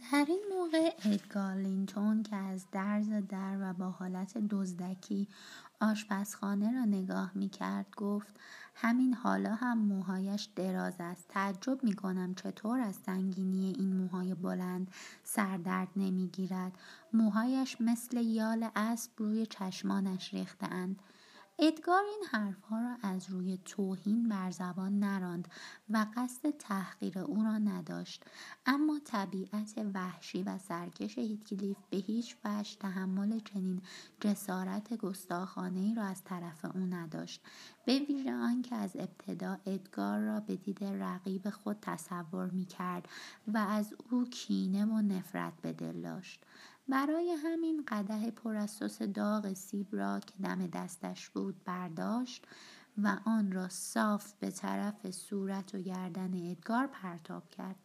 در این موقع ادگار لینتون که از درز در و با حالت دزدکی آشپزخانه را نگاه می کرد گفت همین حالا هم موهایش دراز است. تعجب می کنم چطور از سنگینی این موهای بلند سردرد نمی گیرد. موهایش مثل یال اسب روی چشمانش ریخته اند. ادگار این حرفها را از روی توهین بر زبان نراند و قصد تحقیر او را نداشت، اما طبیعت وحشی و سرکش هیتکلیف به هیچ وجه تحمل چنین جسارت گستاخانه‌ای را از طرف او نداشت، به ویژه آنکه از ابتدا ادگار را به دید رقیب خود تصور می‌کرد و از او کینه و نفرت به دل داشت. برای همین قدح پر از سس داغ سیب را که دم دستش بود برداشت و آن را صاف به طرف صورت و گردن ادگار پرتاب کرد.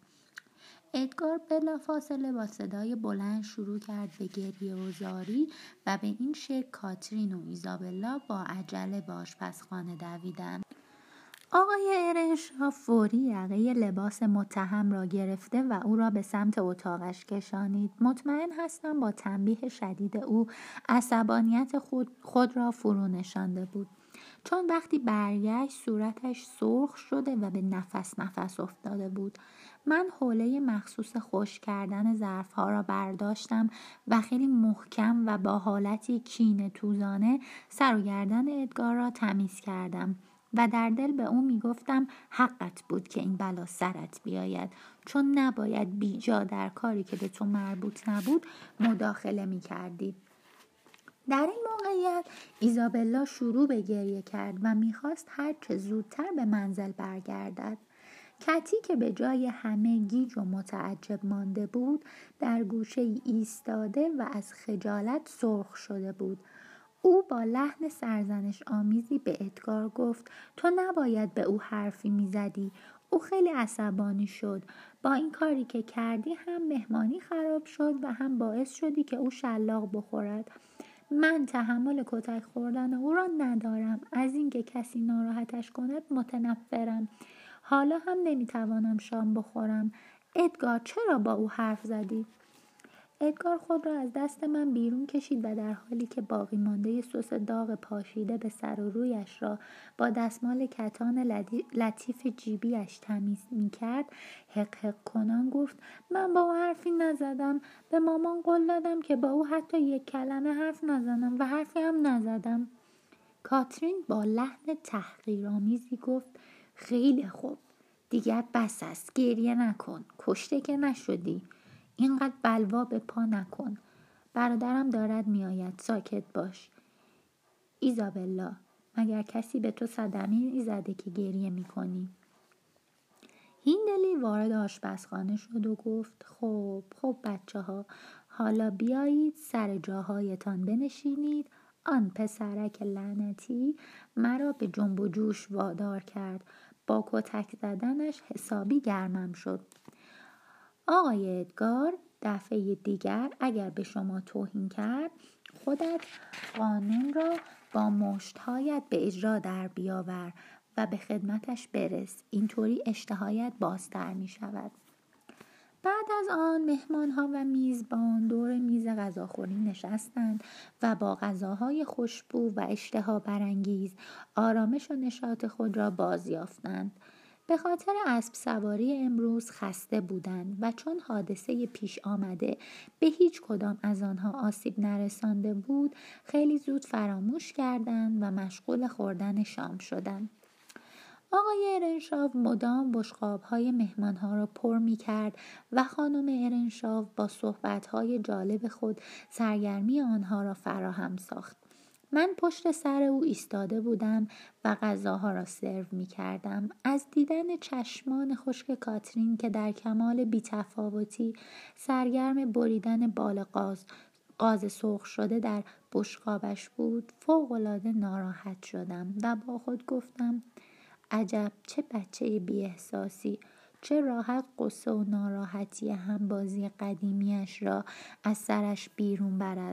ادگار بلافاصله با صدای بلند شروع کرد به گریه و زاری و به این شکل کاترین و ایزابلا با عجله به آشپزخانه دویدند. آقای ارنشاو فوری یقه لباس متهم را گرفته و او را به سمت اتاقش کشانید. مطمئن هستم با تنبیه شدید او عصبانیت خود را فرو نشانده بود، چون وقتی برگشت صورتش سرخ شده و به نفس افتاده بود. من حوله مخصوص خشک کردن ظرفها را برداشتم و خیلی محکم و با حالتی کینه توزانه سر و گردن ادگار را تمیز کردم و در دل به او میگفتم حقت بود که این بلا سرت بیاید، چون نباید بیجا در کاری که به تو مربوط نبود مداخله میکردی. در این موقعیت ایزابلا شروع به گریه کرد و میخواست هر چه زودتر به منزل برگردد. کتی که به جای همه گیج و متعجب مانده بود در گوشه ایستاده و از خجالت سرخ شده بود. او با لحن سرزنش آمیزی به ادگار گفت تو نباید به او حرفی میزدی. او خیلی عصبانی شد. با این کاری که کردی هم مهمانی خراب شد و هم باعث شدی که او شلاق بخورد. من تحمل کتک خوردن او را ندارم. از اینکه کسی ناراحتش کند متنفرم. حالا هم نمیتوانم شام بخورم. ادگار چرا با او حرف زدی؟ ادگار خود را از دست من بیرون کشید و در حالی که باقی مانده سس داغ پاشیده به سر و رویش را با دستمال کتان لطیف جیبیش تمیز می‌کرد، حق حق کنان گفت من با او حرفی نزدم. به مامان قول دادم که با او حتی یک کلمه حرف نزنم و حرفی هم نزدم. کاترین با لحن تحقیرآمیزی گفت خیلی خوب، دیگر بس است، گریه نکن، کشته که نشدی. اینقدر بلوا به پا نکن. برادرم دارد میآید، ساکت باش. ایزابلا، مگر کسی به تو صدمه‌ای زده که گریه میکنی؟ هیندلی وارد آشپزخانه شد و گفت خب بچه ها، حالا بیایید سر جاهایتان بنشینید. آن پسرک لعنتی مرا به جنب و جوش وادار کرد. با کتک زدنش حسابی گرمم شد. آقای ادگار، دفعه دیگر اگر به شما توهین کرد خودت قانون را با مشت‌هایت به اجرا در بیاور و به خدمتش برس. اینطوری اشتهایت بازتر می شود. بعد از آن مهمانها و میزبان دور میز غذاخوری نشستند و با غذاهای خوشبو و اشتها برانگیز آرامش و نشاط خود را بازیافتند. به خاطر اسب سواری امروز خسته بودند و چون حادثه پیش آمده به هیچ کدام از آنها آسیب نرسانده بود، خیلی زود فراموش کردند و مشغول خوردن شام شدند. آقای ارنشاو مدام بشقاب‌های مهمان‌ها را پر می‌کرد و خانم ارنشاو با صحبت‌های جالب خود سرگرمی آنها را فراهم ساخت. من پشت سر او ایستاده بودم و غذاها را سرو می‌کردم. از دیدن چشمان خشک کاترین که در کمال بی‌تفاوتی سرگرم بریدن بال غاز سرخ شده در بشقابش بود، فوق‌العاده ناراحت شدم و با خود گفتم عجب چه بچه بی احساسی، چه راحت قصه و ناراحتی همبازی قدیمیش را از سرش بیرون برد.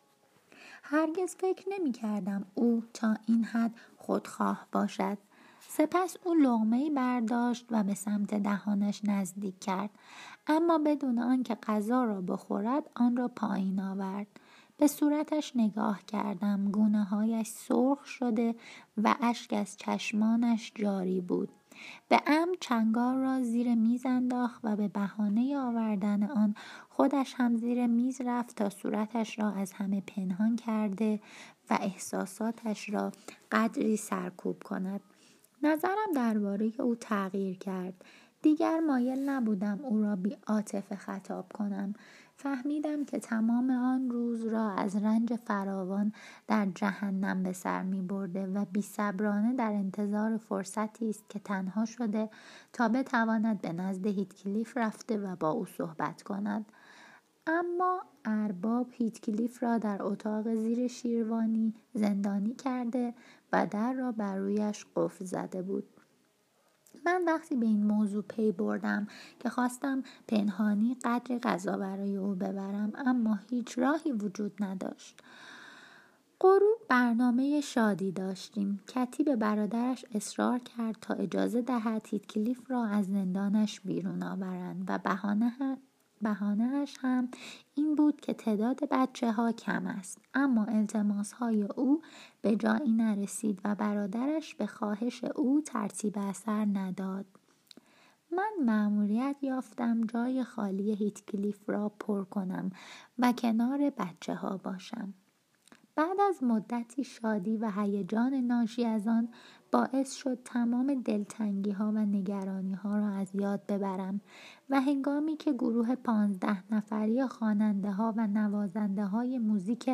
هرگز فکر نمی کردم او تا این حد خودخواه باشد. سپس او لقمه‌ای برداشت و به سمت دهانش نزدیک کرد، اما بدون آنکه غذا را بخورد آن را پایین آورد. به صورتش نگاه کردم. گونه‌هایش سرخ شده و اشک از چشمانش جاری بود. به عمد چنگال را زیر میز انداخت و به بهانه آوردن آن خودش هم زیر میز رفت تا صورتش را از همه پنهان کرده و احساساتش را قدری سرکوب کند. نظرم درباره او تغییر کرد. دیگر مایل نبودم او را بی عاطفه خطاب کنم. فهمیدم که تمام آن روز را از رنج فراوان در جهنم به سر می برده و بی‌صبرانه در انتظار فرصتی است که تنها شده تا بتواند به نزد هیتکلیف رفته و با او صحبت کند. اما ارباب هیتکلیف را در اتاق زیر شیروانی زندانی کرده و در را بر رویش قفل زده بود. من وقتی به این موضوع پی بردم که خواستم پنهانی قدری غذا برای او ببرم، اما هیچ راهی وجود نداشت. غروب برنامه شادی داشتیم. کتی به برادرش اصرار کرد تا اجازه دهد هیتکلیف را از زندانش بیرون آورند و بهانه‌اش هم این بود که تعداد بچه‌ها کم است. اما التماس‌های او به جایی نرسید و برادرش به خواهش او ترتیب اثر نداد. من مأموریت یافتم جای خالی هیتکلیف را پر کنم و کنار بچه‌ها باشم. بعد از مدتی شادی و هیجان ناشی از آن باعث شد تمام دلتنگی‌ها و نگرانی‌ها را از یاد ببرم و هنگامی که گروه 15 نفری خواننده‌ها و نوازنده‌های موزیک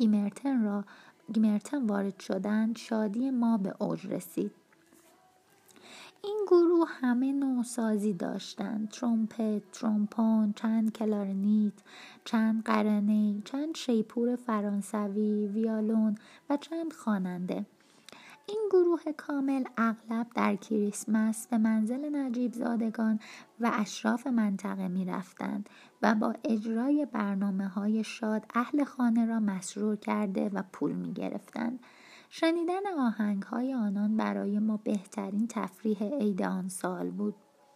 گیمرتن وارد شدند، شادی ما به اوج رسید. این گروه همه نوسازی داشتند: ترومپت، ترومبون، چند کلارنیت، چند قرنه، چند شیپور فرانسوی، ویولون و چند خواننده. این گروه کامل اغلب در کریسمس به منزل نجیب زادگان و اشراف منطقه می رفتند و با اجرای برنامه‌های شاد اهل خانه را مسرور کرده و پول می گرفتند. شنیدن آهنگ‌های آنان برای ما بهترین تفریح عید آن سال بود.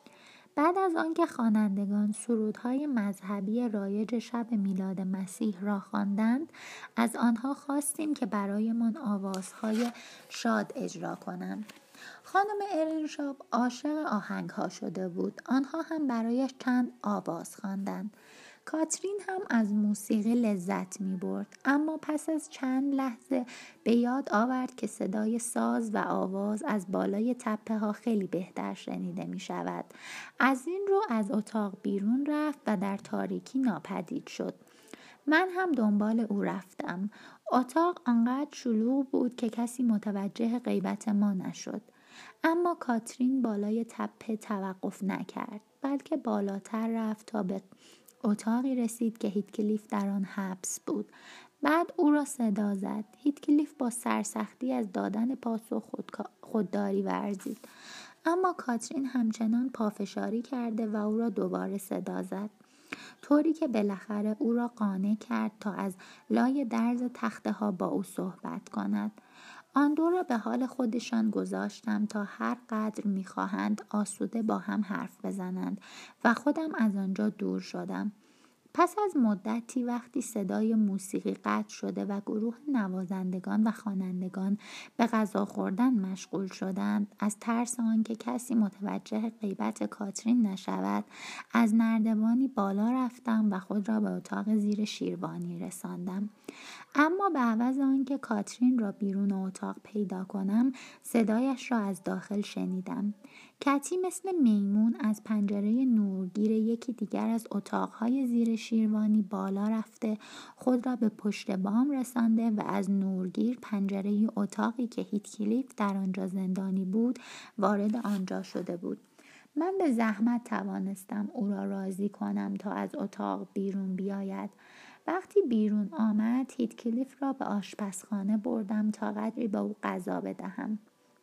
بعد از آنکه خوانندگان سرودهای مذهبی رایج شب میلاد مسیح را خواندند، از آنها خواستیم که برایمان آوازهای شاد اجرا کنند. خانم ارنشاب عاشق آهنگ‌ها شده بود. آنها هم برایش چند آواز خواندند. کاترین هم از موسیقی لذت می برد، اما پس از چند لحظه به یاد آورد که صدای ساز و آواز از بالای تپه ها خیلی بهتر شنیده می شود. از این رو از اتاق بیرون رفت و در تاریکی ناپدید شد. من هم دنبال او رفتم. اتاق آنقدر شلوغ بود که کسی متوجه غیبت ما نشد. اما کاترین بالای تپه توقف نکرد، بلکه بالاتر رفت تا به اتاقی رسید که هیتکلیف در آن حبس بود. بعد او را صدا زد. هیتکلیف با سرسختی از دادن پاسخ خودداری ورزید، اما کاترین همچنان پافشاری کرده و او را دوباره صدا زد، طوری که بالاخره او را قانع کرد تا از لای درز تخته ها با او صحبت کند. آن دو را به حال خودشان گذاشتم تا هر قدر می‌خواهند آسوده با هم حرف بزنند و خودم از آنجا دور شدم. پس از مدتی وقتی صدای موسیقی قطع شده و گروه نوازندگان و خوانندگان به غذا خوردن مشغول شدند، از ترس آنکه کسی متوجه غیبت کاترین نشود، از نردبانی بالا رفتم و خود را به اتاق زیر شیروانی رساندم. اما به عوض آنکه کاترین را بیرون اتاق پیدا کنم، صدایش را از داخل شنیدم. کتی مثل میمون از پنجره نورگیر یکی دیگر از اتاقهای زیر شیروانی بالا رفته خود را به پشت بام رسانده و از نورگیر پنجره اتاقی که هیتکلیف در آنجا زندانی بود وارد آنجا شده بود. من به زحمت توانستم او را راضی کنم تا از اتاق بیرون بیاید. وقتی بیرون آمد، هیتکلیف را به آشپزخانه بردم تا قدری به او غذا بدهم.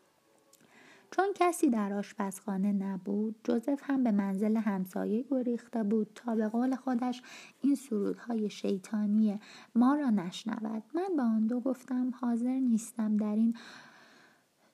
چون کسی در آشپزخانه نبود، جوزف هم به منزل همسایه گریخته بود تا به قول خودش این سرودهای شیطانی ما را نشنود. من به آن دو گفتم حاضر نیستم در این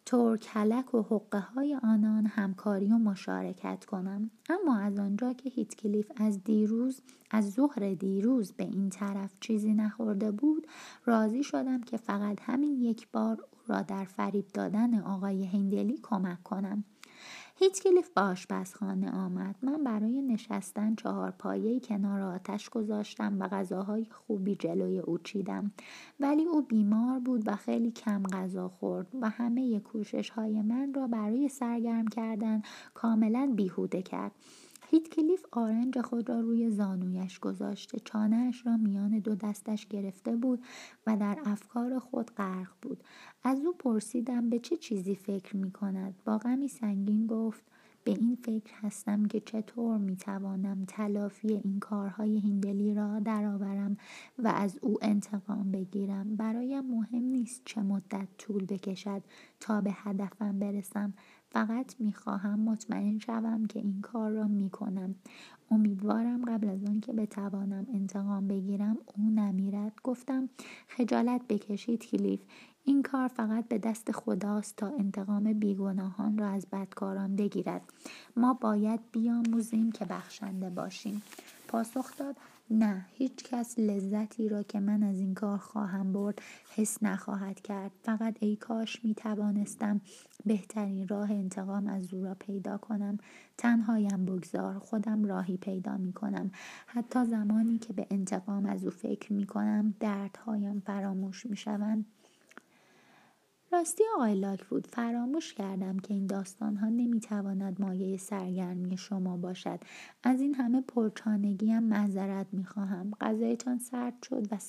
ترکلک و حقه های آنان همکاری و مشارکت کنم. اما از آنجا که هیتکلیف از ظهر دیروز به این طرف چیزی نخورده بود، راضی شدم که فقط همین یک بار او را در فریب دادن آقای هندلی کمک کنم. هیتکلیف به آشپزخانه آمد. من برای نشستن 4 پایه‌ای کنار آتش گذاشتم و غذاهای خوبی جلوی او چیدم، ولی او بیمار بود و خیلی کم غذا خورد و همه کوشش‌های من را برای سرگرم کردن کاملا بیهوده کرد. هیتکلیف آرنج خود را روی زانویش گذاشته، چانه‌اش را میان 2 دستش گرفته بود و در افکار خود غرق بود. از او پرسیدم به چه چیزی فکر می کند. با غمی سنگین گفت به این فکر هستم که چطور می توانم تلافی این کارهای هندلی را درآورم و از او انتقام بگیرم. برایم مهم نیست چه مدت طول بکشد تا به هدفم برسم. فقط می خواهم مطمئن شوم که این کار را می کنم. امیدوارم قبل از آن که بتوانم انتقام بگیرم او نمیرد. گفتم خجالت بکشید هیتکلیف. این کار فقط به دست خداست تا انتقام بیگناهان را از بدکاران بگیرد. ما باید بیاموزیم که بخشنده باشیم. پاسخ داد نه، هیچ کس لذتی را که من از این کار خواهم برد حس نخواهد کرد. فقط ای کاش می توانستم بهترین راه انتقام از او را پیدا کنم. تنهایم بگذار، خودم راهی پیدا می کنم. حتی زمانی که به انتقام از او فکر می کنم دردهایم فراموش می شوند. راستی آقای لاکوود، فراموش کردم که این داستان‌ها نمی‌تواند مایه سرگرمی شما باشد. از این همه پرچانگیم معذرت می‌خواهم. غذایتان سرد شد و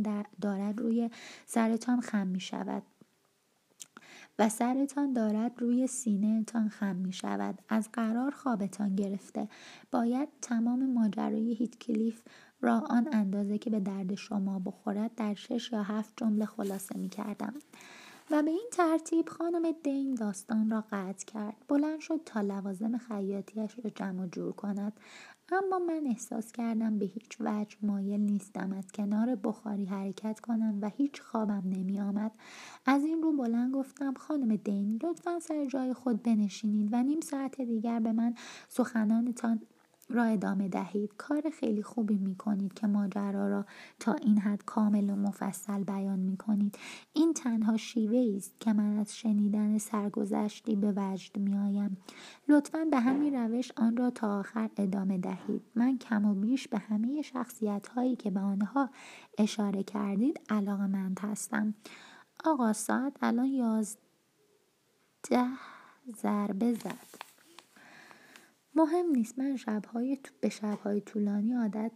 سرتان خم می‌شود و سرتان دارد روی سینه تان خم می شود. از قرار خوابتان گرفته. باید تمام ماجرای هیتکلیف را آن اندازه که به درد شما بخورد در 6 یا 7 جمله خلاصه می کردم. و به این ترتیب خانم دین داستان را قطع کرد. بلند شد تا لوازم خیاطیش را جمع جور کند. اما من احساس کردم به هیچ وجه مایل نیستم از کنار بخاری حرکت کنم و هیچ خوابم نمی آمد. از این رو بلند گفتم خانم دین لطفاً سر جای خود بنشینید و نیم ساعت دیگر به من سخنانتان را ادامه دهید. کار خیلی خوبی می کنید که ماجرا را تا این حد کامل و مفصل بیان می کنید. این تنها شیوه است که من از شنیدن سرگذشتی به وجد می آیم. لطفاً به همین روش آن را تا آخر ادامه دهید. من کم و بیش به همه شخصیت هایی که به آنها اشاره کردید علاقه‌مند هستم. آقا ساعت الان 11 ضربه زد. مهم نیست. من به شب‌های طولانی عادت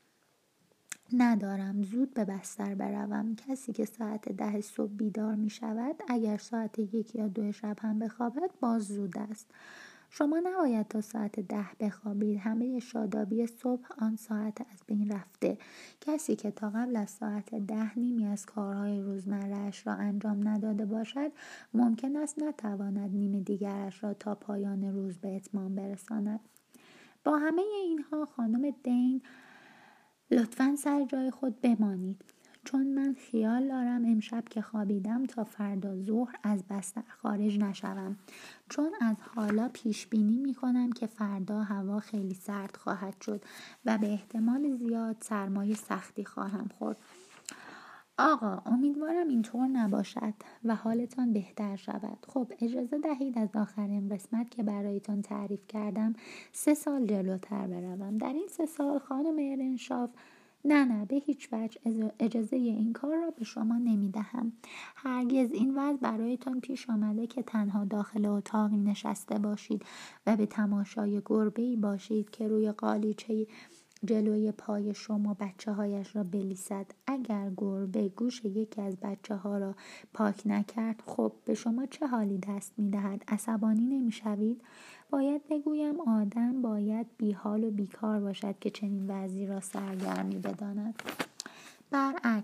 ندارم زود به بستر بروم. کسی که ساعت 10 صبح بیدار می شود اگر ساعت 1 یا 2 شب هم بخوابد باز زود است. شما نباید تا ساعت 10 بخوابید. همه شادابی صبح آن ساعت از بین رفته. کسی که تا قبل از ساعت 10 نیمی از کارهای روزمره‌اش را انجام نداده باشد ممکن است نتواند نیم دیگرش را تا پایان روز به اتمام برساند. با همه اینها خانم دین لطفاً سر جای خود بمانید، چون من خیال دارم امشب که خوابیدم تا فردا ظهر از بستر خارج نشوم، چون از حالا پیش بینی می کنم که فردا هوا خیلی سرد خواهد شد و به احتمال زیاد سرمای سختی خواهم خورد. آقا امیدوارم اینطور نباشد و حالتان بهتر شود. خب اجازه دهید از آخرین قسمت که برایتان تعریف کردم 3 سال جلوتر بروم. در این 3 سال خانم ارنشاف نه به هیچ وجه اجازه این کار را به شما نمی دهم. هرگز این وضع برایتان پیش آمده که تنها داخل اتاقی نشسته باشید و به تماشای گربه‌ای باشید که روی قالیچه جلوی پای شما بچه هایش را بلیسد؟ اگر گربه گوش یکی از بچه ها را پاک نکرد، خب به شما چه حالی دست می دهد؟ عصبانی نمی شوید؟ باید بگویم آدم باید بی حال و بیکار باشد که چنین وضعی را سرگرمی بداند. برعکس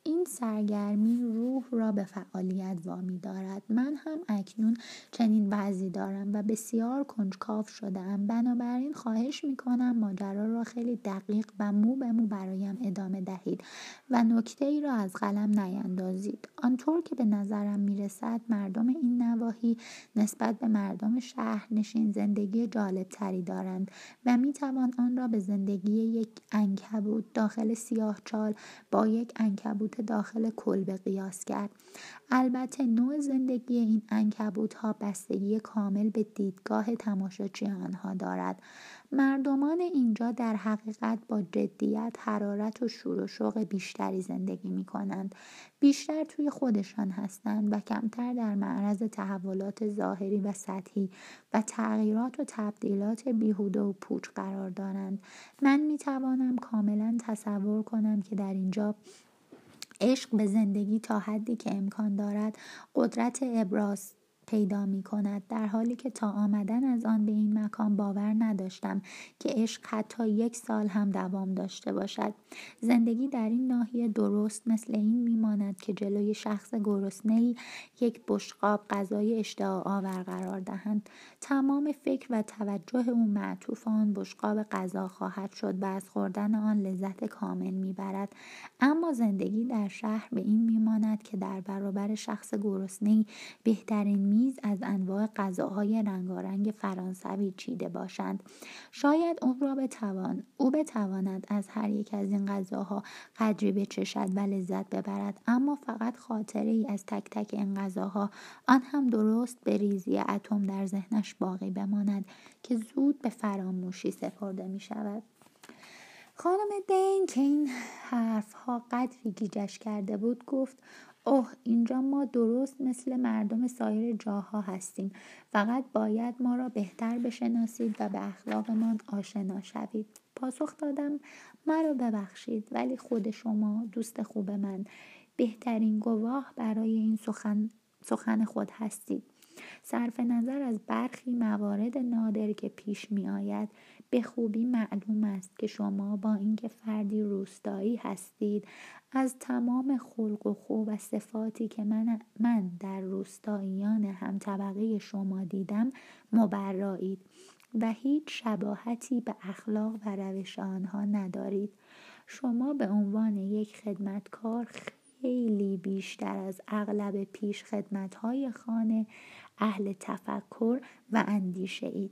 این سرگرمی روح را به فعالیت وامی دارد. من هم اکنون چنین وضعی دارم و بسیار کنجکاو شده‌ام. بنابراین خواهش می‌کنم ماجرا را خیلی دقیق و مو به مو برایم ادامه دهید و نکته‌ای را از قلم نیندازید. آنطور که به نظرم می‌رسد مردم این نواحی نسبت به مردم شهرنشین زندگی جالب‌تری دارند و می‌توان آن را به زندگی یک عنکبوت داخل سیاهچال با یک عنکبوت داخل کلبه قیاس کرد. البته نوع زندگی این عنکبوت‌ها بستگی کامل به دیدگاه تماشاچی آنها دارد. مردمان اینجا در حقیقت با جدیت، حرارت و شور و شوق بیشتری زندگی می‌کنند. بیشتر توی خودشان هستند و کمتر در معرض تحولات ظاهری و سطحی و تغییرات و تبدیلات بیهوده و پوچ قرار دارند. من می‌توانم کاملاً تصور کنم که در اینجا عشق به زندگی تا حدی که امکان دارد قدرت ابراز پیدا می کند، در حالی که تا آمدن از آن به این مکان باور نداشتم که عشق حتی 1 سال هم دوام داشته باشد. زندگی در این ناحیه درست مثل این می ماند که جلوی شخص گرسنه‌ای یک بشقاب غذای اشتها آور قرار دهند. تمام فکر و توجه او معطوف آن بشقاب غذا خواهد شد و از خوردن آن لذت کامل می برد. اما زندگی در شهر به این میماند که در برابر شخص گرسنه‌ای بهترین میز از انواع غذاهای رنگارنگ فرانسوی چیده باشند. شاید او بتواند از هر یک از این غذاها قدری بچشد و لذت ببرد، اما فقط خاطره ای از تک تک این غذاها، آن هم درست به ریزی اتم در ذهنش باقی بماند که زود به فراموشی سپرده می شود. خانم دین که این حرفها قدری گیجش کرده بود گفت: اوه، اینجا ما درست مثل مردم سایر جاها هستیم. فقط باید ما را بهتر بشناسید و به اخلاقمان آشنا شوید. پاسخ دادم: مرا ببخشید، ولی خود شما، دوست خوب من، بهترین گواه برای این سخن خود هستید. صرف نظر از برخی موارد نادر که پیش می آید، به خوبی معلوم است که شما با اینکه فردی روستایی هستید، از تمام خلق و خو و صفاتی که من در روستاییان هم طبقه شما دیدم مبرایید و هیچ شباهتی به اخلاق و روش آنها ندارید. شما به عنوان یک خدمتکار خیلی بیشتر از اغلب پیش خدمت‌های خانه اهل تفکر و اندیشه اید.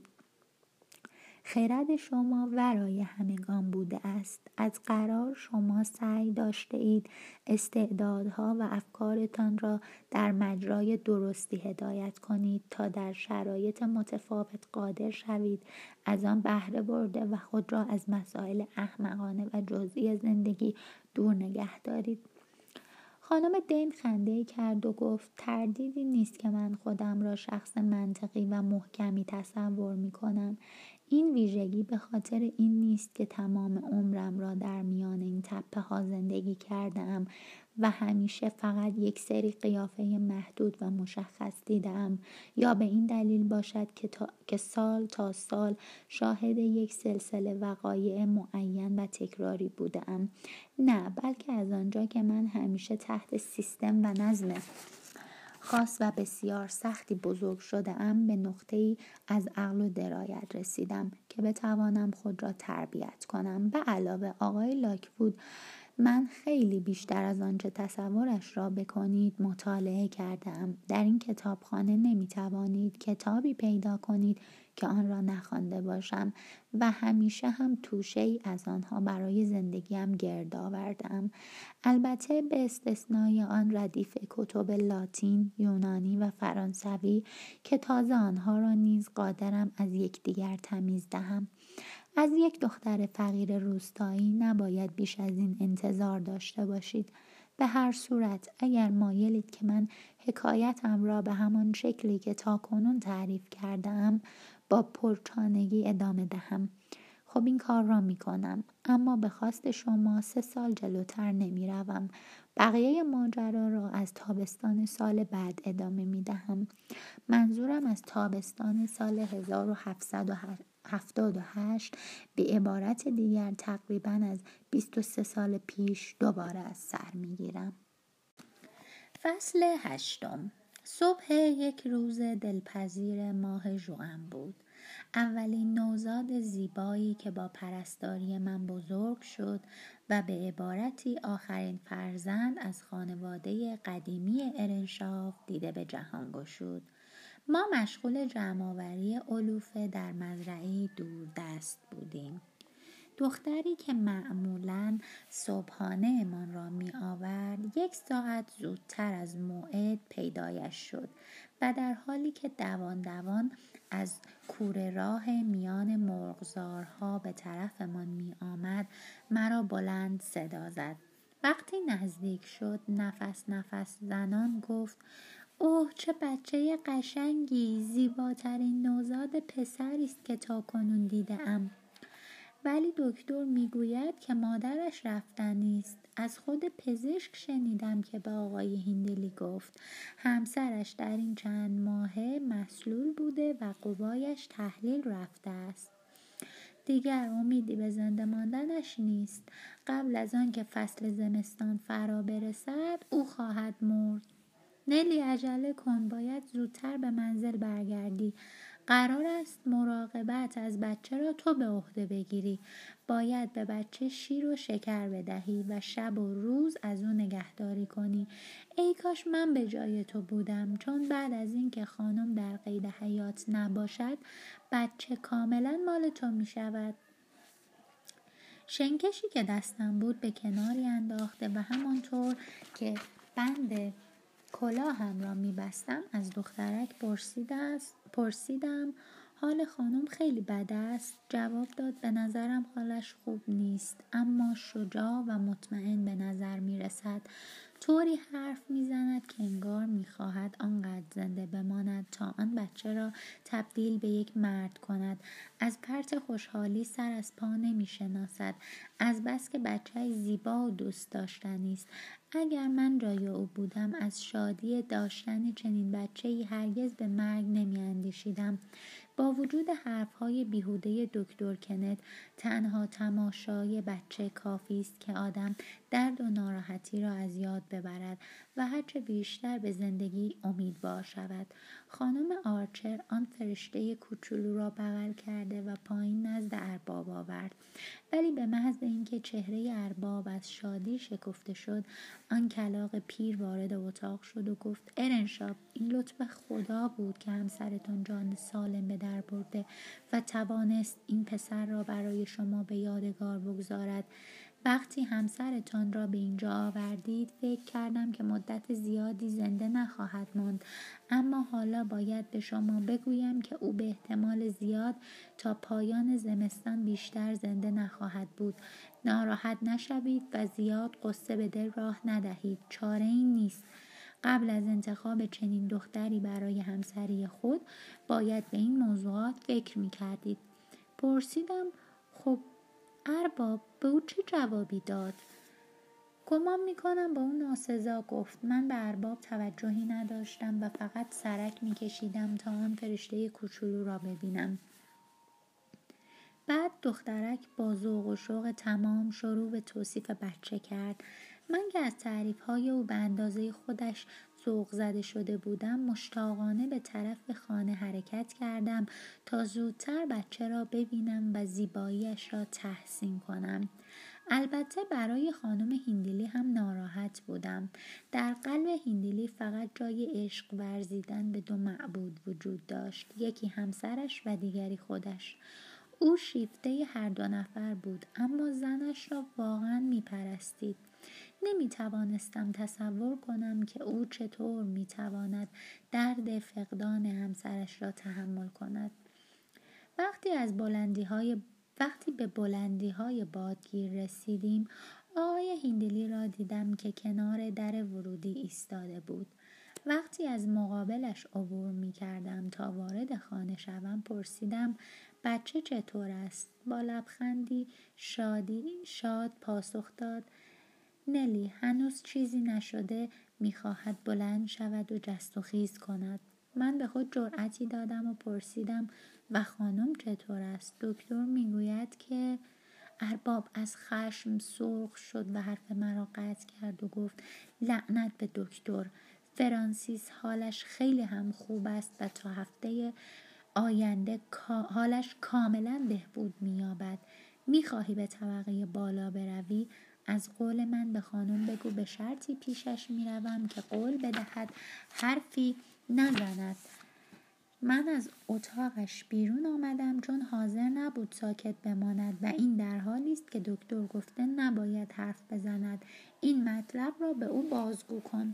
خرد شما ورای همگان بوده است. از قرار شما سعی داشته اید استعدادها و افکارتان را در مجرای درستی هدایت کنید تا در شرایط متفاوت قادر شوید از آن بهره برده و خود را از مسائل احمقانه و جزئی زندگی دور نگه دارید. خانم دین خنده‌ای کرد و گفت: تردیدی نیست که من خودم را شخص منطقی و محکمی تصور می کنم. این ویژگی به خاطر این نیست که تمام عمرم را در میان این تپه ها زندگی کردم و همیشه فقط یک سری قیافه محدود و مشخص دیدم، یا به این دلیل باشد که سال تا سال شاهد یک سلسله وقایع معین و تکراری بودم. نه، بلکه از آنجا که من همیشه تحت سیستم و نظم خاص و بسیار سختی بزرگ شده‌ام، به نقطه‌ای از عقل و درایت رسیدم که بتوانم خود را تربیت کنم. به علاوه آقای لاکوود، من خیلی بیشتر از آنچه تصورش را بکنید مطالعه کردم. در این کتابخانه نمیتوانید کتابی پیدا کنید که آن را نخوانده باشم و همیشه هم توشه‌ای از آنها برای زندگیم گرد آوردم. البته به استثنای آن ردیف کتب لاتین، یونانی و فرانسوی که تازه آنها را نیز قادرم از یکدیگر تمیز دهم. از یک دختر فقیر روستایی نباید بیش از این انتظار داشته باشید. به هر صورت اگر مایلید که من حکایتم را به همان شکلی که تاکنون تعریف کردم با پرچانگی ادامه دهم، خب این کار را می کنم، اما به خواست شما 3 سال جلوتر نمی روم. بقیه ماجرا را از تابستان سال بعد ادامه می دهم. منظورم از تابستان سال 1778 به عبارت دیگر تقریباً از 23 سال پیش دوباره از سر می گیرم. فصل 8. صبح یک روز دلپذیر ماه ژوئن بود. اولین نوزاد زیبایی که با پرستاری من بزرگ شد و به عبارتی آخرین فرزند از خانواده قدیمی ارنشاو دیده به جهان گشود. ما مشغول جمع‌آوری علوفه در مزرعه‌ای دوردست بودیم. دختری که معمولاً صبحانه من را می آورد 1 ساعت زودتر از موعد پیدایش شد و در حالی که دوان از کوره راه میان مرغزارها به طرف من می آمد مرا بلند صدا زد. وقتی نزدیک شد نفس زنان گفت: اوه چه بچه قشنگی، زیباترین نوزاد پسری است که تاکنون دیده‌ام. ولی دکتر میگوید که مادرش رفتنی است. از خود پزشک شنیدم که به آقای هیندلی گفت همسرش در این چند ماهه مسلول بوده و قوایش تحلیل رفته است. دیگر امیدی به زنده ماندنش نیست. قبل از آن که فصل زمستان فرا برسد او خواهد مرد. نلی عجله کن، باید زودتر به منزل برگردی. قرار است مراقبت از بچه را تو به عهده بگیری. باید به بچه شیر و شکر بدهی و شب و روز از او نگهداری کنی. ای کاش من به جای تو بودم، چون بعد از این که خانم در قید حیات نباشد بچه کاملا مال تو می شود. شنکشی که دستم بود به کناری انداخته و همانطور که بند کلاهم را می بستم از دخترک پرسیدم حال خانم خیلی بد است؟ جواب داد به نظرم حالش خوب نیست، اما شجاع و مطمئن به نظر می رسد. طوری حرف می زند که انگار می خواهد آنقدر زنده بماند تا آن بچه را تبدیل به یک مرد کند. از پرت خوشحالی سر از پا نمی شناسد، از بس که بچه زیبا و دوست داشتنی است. اگر من جای او بودم از شادی داشتن چنین بچه‌ای هرگز به مرگ نمی اندیشیدم. با وجود حرفهای بیهوده دکتر کنت تنها تماشای بچه کافی است که آدم درد و ناراحتی را از یاد ببرد و هرچه بیشتر به زندگی امیدوار شود. خانم آرچر آن فرشته کوچولو را بغل کرده و پایین نزد ارباب آورد، ولی به محض اینکه چهره ارباب از شادی شکفته شد آن کلاغ پیر وارد اتاق شد و گفت: ارنشاو، این لطف خدا بود که همسرتان جان سالم به در برده و توانست این پسر را برای شما به یادگار بگذارد. وقتی همسرتان را به اینجا آوردید فکر کردم که مدت زیادی زنده نخواهد ماند، اما حالا باید به شما بگویم که او به احتمال زیاد تا پایان زمستان بیشتر زنده نخواهد بود. ناراحت نشوید و زیاد غصه به دل راه ندهید. چاره این نیست. قبل از انتخاب چنین دختری برای همسری خود باید به این موضوعات فکر می‌کردید. پرسیدم: خب ارباب به او چه جوابی داد؟ گمان میکنم با اون ناسزا گفت. من به ارباب توجهی نداشتم و فقط سرک میکشیدم تا آن فرشته کوچولو را ببینم. بعد دخترک با ذوق و شوق تمام شروع به توصیف بچه کرد. من که از تعریف‌های او به اندازه خودش ذوق زده شده بودم مشتاقانه به طرف خانه حرکت کردم تا زودتر بچه را ببینم و زیباییش را تحسین کنم. البته برای خانم هیندلی هم ناراحت بودم. در قلب هیندلی فقط جای عشق ورزیدن به 2 معبود وجود داشت، یکی همسرش و دیگری خودش. او شیفته هر 2 نفر بود، اما زنش را واقعا میپرستید. نمیتوانستم تصور کنم که او چطور میتواند درد فقدان همسرش را تحمل کند. وقتی به بلندی‌های بادگیر رسیدیم آقای هیندلی را دیدم که کنار در ورودی ایستاده بود. وقتی از مقابلش عبور می‌کردم تا وارد خانه شوم پرسیدم: بچه چطور است؟ با لبخندی شاد پاسخ داد: نلی هنوز چیزی نشده، می‌خواهد بلند شود و جست و خیز کند. من به خود جرأتی دادم و پرسیدم: و خانم چطور است؟ دکتر میگوید که... ارباب از خشم سرخ شد و حرف مرا قطع کرد و گفت: لعنت به دکتر. فرانسیس حالش خیلی هم خوب است و تا هفته آینده حالش کاملا بهبود می‌یابد. می‌خواهی به طبقه بالا بروی؟ از قول من به خانم بگو به شرطی پیشش می‌روم که قول بدهد حرفی نزند. من از اتاقش بیرون آمدم چون حاضر نبود ساکت بماند و این در حالی است که دکتر گفته نباید حرف بزند. این مطلب را به او بازگو کن.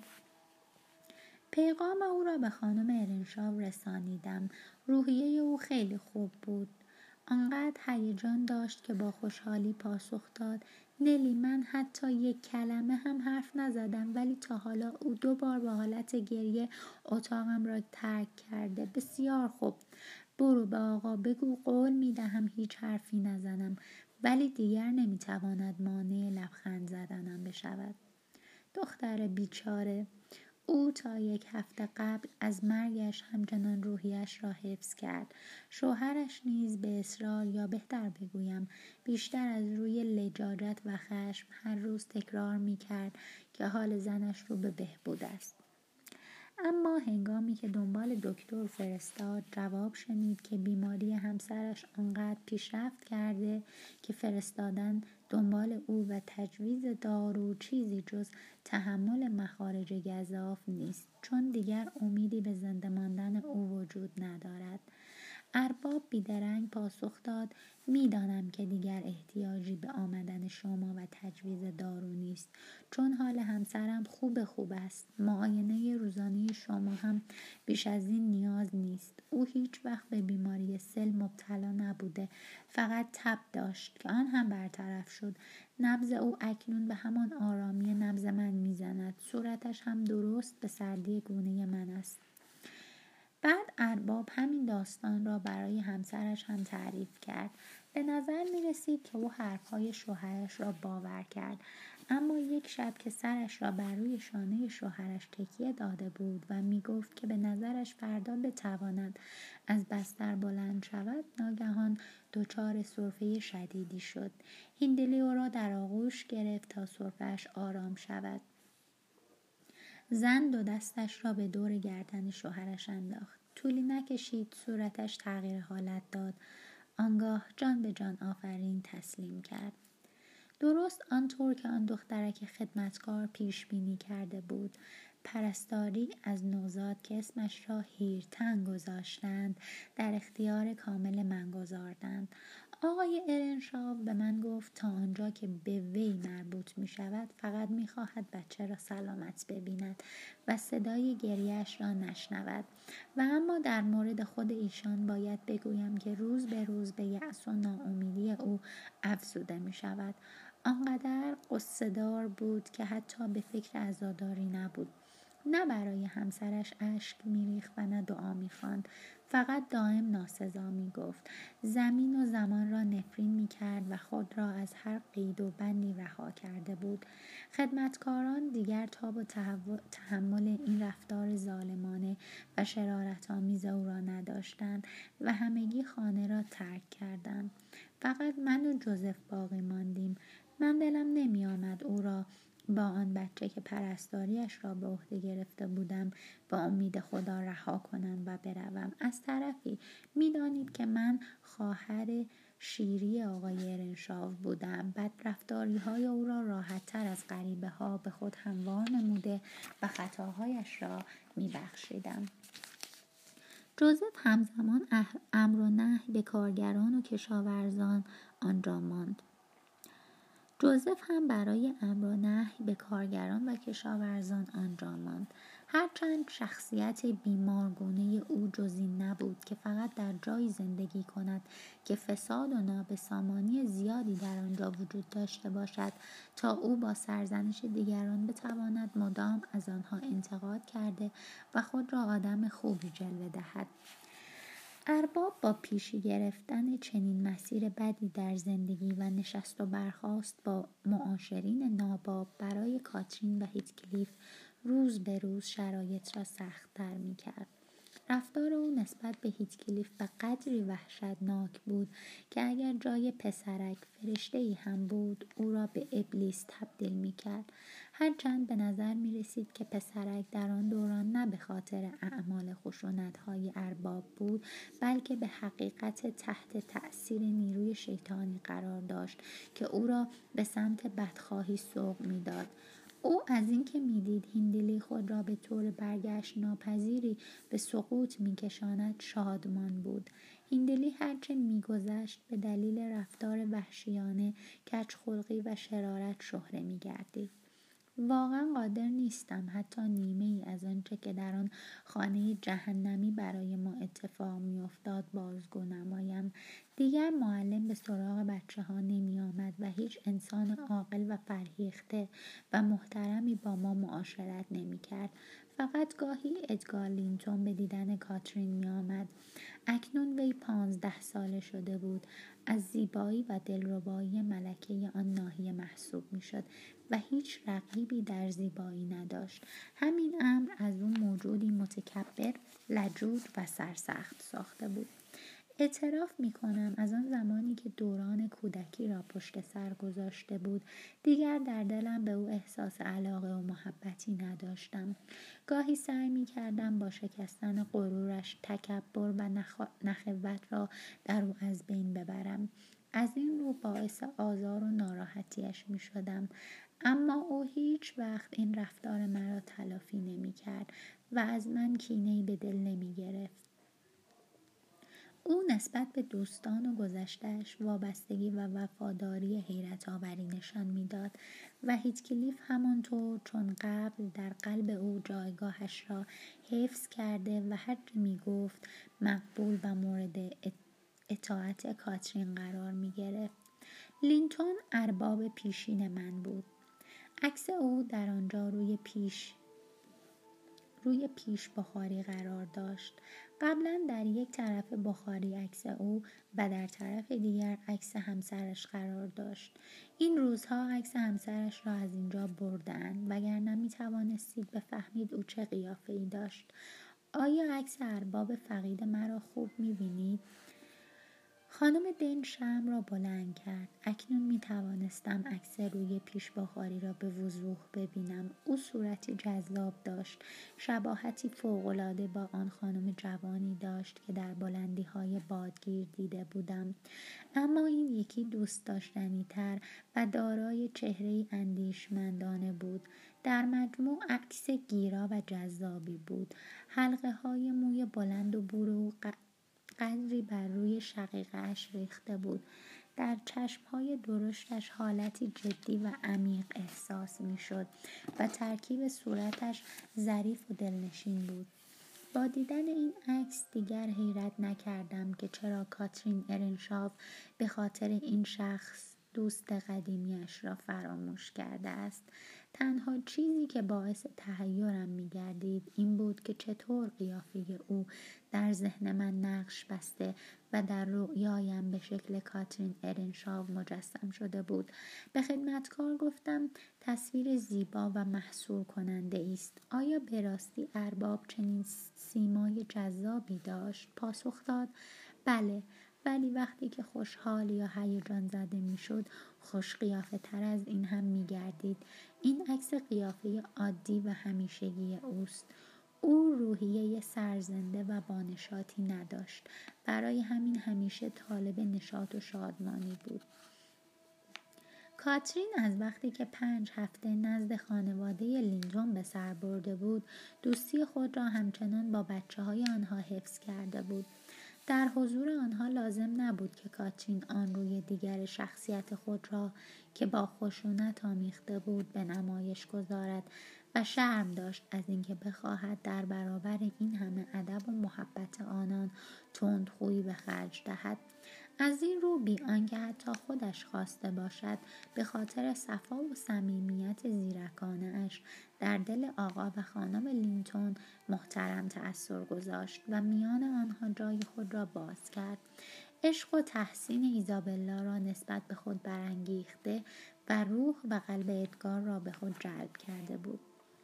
پیغام او را به خانم ارنشاو رسانیدم. روحیه او خیلی خوب بود. آنقدر هیجان داشت که با خوشحالی پاسخ داد: نلی، من حتی یک کلمه هم حرف نزدم، ولی تا حالا او 2 بار با حالت گریه اتاقم را ترک کرده. بسیار خوب. برو به آقا بگو قول می دهم هیچ حرفی نزنم، ولی دیگر نمی تواند مانع لبخند زدنم بشود. دختر بیچاره. او تا 1 هفته قبل از مرگش همچنان روحیش را حفظ کرد. شوهرش نیز به اصرار، یا بهتر بگویم بیشتر از روی لجاجت و خشم، هر روز تکرار می کرد که حال زنش رو به بهبود است. اما هنگامی که دنبال دکتر فرستاد، جواب شنید که بیماری همسرش آنقدر پیشرفت کرده که فرستادن دنبال او و تجویز دارو چیزی جز تحمل مخارج گزاف نیست، چون دیگر امیدی به زنده ماندن او وجود ندارد. ارباب بیدرنگ پاسخ داد: میدانم که دیگر احتیاجی به آمدن شما و تجویز دارو نیست، چون حال همسرم خوب است. معاینه روزانه شما هم بیش از این نیاز نیست. او هیچ وقت به بیماری سل مبتلا نبوده، فقط تب داشت که آن هم برطرف شد. نبض او اکنون به همان آرامی نبض من میزند. صورتش هم درست به سردی گونه من است. بعد ارباب همین داستان را برای همسرش هم تعریف کرد. به نظر می رسید که او حرفهای شوهرش را باور کرد، اما یک شب که سرش را بر روی شانه شوهرش تکیه داده بود و می گفت که به نظرش فردا بتواند از بستر بلند شود، ناگهان دچار سرفه شدیدی شد. هیندلی او را در آغوش گرفت تا سرفه‌اش آرام شود. زن 2 دستش را به دور گردن شوهرش انداخت. طولی نکشید صورتش تغییر حالت داد. آنگاه جان به جان آفرین تسلیم کرد. درست آنطور که آن دخترک خدمتکار پیش بینی کرده بود. پرستاری از نوزاد که اسمش را هیرتن گذاشتند در اختیار کامل من گذاردند. آقای ارنشاو به من گفت تا آنجا که به وی مربوط می شود فقط می خواهد بچه را سلامت ببیند و صدای گریه‌اش را نشنود. و اما در مورد خود ایشان باید بگویم که روز به روز به یأس و ناامیدی او افزوده می شود. آنقدر غصه‌دار بود که حتی به فکر عزاداری نبود. نه برای همسرش اشک می‌ریخت و نه دعا می‌خواند، فقط دائم ناسزا می‌گفت. زمین و زمان را نفرین می‌کرد و خود را از هر قید و بندی رها کرده بود. خدمتکاران دیگر تاب و تحمل این رفتار ظالمانه و شرارت‌آمیز او را نداشتند و همگی خانه را ترک کردند. فقط من و جوزف باقی ماندیم. من دلم نمی آمد او را با آن بچه که پرستاریش را به عهده گرفته بودم با امید خدا رها کنم و بروم. از طرفی می‌دانید که من خواهر شیری آقای ارنشاو بودم. بدرفتاری‌های او را راحت‌تر از غریبه‌ها به خود هموار نموده و خطاهایش را می‌بخشیدم. جوزف همزمان امر و نهی به کارگران و کشاورزان آنجا ماند. جوزف هم برای امر و نهی به کارگران و کشاورزان آنجا ماند. هرچند شخصیت بیمارگونه او جز این نبود که فقط در جایی زندگی کند که فساد و نابسامانی زیادی در آنجا وجود داشته باشد تا او با سرزنش دیگران بتواند مدام از آنها انتقاد کرده و خود را آدم خوبی جلوه دهد. ارباب با پیشی گرفتن چنین مسیر بدی در زندگی و نشست و برخاست با معاشرین ناباب برای کاترین و هیتکلیف روز به روز شرایط را سخت‌تر می‌کرد. رفتار او نسبت به هیتکلیف به قدری وحشتناک بود که اگر جای پسرک فرشته‌ای هم بود او را به ابلیس تبدیل می‌کرد. هرچند به نظر می‌رسید که پسرک در آن دوران نه به خاطر اعمال خشونت‌های ارباب بود، بلکه به حقیقت تحت تأثیر نیروی شیطانی قرار داشت که او را به سمت بدخواهی سوق می‌داد. او از اینکه میدید هیندلی خود را به طور برگشت ناپذیری به سقوط میکشاند شادمان بود. هیندلی هرچه میگذشت به دلیل رفتار وحشیانه، کجخلقی و شرارت شهره میگردید. واقعا قادر نیستم حتی نیمه ای از آنچه که در آن خانه جهنمی برای ما اتفاق میافتاد بازگو نمایم. دیگر معلم به سراغ بچه ها نمی آمد و هیچ انسان عاقل و فرهیخته و محترمی با ما معاشرت نمی کرد. فقط گاهی ادگار لینتون به دیدن کاترین می آمد. اکنون وی 15 ساله شده بود. از زیبایی و دلربایی ملکه آن ناحیه محسوب می شد و هیچ رقیبی در زیبایی نداشت. همین امر از او موجودی متکبر، لجوج و سرسخت ساخته بود. اعتراف می کنم از آن زمانی که دوران کودکی را پشت سر گذاشته بود دیگر در دلم به او احساس علاقه و محبتی نداشتم. گاهی سعی می کردم با شکستن غرورش تکبر و نخوت را در او از بین ببرم. از این رو باعث آزار و ناراحتیش می شدم، اما او هیچ وقت این رفتار مرا تلافی نمی کرد و از من کینه‌ای به دل نمی گرفت. او نسبت به دوستان و گذشته‌اش وابستگی و وفاداری حیرت آوری نشان میداد و هیتکلیف همانطور چون قبل در قلب او جایگاهش را حفظ کرده و هرچه میگفت مقبول و مورد اطاعت کاترین قرار می گرفت. لینتون ارباب پیشین من بود. عکس او در آنجا روی پیش بخاری قرار داشت. قبلا در یک طرف بخاری عکس او و در طرف دیگر عکس همسرش قرار داشت. این روزها عکس همسرش را از اینجا بردند وگرنه می توانستید بفهمید او چه قیافه‌ای داشت. آیا عکس ارباب فقید مرا خوب می بینید؟ خانم دن شمع را بلند کرد. اکنون می توانستم عکس روی پیش بخاری را به وضوح ببینم. او صورتی جذاب داشت. شباهتی فوق‌العاده با آن خانم جوانی داشت که در بلندی های بادگیر دیده بودم. اما این یکی دوست داشتنی تر و دارای چهره‌ای اندیشمندانه بود. در مجموع عکس گیرا و جذابی بود. حلقه های موی بلند و برو قدری بر روی شقیقه‌اش ریخته بود. در چشم‌های درشتش حالتی جدی و عمیق احساس می‌شد و ترکیب صورتش ظریف و دلنشین بود. با دیدن این عکس دیگر حیرت نکردم که چرا کاترین ارنشاو به خاطر این شخص دوست قدیمیش را فراموش کرده است. تنها چیزی که باعث تحیرم می‌گردید این بود که چطور قیافه او در ذهن من نقش بسته و در رؤیایم به شکل کاترین ارنشاو مجسم شده بود. به خدمتکار گفتم تصویر زیبا و محصور کننده است. آیا به راستی ارباب چنین سیمای جذابی داشت؟ پاسخ داد بله، ولی وقتی که خوشحال یا هیجان زده میشد خوش قیافه تر از این هم میگردید. این عکس قیافه عادی و همیشگی اوست. او روحیه سرزنده و بانشاطی نداشت. برای همین همیشه طالب نشاط و شادمانی بود. کاترین از وقتی که 5 هفته نزد خانواده لینتون به سر برده بود دوستی خود را همچنان با بچه‌های آنها حفظ کرده بود. در حضور آنها لازم نبود که کاترین آن روی دیگر شخصیت خود را که با خشونت آمیخته بود به نمایش گذارد و شرم داشت از اینکه بخواهد در برابر این همه ادب و محبت آنان تندخویی به خرج دهد. از این رو بی آنکه حتی خودش خواسته باشد به خاطر صفا و صمیمیت زیرکانه اش در دل آقا و خانم لینتون محترم تأثیر گذاشت و میان آنها جای خود را باز کرد. عشق و تحسین ایزابلا را نسبت به خود برانگیخته و روح و قلب ادگار را به خود جلب کرده بود.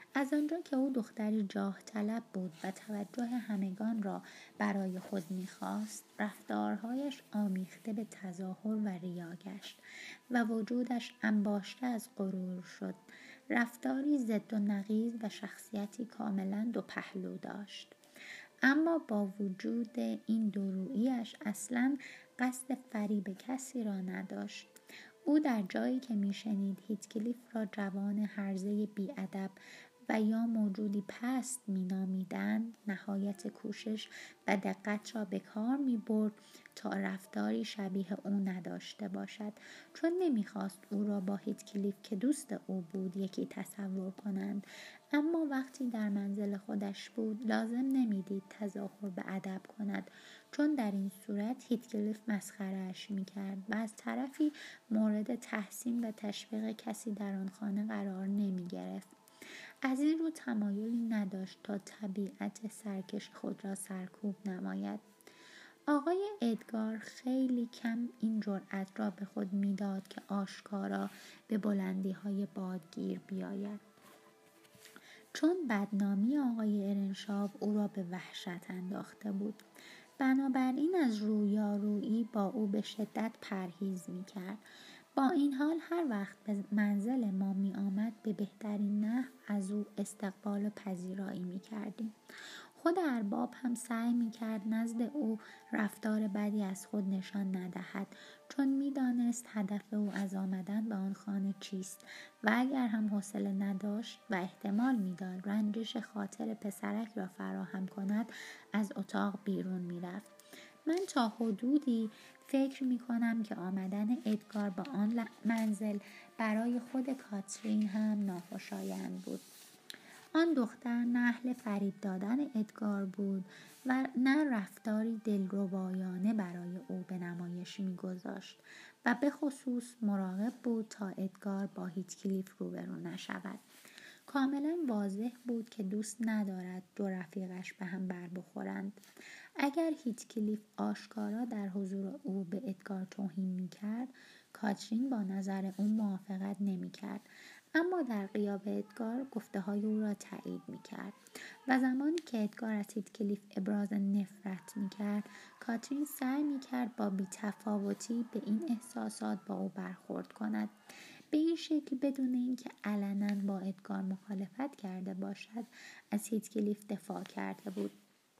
از آنجا که او دختری جاه طلب بود و توجه همگان را برای خود می‌خواست، رفتارهایش آمیخته به تظاهر و ریا گشت و وجودش انباشته از غرور شد. رفتاری ضد و نقیض و شخصیتی کاملا دو پهلو داشت. اما با وجود این دورویی‌اش اصلاً قصد فریب کسی را نداشت. او در جایی که میشنید هیتکلیف را جوان هرزه بی‌ادب و یا موجودی پست مینامیدند، نهایت کوشش و دقت را به کار می‌برد تا رفتاری شبیه او نداشته باشد، چون نمی‌خواست او را با هیتکلیف که دوست او بود یکی تصور کنند. اما وقتی در منزل خودش بود لازم نمی‌دید تظاهر به ادب کند، چون در این صورت هیتکلیف مسخره‌اش می‌کرد و از طرفی مورد تحسین و تشویق کسی در آن خانه قرار نمی‌گرفت. از این رو تمایلی نداشت تا طبیعت سرکش خود را سرکوب نماید. آقای ادگار خیلی کم این جرأت را به خود میداد که آشکارا به بلندی‌های بادگیر بیاید، چون بدنامی آقای ارنشاب او را به وحشت انداخته بود. بنابراین از رویارویی با او به شدت پرهیز می‌کرد. با این حال هر وقت به منزل ما می آمد به بهترین نحو از او استقبال و پذیرایی می کردیم. خود ارباب هم سعی می کرد نزد او رفتار بدی از خود نشان ندهد، چون می دانست هدف او از آمدن به آن خانه چیست و اگر هم حوصله نداشت و احتمال می داد رنجش خاطر پسرک را فراهم کند، از اتاق بیرون می رفت. من تا حدودی فکر می کنم که آمدن ادگار به آن منزل برای خود کاترین هم ناخوشایند بود. آن دختر نه اهل فریب دادن ادگار بود و نه رفتاری دلربایانه برای او به نمایش می گذاشت و به خصوص مراقب بود تا ادگار با هیتکلیف روبرو نشود. کاملا واضح بود که دوست ندارد دو رفیقش به هم بر بخورند. اگر هیتکلیف آشکارا در حضور او به ادگار توهین می‌کرد، کاترین با نظر او موافقت نمی‌کرد، اما در غیاب ادگار گفته‌های او را تایید می‌کرد و زمانی که ادگار از هیتکلیف ابراز نفرت می‌کرد، کاترین سعی می‌کرد با بی‌تفاوتی به این احساسات با او برخورد کند. به این شکل بدون اینکه علنا با ادگار مخالفت کرده باشد از هیتکلیف دفاع کرده بود.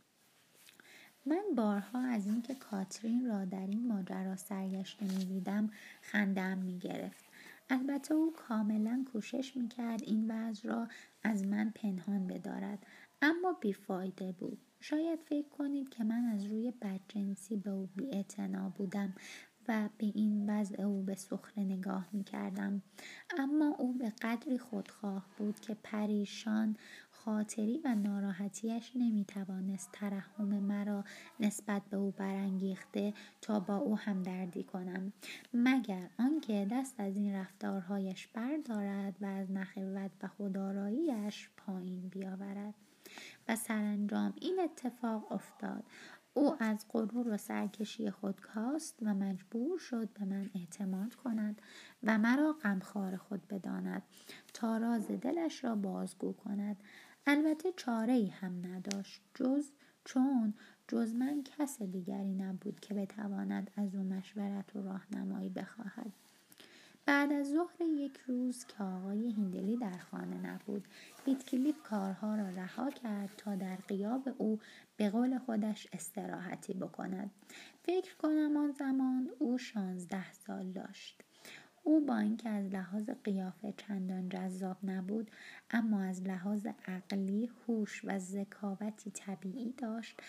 من بارها از اینکه کاترین را در این ماجرا سرگشته می‌دیدم خنده‌ام می‌گرفت. البته او کاملا کوشش می‌کرد این وضع را از من پنهان بدارد، اما بیفایده بود. شاید فکر کنید که من از روی بدجنسی به او بی‌اعتنا بودم و به این وضع او به سخره نگاه می‌کردم، اما او به قدری خودخواه بود که پریشان خاطری و ناراحتیش نمی‌توانست ترحم مرا نسبت به او برانگیخته تا با او همدردی کنم، مگر آنکه دست از این رفتارهایش بردارد و از نخوت و خودآرایی‌اش پایین بیاورد. و سرانجام این اتفاق افتاد. او از غرور و سرکشی خود کاست و مجبور شد به من اعتماد کند و مرا غمخوار خود بداند تا راز دلش را بازگو کند. البته چاره‌ای هم نداشت چون جز من کس دیگری نبود که بتواند از او مشورت و راهنمایی بخواهد. بعد از ظهر یک روز که آقای هیندلی در خانه نبود، هیتکلیف کارها را رها کرد تا در غیاب او به قول خودش استراحتی بکند. فکر کنم آن زمان او 16 سال داشت. او با اینکه از لحاظ قیافه چندان جذاب نبود، اما از لحاظ عقلی هوش و ذکاوتی طبیعی داشت.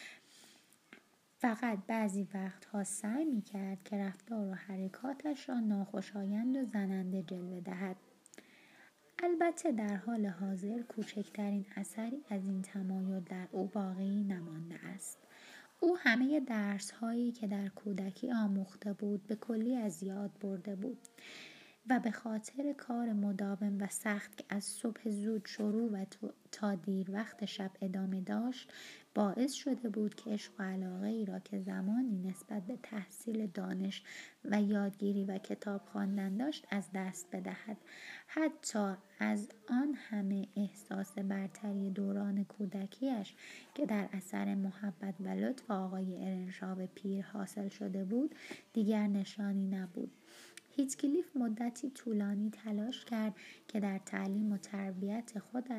فقط بعضی وقتها سعی می‌کرد که رفتار و حرکاتش را ناخوشایند و زننده جلوه دهد. البته در حال حاضر کوچکترین اثری از این تمایل در او باقی نمانده است. او همه درس‌هایی که در کودکی آموخته بود به کلی از یاد برده بود و به خاطر کار مداوم و سخت که از صبح زود شروع و تا دیر وقت شب ادامه داشت، باعث شده بود که عشق و علاقه ای را که زمانی نسبت به تحصیل دانش و یادگیری و کتاب خواندن داشت از دست بدهد. حتی از آن همه احساس برتری دوران کودکیش که در اثر محبت و لطف آقای ارنشاب پیر حاصل شده بود دیگر نشانی نبود. هیتکلیف مدتی طولانی تلاش کرد که در تعلیم و تربیت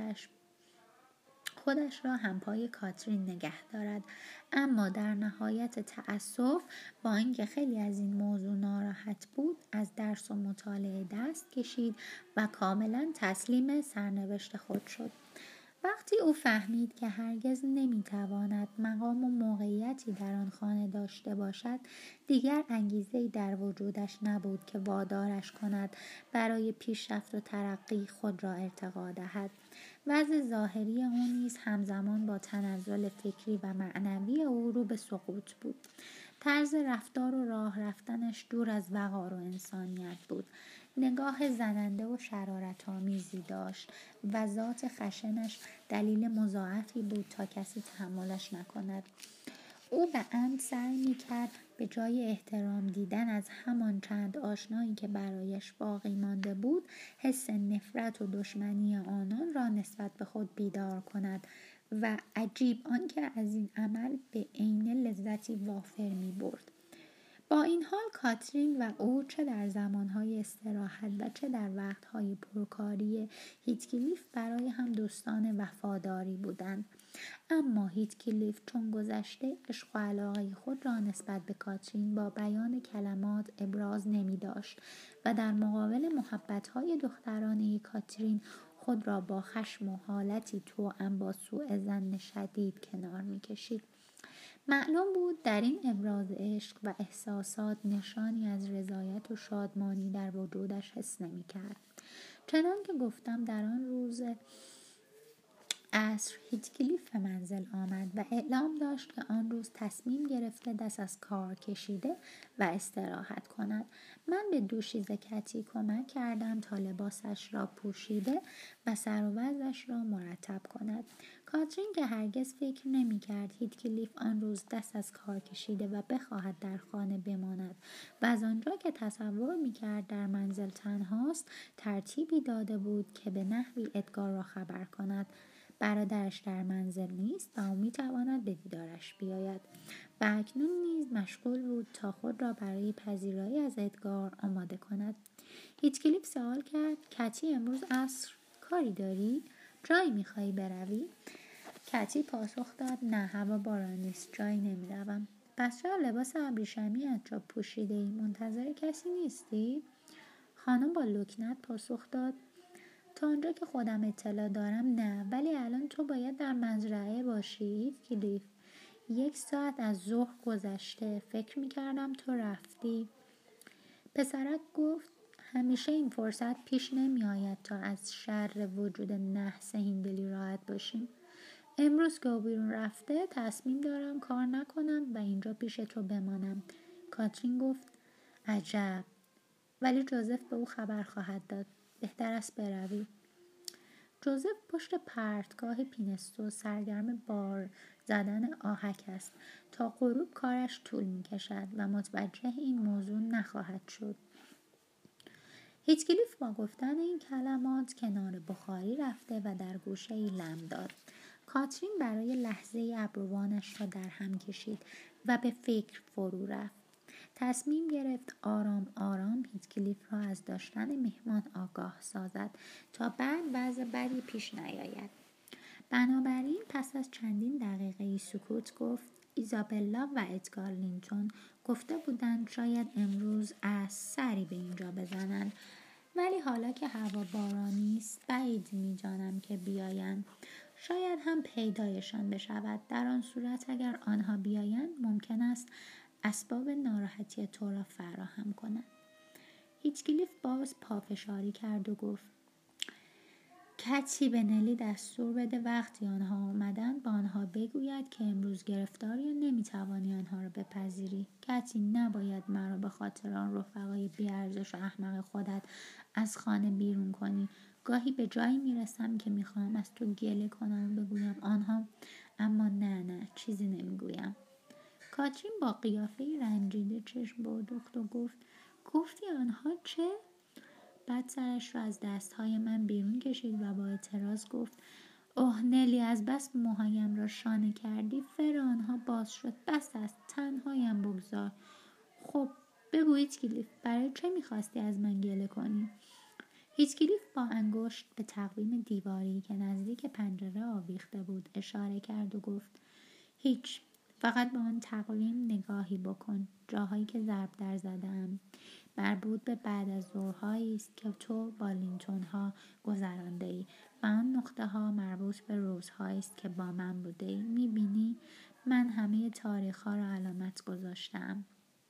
خودش را همپای کاترین نگه دارد، اما در نهایت تأسف با اینکه خیلی از این موضوع ناراحت بود از درس و مطالعه دست کشید و کاملا تسلیم سرنوشت خود شد. وقتی او فهمید که هرگز نمیتواند مقام و موقعیتی در آن خانه داشته باشد دیگر انگیزه‌ای در وجودش نبود که وادارش کند برای پیشرفت و ترقی خود را ارتقا دهد. وضع ظاهری او نیز همزمان با تنزل فکری و معنوی او رو به سقوط بود. طرز رفتار و راه رفتنش دور از وقار و انسانیت بود. نگاه زننده و شرارت‌آمیزی داشت و ذات خشنش دلیل مضاعفی بود تا کسی تحملش نکند. او به عمد سعی می‌کرد به جای احترام دیدن از همان چند آشنایی که برایش باقی مانده بود، حس نفرت و دشمنی آنان را نسبت به خود بیدار کند و عجیب آنکه از این عمل به عینه لذتی وافر می‌برد. با این حال کاترین و او چه در زمانهای استراحت و چه در وقتهای پرکاری هیتکلیف برای هم دوستان وفاداری بودند. اما هیتکلیف چون گذشته عشق و علاقه خود را نسبت به کاترین با بیان کلمات ابراز نمی داشت و در مقابل محبت‌های دخترانه کاترین خود را با خشم و حالتی توأم با سوء ظن شدید کنار می کشید. معلوم بود در این ابراز عشق و احساسات نشانی از رضایت و شادمانی در وجودش حس نمی کرد. چنان که گفتم در آن روز عصر هیتکلیف به منزل آمد و اعلام داشت که آن روز تصمیم گرفته دست از کار کشیده و استراحت کند. من به دوشیزه کتی کمک کردم تا لباسش را پوشیده و سر و وضعش را مرتب کند. کاترین که هرگز فکر نمی کرد هیتکلیف آن روز دست از کار کشیده و بخواهد در خانه بماند و از آنجا که تصور می کرد در منزل تنهاست ترتیبی داده بود که به نحوی ادگار را خبر کند برادرش در منزل نیست و او میتواند به دیدارش بیاید و اکنون نیز مشغول بود تا خود را برای پذیرایی از ادگار آماده کند. هیتکلیف سوال کرد کتی امروز عصر کاری داری؟ جایی میخوایی بروی؟ کتی پاسخ داد نه هوا بارانی است جایی نمیروم. پس چرا لباس ابریشمی‌ات را پوشیده ای؟ منتظر کسی نیستی؟ خانم با لکنت پاسخ داد تا آنجا که خودم اطلاع دارم نه، ولی الان تو باید در مزرعه باشی هیتکلیف. 1 ساعت از ظهر گذشته، فکر میکردم تو رفتی. پسرک گفت همیشه این فرصت پیش نمی آید تا از شر وجود نحس هیندلی راحت باشیم. امروز که او بیرون رفته تصمیم دارم کار نکنم و اینجا پیش تو بمانم. کاترین گفت عجب، ولی جوزف به او خبر خواهد داد. بهتر است بروی. جوزف پشت پرتگاه پینستو سرگرم بار زدن آهک است. تا غروب کارش طول می کشد و متوجه این موضوع نخواهد شد. هیتکلیف با گفتن این کلمات کنار بخاری رفته و در گوشه‌ای لم داد. کاترین برای لحظه ابروانش را در هم کشید و به فکر فرو رفت. تصمیم گرفت آرام آرام هیتکلیف را از داشتن مهمان آگاه سازد تا بعد وضع بدی پیش نیاید. بنابراین پس از چندین دقیقه سکوت گفت ایزابلا و ادگار لینتون گفته بودند شاید امروز از سری به اینجا بزنند، ولی حالا که هوا بارانی است بعید می‌دانم که بیایند. شاید هم پیدایشان بشود. در آن صورت اگر آنها بیایند ممکن است اسباب ناراحتی تو را فراهم کنند. هیتکلیف باز پافشاری کرد و گفت کتی به نلی دستور بده وقتی آنها آمدند با آنها بگوید که امروز گرفتاری و نمیتوانی آنها را بپذیری. کتی نباید مرا به خاطر آن رفقای بیارزش و احمق خودت از خانه بیرون کنی. گاهی به جایی میرسم که میخواهم از تو گله کنم و بگویم آنها اما نه چیزی نمیگویم. کاترین با قیافه رنجیده چشم بردوخت و گفتی آنها چه؟ بعد سرش را از دستهای من بیرون کشید و با اعتراض گفت اوه نلی، از بس موهایم را شانه کردی فر آنها باز شد. بس است، تنهایم بگذار. خب بگو هیتکلیف، برای چه میخواستی از من گله کنی؟ هیتکلیف با انگشت به تقویم دیواری که نزدیک پنجره آویخته بود اشاره کرد و گفت هیچ، فقط به آن تقویم نگاهی بکن. جاهایی که ضرب در زدم مربوط به بعد از ظهرهایی است که تو با لینتون ها گذرانده ای و آن نقطه ها مربوط به روزهایی است که با من بوده ای. میبینی من همه تاریخ ها را علامت گذاشتم.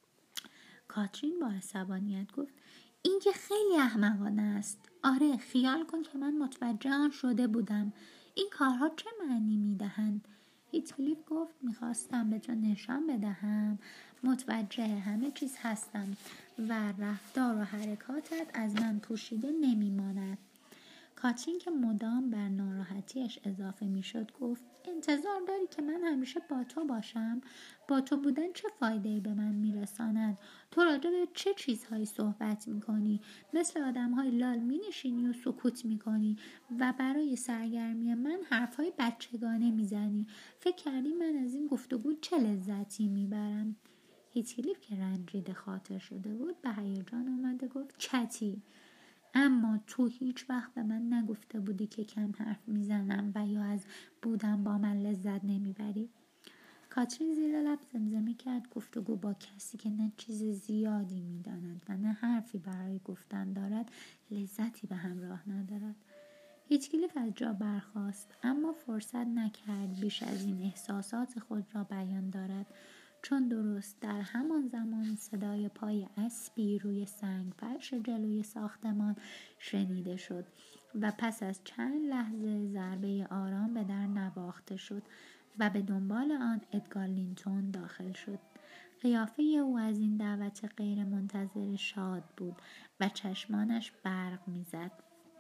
کاترین با عصبانیت گفت این که خیلی احمقانه است. آره، خیال کن که من متوجه آن شده بودم. این کارها چه معنی میدهند؟ هیتکلیف گفت میخواستم به تو نشان بدهم متوجه همه چیز هستم و رفتار و حرکاتت از من پوشیده نمیماند. کاترین که مدام بر ناراحتیش اضافه میشد گفت انتظار داری که من همیشه با تو باشم؟ با تو بودن چه فایده‌ای به من میرساند؟ تو راجع به چه چیزهایی صحبت میکنی؟ مثل آدم‌های لال مینشینی و سکوت میکنی و برای سرگرمی من حرفهای بچگانه میزنی. فکر کردی من از این گفتگو چه لذتی میبرم؟ هیتکلیف که رنجیده خاطر شده بود به هیجان آمده گفت چتی، اما تو هیچ وقت به من نگفته بودی که کم حرف میزنم و یا از بودن با من لذت نمیبری. کاترین زیر لب زمزمه کرد گفتگو با کسی که نه چیز زیادی میداند و نه حرفی برای گفتن دارد لذتی به همراه ندارد. هیچکلیف از جا برخاست اما فرصت نکرد بیش از این احساسات خود را بیان دارد، چون درست در همان زمان صدای پای اسبی روی سنگ فرش جلوی ساختمان شنیده شد و پس از چند لحظه ضربه آرام به در نواخته شد و به دنبال آن ادگار لینتون داخل شد. قیافه او از این دعوت غیر منتظره شاد بود و چشمانش برق میزد.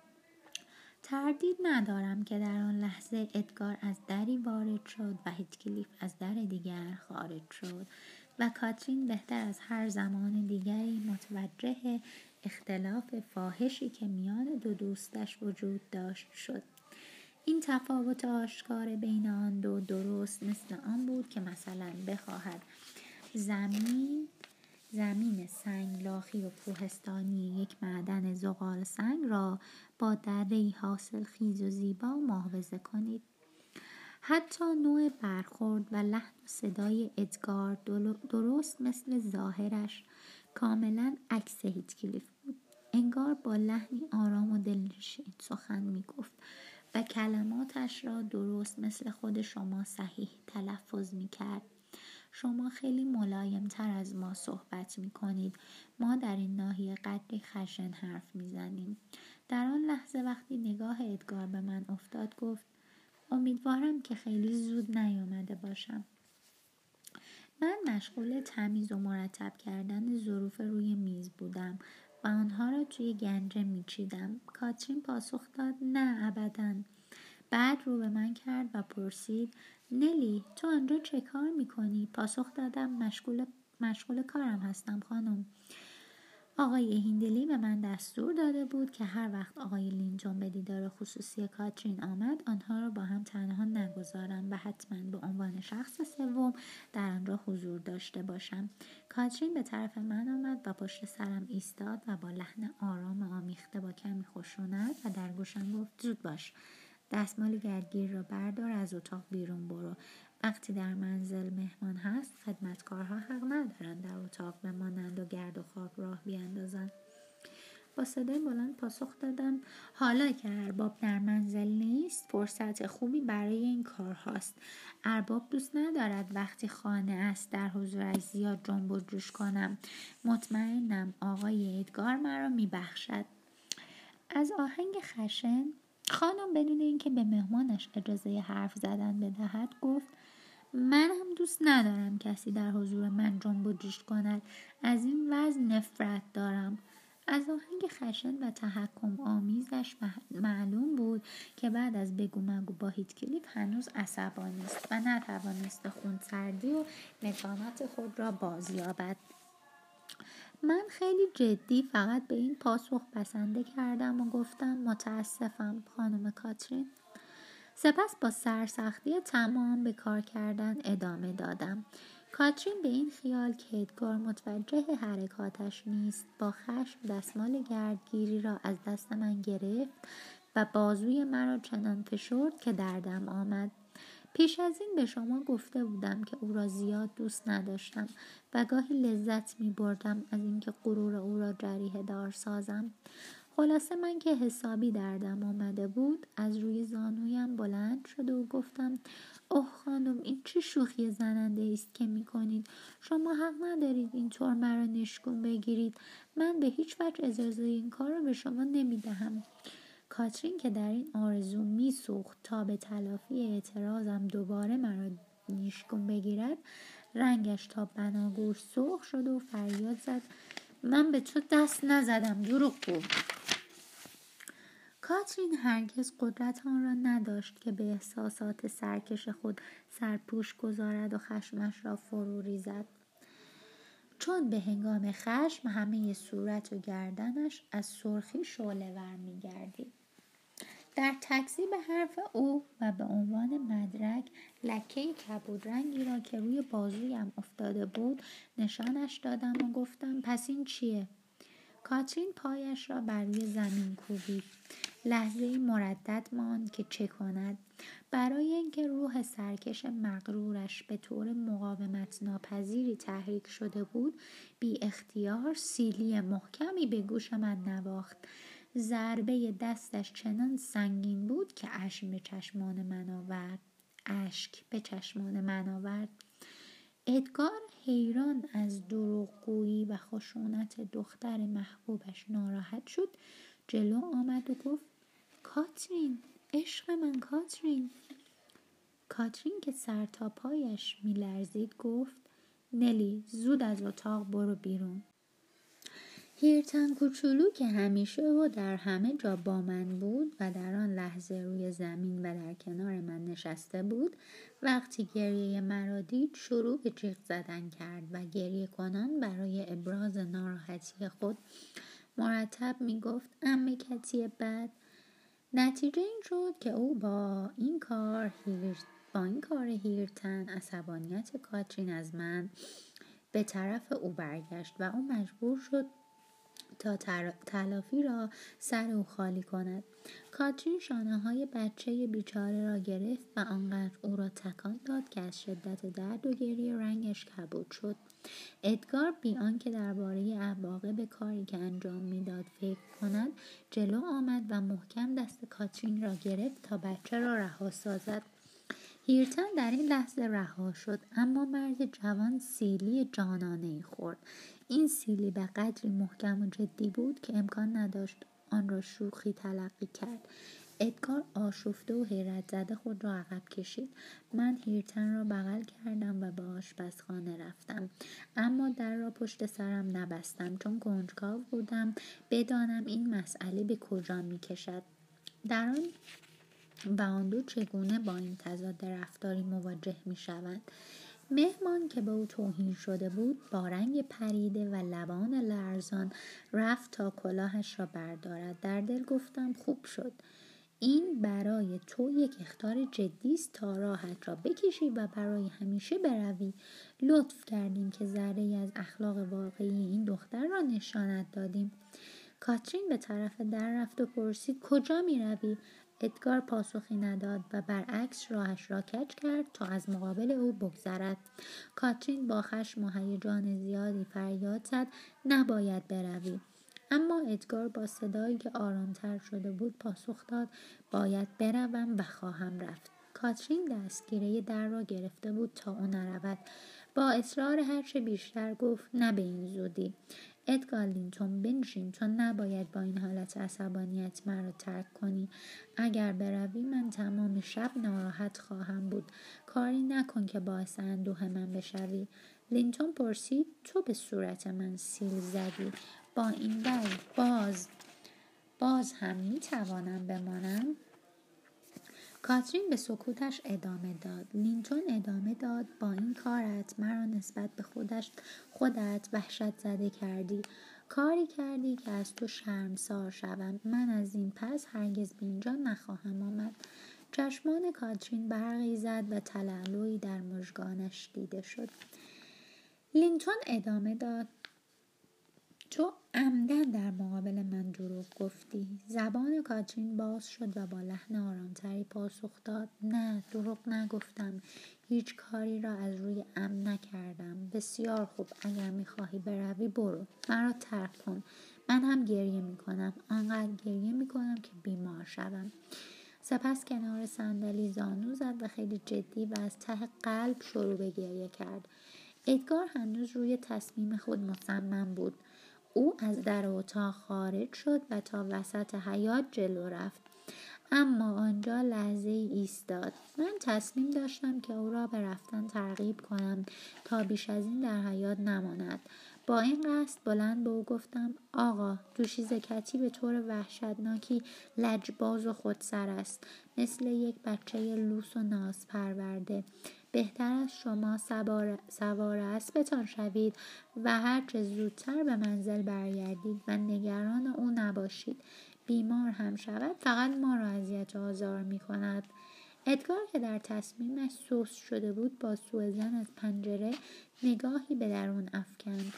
تردید ندارم که در آن لحظه ادگار از دری وارد شد و هیتکلیف از در دیگر خارج شد و کاترین بهتر از هر زمان دیگری متوجه اختلاف فاحشی که میان دو دوستش وجود داشت شد. این تفاوت آشکار بین آن دو درست مثل آن بود که مثلا بخواهد زمین سنگلاخی و کوهستانی یک معدن زغال سنگ را با دره‌ای حاصل خیز و زیبا محافظه کنید. حتی نوع برخورد و لحن و صدای ادگار درست مثل ظاهرش کاملا عکس هیتکلیف بود. انگار با لحنی آرام و دلنشین سخن میگفت و کلماتش را درست مثل خود شما صحیح تلفظ میکرد. شما خیلی ملایم تر از ما صحبت می کنید. ما در این ناحیه قدری خشن حرف می زنیم. در آن لحظه وقتی نگاه ادگار به من افتاد گفت امیدوارم که خیلی زود نیامده باشم. من مشغول تمیز و مرتب کردن ظروف روی میز بودم و آنها را توی گنجه می چیدم. کاترین پاسخ داد نه ابداً. بعد رو به من کرد و پرسید نلی تو آنجا چه کار میکنی؟ پاسخ دادم مشغول کارم هستم خانم. آقای هیندلی به من دستور داده بود که هر وقت آقای لینتون به دیدار خصوصی کاترین آمد آنها را با هم تنها نگذارم و حتما به عنوان شخص سوم در آنجا حضور داشته باشم. کاترین به طرف من آمد و پشت سرم ایستاد و با لحن آرام آمیخته با کمی خشونت و در گوشم گفت زود باش، دستمال گردگیر را بردار، از اتاق بیرون برو. وقتی در منزل مهمان هست خدمتکارها حق ندارند در اتاق بمانند و گرد و خاک راه بیاندازند. با صدای بلند پاسخ دادم حالا که ارباب در منزل نیست فرصت خوبی برای این کار هاست. ارباب دوست ندارد وقتی خانه است در حضورش زیاد جنب و جوش کنم. مطمئنم آقای ادگار مرا میبخشد. از آهنگ خشن خانم بدون اینکه به مهمانش اجازه حرف زدن بدهد گفت من هم دوست ندارم کسی در حضور من جنب و جوش کند. از این وضع نفرت دارم. از آهنگ خشن و تحکم آمیزش معلوم بود که بعد از بگو مگو با هیتکلیف هنوز عصبانی است و نتوانست خونسردی و نشانات خود را بازیابد. من خیلی جدی فقط به این پاسخ بسنده کردم و گفتم متاسفم خانم کاترین. سپس با سرسختی تمام به کار کردن ادامه دادم. کاترین به این خیال که ادگار متوجه حرکاتش نیست با خشم دستمال گردگیری را از دست من گرفت و بازوی مرا چنان فشرد که دردم آمد. پیش از این به شما گفته بودم که او را زیاد دوست نداشتم و گاهی لذت می بردم از اینکه غرور او را جریحه دار سازم. خلاصه من که حسابی دردم آمده بود از روی زانویم بلند شده و گفتم اوه خانم این چه شوخی زننده است که می کنید. شما حق ندارید اینطور مرا نشگون بگیرید. من به هیچ وجه اجازه این کار را به شما نمی دهم. کاترین که در این آرزو می سوخت تا به تلافی اعتراضم دوباره مرا نیشگون بگیرد رنگش تا بناگوش سرخ شد و فریاد زد من به تو دست نزدم دروغگو. کاترین هرگز قدرت آن را نداشت که به احساسات سرکش خود سرپوش گذارد و خشمش را فرو ریزد، چون به هنگام خشم همه صورت و گردنش از سرخی شعله‌ور می‌گردید. در تکذیب حرف او و به عنوان مدرک لکه کبود رنگی را که روی بازویم افتاده بود نشانش دادم و گفتم پس این چیه؟ کاترین پایش را بر روی زمین کوبید. لحظه‌ای مردد ماند که چه کند. برای اینکه روح سرکش مغرورش به طور مقاومت ناپذیری تحریک شده بود بی اختیار سیلی محکمی به گوش من نواخت. ضربه دستش چنان سنگین بود که اشک به چشمان من آورد. ادگار حیران از دروغگویی و خشونت دختر محبوبش ناراحت شد. جلو آمد و گفت کاترین، عشق من کاترین. کاترین که سر تا پایش می لرزید گفت نلی زود از اتاق برو بیرون. هیرتن کوچولو که همیشه و در همه جا با من بود و در آن لحظه روی زمین و در کنار من نشسته بود وقتی گریه مرا دید شروع به جیغ زدن کرد و گریه کنان برای ابراز ناراحتی خود مرتب می گفت عمه کتی بد. نتیجه این شد که او با این کار هیرتن عصبانیت کاترین از من به طرف او برگشت و او مجبور شد تا تلافی را سر او خالی کند. کاترین شانه‌های بچه بیچاره را گرفت و آنقدر او را تکان داد که از شدت درد و گریه رنگش کبود شد. ادگار بی آنکه درباره عواقب کاری که انجام میداد فکر کند جلو آمد و محکم دست کاترین را گرفت تا بچه را رها سازد. هیرتن در این لحظه رها شد اما مرد جوان سیلی جانانه‌ای خورد. این سیلی به قدری محکم و جدی بود که امکان نداشت آن را شوخی تلقی کرد. ادگار آشفته و حیرت زده خود را عقب کشید. من هیرتن را بغل کردم و به آشپزخانه رفتم اما در را پشت سرم نبستم چون کنجکاو بودم بدانم این مسئله به کجا می کشد. در آن و آن دو چگونه با این تضاد رفتاری مواجه می شوند. مهمان که به او توهین شده بود با رنگ پریده و لبان لرزان رفت تا کلاهش را بردارد. در دل گفتم خوب شد. این برای تو یک اخطار جدی است تا راحت را بکشی و برای همیشه بروی. لطف کردیم که ذره‌ای از اخلاق واقعی این دختر را نشانت دادیم. کاترین به طرف در رفت و پرسید کجا می روی؟ ادگار پاسخی نداد و برعکس راهش را کج کرد تا از مقابل او بگذرد. کاترین با خشم و هیجان زیادی فریاد زد نباید بروی. اما ادگار با صدایی که آرامتر شده بود پاسخ داد باید بروم و خواهم رفت. کاترین دستگیره در را گرفته بود تا او نرود. با اصرار هرچه بیشتر گفت نه به این زودی. ادگار لینتون بنشین، تو نباید با این حالت عصبانیت مرا ترک کنی. اگر بروی من تمام شب ناراحت خواهم بود. کاری نکن که باعث اندوه من بشوی. لینتون پرسید تو به صورت من سیل زدی؟ با این وضع باز هم میتوانم بمانم؟ کاترین به سکوتش ادامه داد. لینتون ادامه داد: با این کارت مرا نسبت به خودت وحشت زده کردی. کاری کردی که از تو شرمسار شوم. من از این پس هرگز به اینجا نخواهم آمد. چشمان کاترین برقی زد و تلالویی در مژگانش دیده شد. لینتون ادامه داد: تو عمدن در مقابل من دروغ گفتی. زبان کاترین باز شد و با لحن آرامتری پاسخ داد: نه، دروغ نگفتم. هیچ کاری را از روی عمد نکردم. بسیار خوب، اگر میخواهی بروی برو. مرا ترک کن. من هم گریه میکنم. آنقدر گریه میکنم که بیمار شوم. سپس کنار صندلی زانو زد و خیلی جدی و از ته قلب شروع به گریه کرد. ادگار هنوز روی تصمیم خود مصمم بود. او از در اتاق خارج شد و تا وسط حیاط جلو رفت. اما آنجا لحظه ای ایستاد. من تصمیم داشتم که او را به رفتن ترغیب کنم تا بیش از این در حیاط نماند. با این قصد بلند به او گفتم: آقا، دوشیزه به طور وحشتناکی لجباز و خودسر است، مثل یک بچه لوس و ناز پرورده. بهتر از شما سوار اسبتان شوید و هرچه زودتر به منزل برگردید و نگران او نباشید. بیمار هم شود فقط ما را اذیت و آزار می کند. ادگار که در تصمیمش سست شده بود با سوءظن از پنجره نگاهی به درون افکند.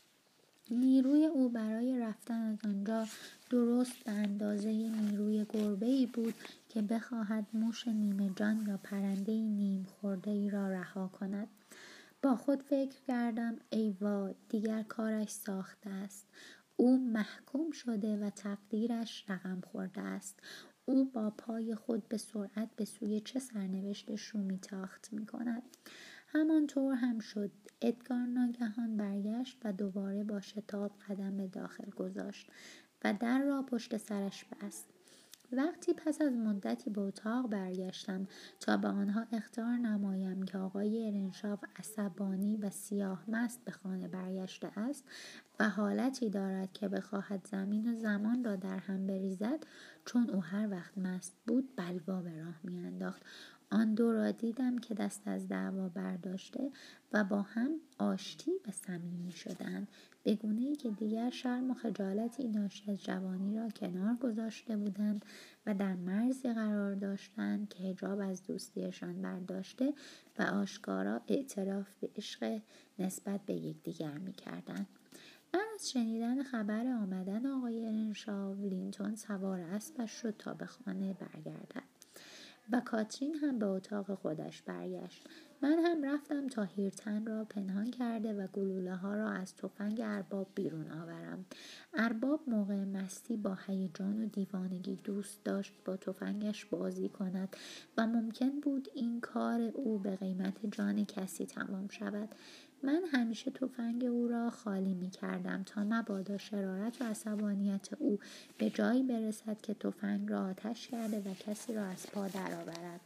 نیروی او برای رفتن از آنجا درست به اندازه نیروی گربه‌ای بود که بخواهد موش نیمه جان یا پرنده نیم خورده‌ای را رها کند. با خود فکر کردم: ای وای، دیگر کارش ساخته است. او محکوم شده و تقدیرش رقم خورده است. او با پای خود به سرعت به سوی چه سرنوشت شومی تاخت می کند. همانطور هم شد. ادگار ناگهان برگشت و دوباره با شتاب قدم به داخل گذاشت و در را پشت سرش بست. وقتی پس از مدتی به اتاق برگشتم تا به آنها اخطار نمایم که آقای ارنشاو عصبانی و سیاه مست به خانه برگشته است و حالتی دارد که بخواهد زمین و زمان را در هم بریزد، چون او هر وقت مست بود بلوا به راه میانداخت. آن دو را دیدم که دست از دعوا برداشته و با هم آشتی و صمیمی شدند، به گونه‌ای که دیگر شرم و خجالتی ناشی از جوانی را کنار گذاشته بودند و در مرزی قرار داشتند که حجاب از دوستیشان برداشته و آشکارا اعتراف به عشق نسبت به یکدیگر می‌کردند. من از شنیدن خبر آمدن آقای ارنشاو لینتون سوار اسبش شد تا به خانه برگردد و کاترین هم به اتاق خودش برگشت. من هم رفتم تا هیرتن را پنهان کرده و گلوله ها را از تفنگ ارباب بیرون آورم. ارباب موقع مستی با هیجان و دیوانگی دوست داشت با تفنگش بازی کند و ممکن بود این کار او به قیمت جان کسی تمام شود. من همیشه تفنگ او را خالی می کردم تا مبادا شرارت و عصبانیت او به جایی برسد که تفنگ را آتش کرده و کسی را از پا درآورد.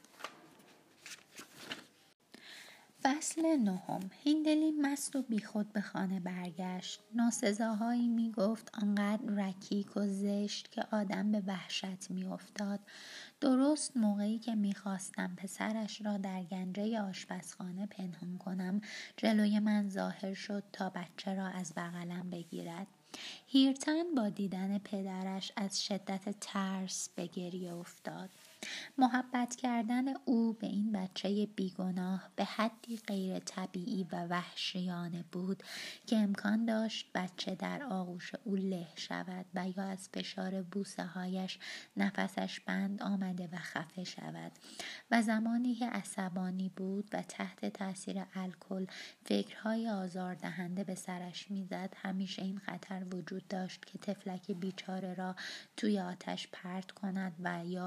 فصل 9. هیندلی مست و بیخود به خانه برگشت. ناسزاهایی می گفت، آنقدر رکیک و زشت که آدم به وحشت می افتاد. درست موقعی که می خواستم پسرش را در گنجه آشپزخانه پنهان کنم، جلوی من ظاهر شد تا بچه را از بغلم بگیرد. هیرتن با دیدن پدرش از شدت ترس به گریه افتاد. محبت کردن او به این بچه بیگناه به حدی غیر طبیعی و وحشیانه بود که امکان داشت بچه در آغوش او له شود و یا از فشار بوسه هایش نفسش بند آمده و خفه شود. و زمانی که عصبانی بود و تحت تاثیر الکل فکرهای آزاردهنده به سرش میزد، همیشه این خطر وجود داشت که طفلک بیچاره را توی آتش پرت کند و یا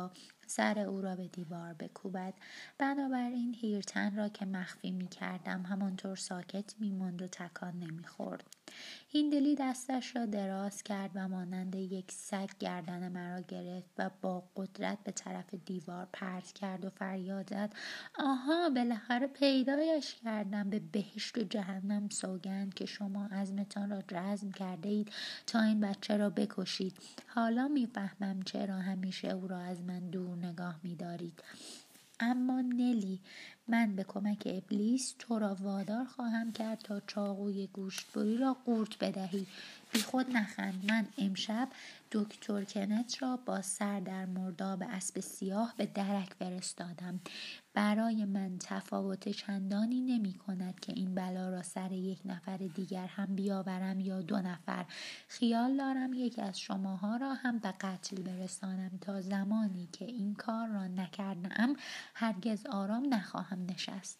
سر او را به دیوار بکوبد. بنابراین هیرتن را که مخفی می کردم همانطور ساکت می ماند و تکان نمی خورد. هیندلی دستش را دراز کرد و مانند یک سگ گردن مرا گرفت و با قدرت به طرف دیوار پرت کرد و فریاد زد: آها، بالاخره پیدایش کردم. به بهشت و جهنم سوگند که شما عزمتان را جزم کرده اید تا این بچه را بکشید. حالا میفهمم چرا همیشه او را از من دور نگاه می‌دارید. اما نلی، من به کمک ابلیس تو را وادار خواهم کرد تا چاقوی گوشتبری را قورت بدهی. بی خود نخند. من امشب دکتر کنت را با سر در مرداب اسب سیاه به درک فرستادم. برای من تفاوت چندانی نمی کند که این بلا را سر یک نفر دیگر هم بیاورم یا 2 نفر. خیال دارم یکی از شماها را هم به قتل برسانم. تا زمانی که این کار را نکردم هرگز آرام نخواهم نشست.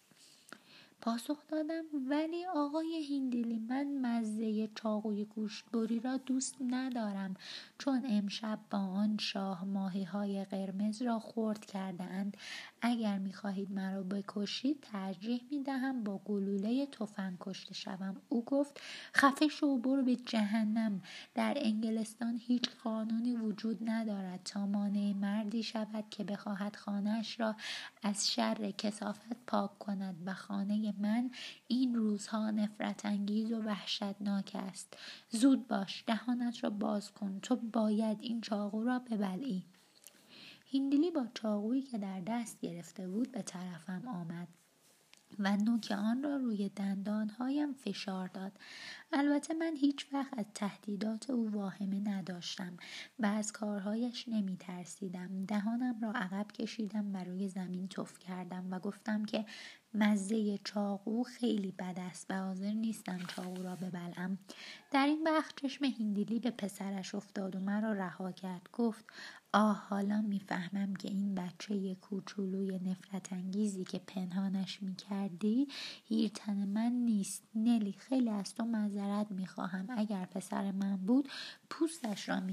پاسخ دادم: ولی آقای هیندلی، من مزه چاقوی گوشتبری را دوست ندارم، چون امشب با آن شاه ماهی‌های قرمز را خورد کرده اند. اگر می‌خواهید مرا بکشید ترجیح می‌دهم با گلوله تفنگ کشته شوم. او گفت: خفه شو، برو به جهنم. در انگلستان هیچ قانونی وجود ندارد تا مانع مردی شود که بخواهد خانه‌اش را از شر کثافت پاک کند و خانه من این روزها نفرت انگیز و وحشتناک است. زود باش، دهانت را باز کن. تو باید این چاقو را ببلعی. هیندلی با چاقویی که در دست گرفته بود به طرفم آمد و نوک آن را روی دندانهایم فشار داد. البته من هیچ وقت از تهدیدات او واهمه نداشتم و از کارهایش نمی ترسیدم. دهانم را عقب کشیدم و روی زمین تف کردم و گفتم که مزه چاقو خیلی بد است و حاضر نیستم چاقو را ببلعم. در این وقت چشم هیندلی به پسرش افتاد و مرا رها کرد. گفت: حالا میفهمم که این بچه کوچولوی نفرت انگیزی که پنهانش میکردی هیرتن من نیست. نلی، خیلی از تو معذرت میخواهم. اگر پسر من بود پوستش را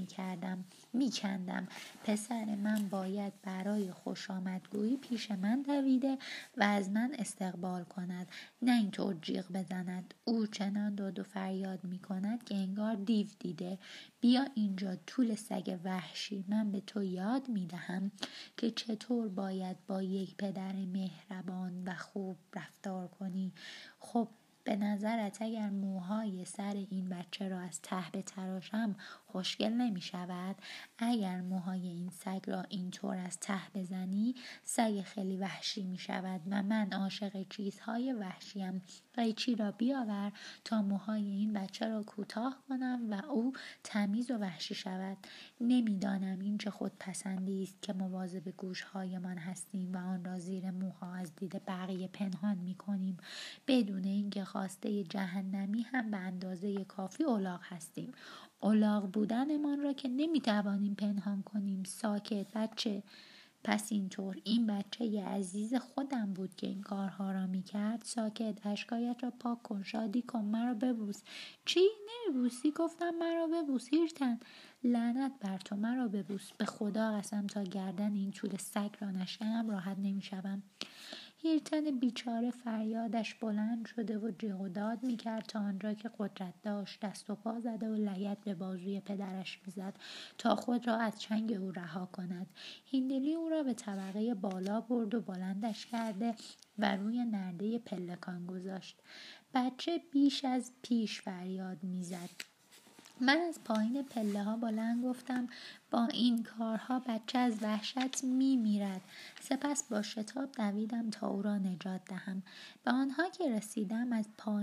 میکندم. پسر من باید برای خوشامدگویی پیش من دویده و از من استقبال کند، نه اینطور جیغ بزند. او چنان داد و فریاد میکند که انگار دیو دیده. بیا اینجا طول سگ وحشی، من به تو یاد میدهم که چطور باید با یک پدر مهربان و خوب رفتار کنی. خب به نظرت اگر موهای سر این بچه را از ته بتراشم خوشگل نمی شود؟ اگر موهای این سگ را اینطور از ته بزنی سگ خیلی وحشی می شود و من عاشق چیزهای وحشیم. قیچی را بیاور تا موهای این بچه را کوتاه کنم و او تمیز و وحشی شود. نمیدانم این چه خودپسندی است که مواظب گوشهایمان هستیم و آن را زیر موها از دید بقیه پنهان می کنیم بدون اینکه خواسته جهنمی هم به اندازه کافی الاغ هستیم. الاغ بودنمان را که نمیتوانیم پنهان کنیم. ساکت بچه. پس اینطور این بچه عزیز خودم بود که این کارها را میکرد. ساکت، اشکایت را پاک کن، شادی کن، مرا ببوس. چی؟ نمیبوسی؟ گفتم مرا ببوس. هیرتن، لعنت بر تو، مرا ببوس. به خدا قسم تا گردن این طول سگ را نشکنم راحت نمیشوم. هیرتن بیچاره فریادش بلند شده و جیغ و داد میکرد تا آنجا که قدرت داشت دست و پا زده و لگد به بازوی پدرش میزد تا خود را از چنگ او رها کند. هیندلی او را به طبقه بالا برد و بلندش کرده و روی نرده پلکان گذاشت. بچه بیش از پیش فریاد میزد. من از پایین پله ها بلند گفتم: با این کارها بچه از وحشت میرد. سپس با شتاب دویدم تا او را نجات دهم. به آنها که رسیدم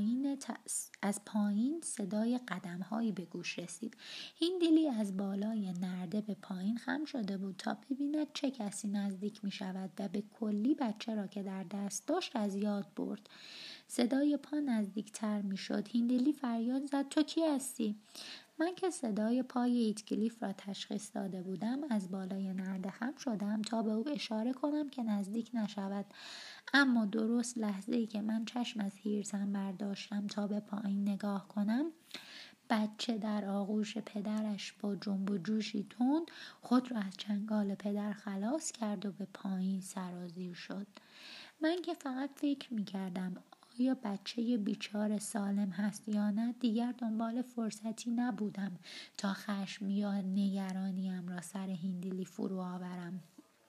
از پایین صدای قدم هایی به گوش رسید. هیندلی از بالای نرده به پایین خم شده بود تا ببیند چه کسی نزدیک می شود و به کلی بچه را که در دست داشت از یاد برد. صدای پا نزدیکتر می شد. هیندلی فریاد زد: تو کی هستی؟ من که صدای پای هیتکلیف را تشخیص داده بودم از بالای نرده خم شدم تا به او اشاره کنم که نزدیک نشود. اما درست لحظه‌ای که من چشم از هیرتن برداشتم تا به پایین نگاه کنم بچه در آغوش پدرش با جنب و جوشی تند خود را از چنگال پدر خلاص کرد و به پایین سرازیر شد. من که فقط فکر می‌کردم آیا بچه بیچاره سالم هست یا نه، دیگر دنبال فرصتی نبودم تا خشم یا نگرانیم را سر هیندلی فرو آورم.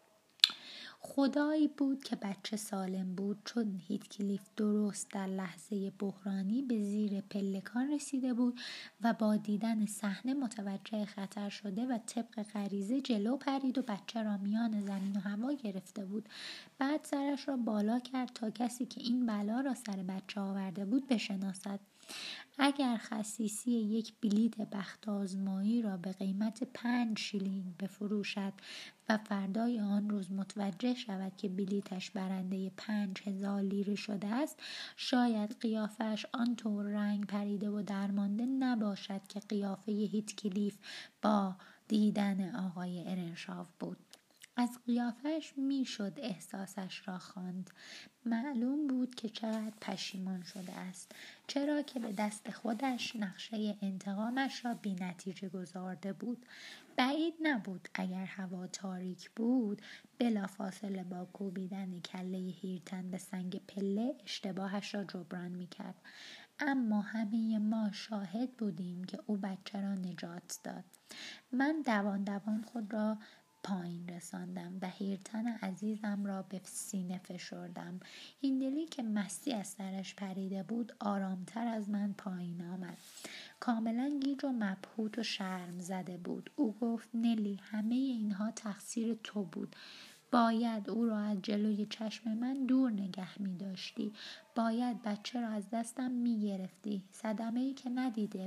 خدایی بود که بچه سالم بود، چون هیتکلیف درست در لحظه بحرانی به زیر پلکان رسیده بود و با دیدن صحنه متوجه خطر شده و طبق غریزه جلو پرید و بچه را میان زمین و هوا گرفته بود. بعد سرش را بالا کرد تا کسی که این بلا را سر بچه آورده بود بشناسد. اگر خسیسی یک بلیت بخت آزمایی را به قیمت 5 شیلینگ بفروشد و فردای آن روز متوجه شود که بلیتش برنده 5000 لیره شده است، شاید قیافش آنطور رنگ پریده و درمانده نباشد که قیافه هیتکلیف با دیدن آقای ارنشاو بود. از قیافش میشد احساسش را خواند. معلوم بود که چقدر پشیمان شده است، چرا که به دست خودش نقشه انتقامش را بی نتیجه گذارده بود. بعید نبود اگر هوا تاریک بود بلافاصله با کوبیدن کله هیرتن به سنگ پله اشتباهش را جبران میکرد. اما همه ما شاهد بودیم که او بچه را نجات داد. من دوان خود را پایین رساندم و هیرتن عزیزم را به سینه فشردم. هیندلی که مستی از سرش پریده بود آرامتر از من پایین آمد. کاملا گیج و مبهوت و شرم زده بود. او گفت نلی، همه اینها تقصیر تو بود. باید او را از جلوی چشم من دور نگه می داشتی. باید بچه را از دستم می گرفتی. صدمه‌ای که ندیده.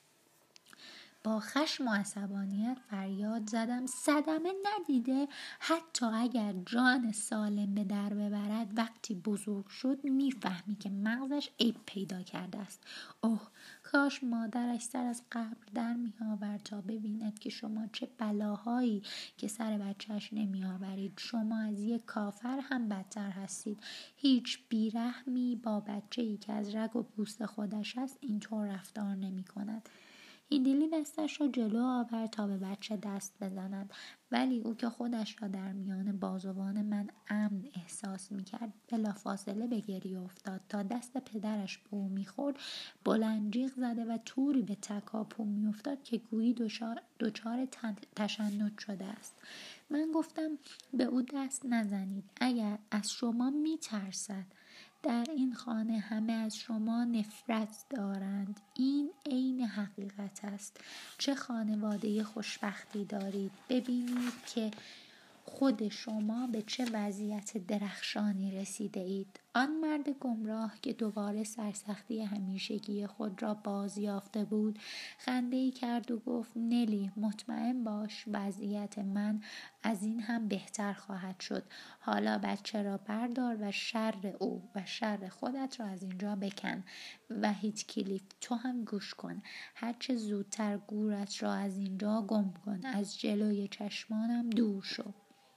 با خشم و عصبانیت فریاد زدم صدمه ندیده؟ حتی اگر جان سالم به در ببرد وقتی بزرگ شد میفهمی که مغزش عیب پیدا کرده است. اوه، کاش مادرش سر از قبر در می آورد تا ببیند که شما چه بلاهایی که سر بچهش نمی آورید. شما از یک کافر هم بدتر هستید. هیچ بیرحمی با بچه‌ای که از رگ و پوست خودش است اینطور رفتار نمی کند. هیندلی دستش را جلو آورد تا به بچه دست بزند، ولی او که خودش را در میان بازوان من امن احساس میکرد بلافاصله به گریه افتاد. تا دست پدرش به او میخورد بلند جیغ زده و طوری به تکاپو میافتاد که گویی دچار تشنج شده است. من گفتم به او دست نزنید، اگر از شما میترسد. در این خانه همه از شما نفرت دارند. این عین حقیقت است. چه خانواده خوشبختی دارید. ببینید که خود شما به چه وضعیت درخشانی رسیده اید. آن مرد گمراه که دوباره سرسختی همیشگی خود را باز یافته بود خنده‌ای کرد و گفت نلی، مطمئن باش وضعیت من از این هم بهتر خواهد شد. حالا بچه را بردار و شر او و شر خودت را از اینجا بکن. و هیتکلیف، تو هم گوش کن. هرچه زودتر گورت را از اینجا گم کن. از جلوی چشمانم دور شو.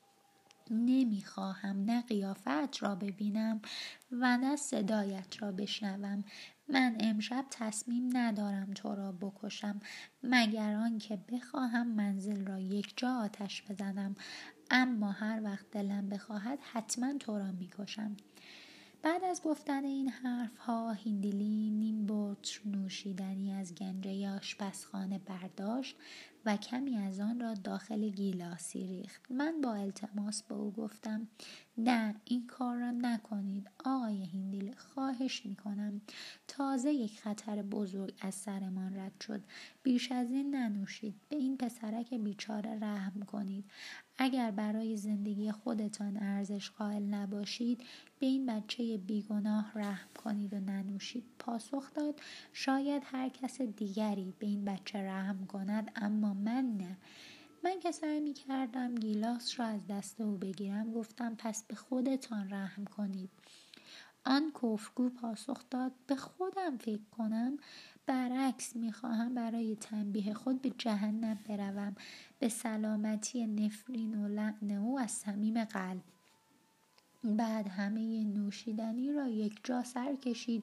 نمیخواهم نه قیافت را ببینم و نه صدایت را بشنوم. من امشب تصمیم ندارم تو را بکشم مگر آنکه بخواهم منزل را یک جا آتش بزنم، اما هر وقت دلم بخواهد حتما تو را میکشم. بعد از گفتن این حرف ها هیندلی نیم بطر نوشیدنی از گنجه آشپزخانه برداشت و کمی از آن را داخل گیلاسی ریخت. من با التماس به او گفتم نه، این کار را نکنید آقای هیندلی، خواهش میکنم. تازه یک خطر بزرگ از سرمان رد شد. بیش از این ننوشید. به این پسرک بیچاره رحم کنید. اگر برای زندگی خودتان ارزش قائل نباشید به این بچه بیگناه رحم کنید و ننوشید. پاسخ داد شاید هر کس دیگری به این بچه رحم کند، اما من نه. من که سعی می کردم گیلاس را از دست او بگیرم گفتم پس به خودتان رحم کنید. آن کفرگو پاسخ داد به خودم فکر کنم؟ برعکس میخواهم برای تنبیه خود به جهنم بروم، به سلامتی نفرین و لعن او از صمیم قلب. بعد همه نوشیدنی را یک جا سر کشید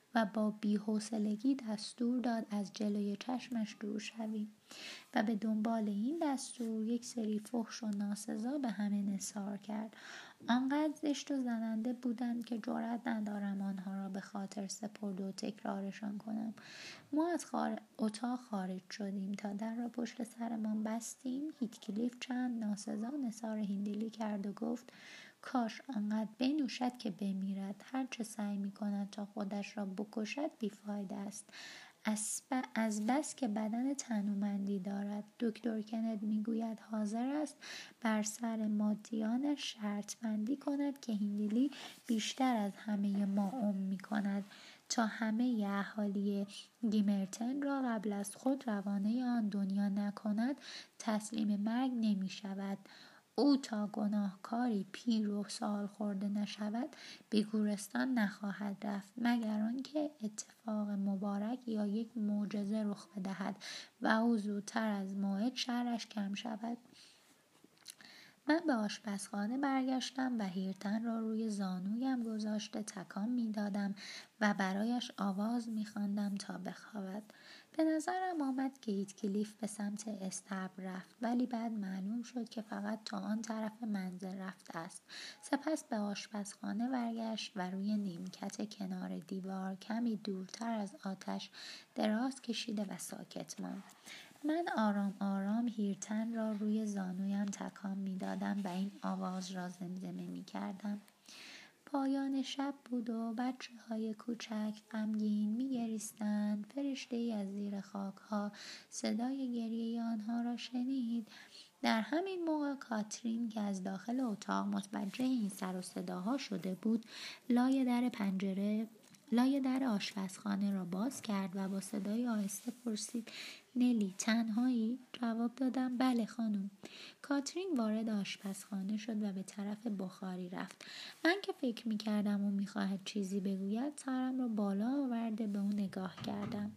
و با بی‌حوصلگی دستور داد از جلوی چشمش دور شویم و به دنبال این دستور یک سری فحش و ناسزا به همه نثار کرد. آنقدر زشت و زننده بودند که جرأت ندارم آنها را به خاطر سپرد و تکرارشان کنم. ما از اتاق خارج شدیم. تا در را پشت سرمان بستیم، هیتکلیف چند ناسزا نثار هندیلی کرد و گفت کاش آنقدر بنوشد که بمیرد. هرچه سعی می کند تا خودش را بکشد بیفایده است. از بس که بدن تنومندی دارد. دکتر کند میگوید حاضر است بر سر مادیانش شرط بندی کند که هندیلی بیشتر از همه ما عمر می کند تا همه اهالی گیمرتن را قبل از خود روانه آن دنیا نکند تسلیم مرگ نمی شود. او تا گناهکاری پیر و سال خورده نشود به گورستان نخواهد رفت مگر آنکه اتفاق مبارک یا یک معجزه رخ بدهد و او زودتر از موعد شرش کم شود. من به آشپزخانه برگشتم و هیرتن را روی زانویم گذاشته تکان میدادم و برایش آواز میخواندم تا بخوابد. به نظرم آمد که هیتکلیف به سمت استبل رفت، ولی بعد معلوم شد که فقط تا آن طرف منزل رفته است. سپس به آشپزخانه برگشت و روی نیمکت کنار دیوار کمی دورتر از آتش دراز کشیده و ساکت ماند. من آرام آرام هیرتن را روی زانویم تکان می دادم و این آواز را زمزمه می کردم. پایان شب بود و بچه های کوچک غمگین می گریستند. فرشته ای از زیر خاک ها صدای گریه آنها را شنید. در همین موقع کاترین که از داخل اتاق متوجه این سر و صداها شده بود لای در آشپزخانه را باز کرد و با صدای آهسته پرسید نلی تنهایی؟ جواب دادم بله خانم. کاترین وارد آشپزخانه شد و به طرف بخاری رفت. من که فکر می‌کردم او می‌خواهد چیزی بگوید سرم را بالا آورده به او نگاه کردم.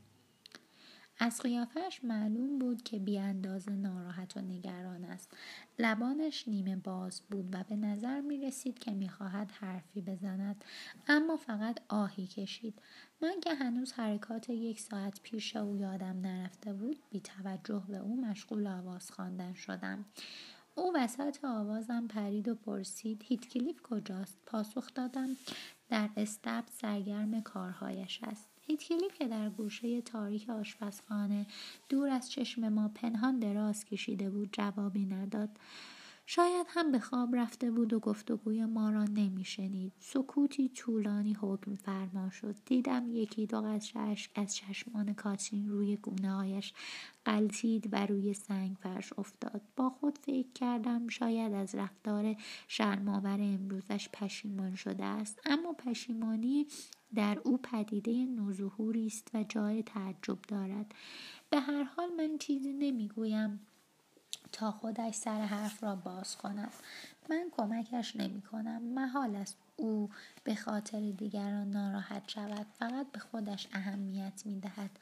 از قیافه‌اش معلوم بود که بی اندازه ناراحت و نگران است. لبانش نیمه باز بود و به نظر می رسید که می خواهد حرفی بزند، اما فقط آهی کشید. من که هنوز حرکات 1 ساعت پیش او یادم نرفته بود، بی توجه به او مشغول آواز خواندن شدم. او وسط آوازم پرید و پرسید هیتکلیف کجاست؟ پاسخ دادم در استبل سرگرم کارهایش است. هیتکلیف که در گوشه تاریک آشپزخانه دور از چشم ما پنهان دراز کشیده بود جوابی نداد. شاید هم به خواب رفته بود و گفتگوی ما را نمیشنید. سکوتی طولانی حکم فرما شد. دیدم 1-2 قطره اشک از چشمان کاترین روی گونه‌هایش غلتید و روی سنگ فرش افتاد. با خود فکر کردم شاید از رفتار شرم‌آور امروزش پشیمان شده است، اما پشیمانی در او پدیده نوظهوری است و جای تعجب دارد. به هر حال من چیزی نمیگویم تا خودش سر حرف را باز کند. من کمکش نمی کنم. محال است او به خاطر دیگران ناراحت شود. فقط به خودش اهمیت می دهد.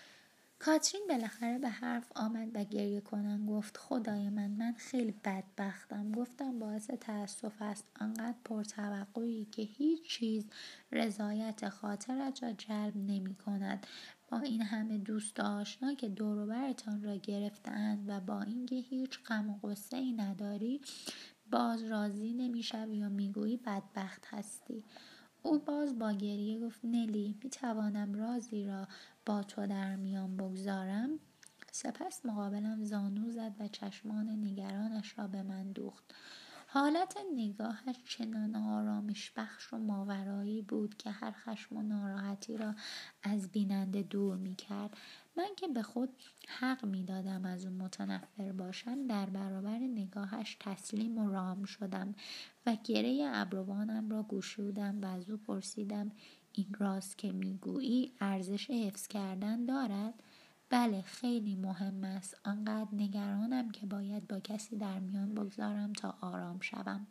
کاترین بالاخره به حرف آمد و گریه کنان گفت خدای من خیلی بدبختم. گفتم باعث تأسف است. آنقدر پرتوقعی که هیچ چیز رضایت خاطرت را جلب نمی کند. با این همه دوست و آشنا که دور و برتان را گرفتند و با اینکه هیچ غم و غصه ای نداری باز راضی نمی‌شوی یا میگویی بدبخت هستی. او باز با گریه گفت نلی میتوانم رازی را با تو در میان بگذارم؟ سپس مقابلم زانو زد و چشمان نگرانش را به من دوخت. حالت نگاهش چنان آرامش بخش و ماورایی بود که هر خشم و ناراحتی را از بیننده دور می کرد. من که به خود حق می دادم از اون متنفر باشم در برابر نگاهش تسلیم و رام شدم و گره ابروانم را گشودم و از او پرسیدم این راز که می گویی ارزش حفظ کردن دارد؟ بله خیلی مهم است. آنقدر نگرانم که باید با کسی در میان بگذارم تا آرام شوم.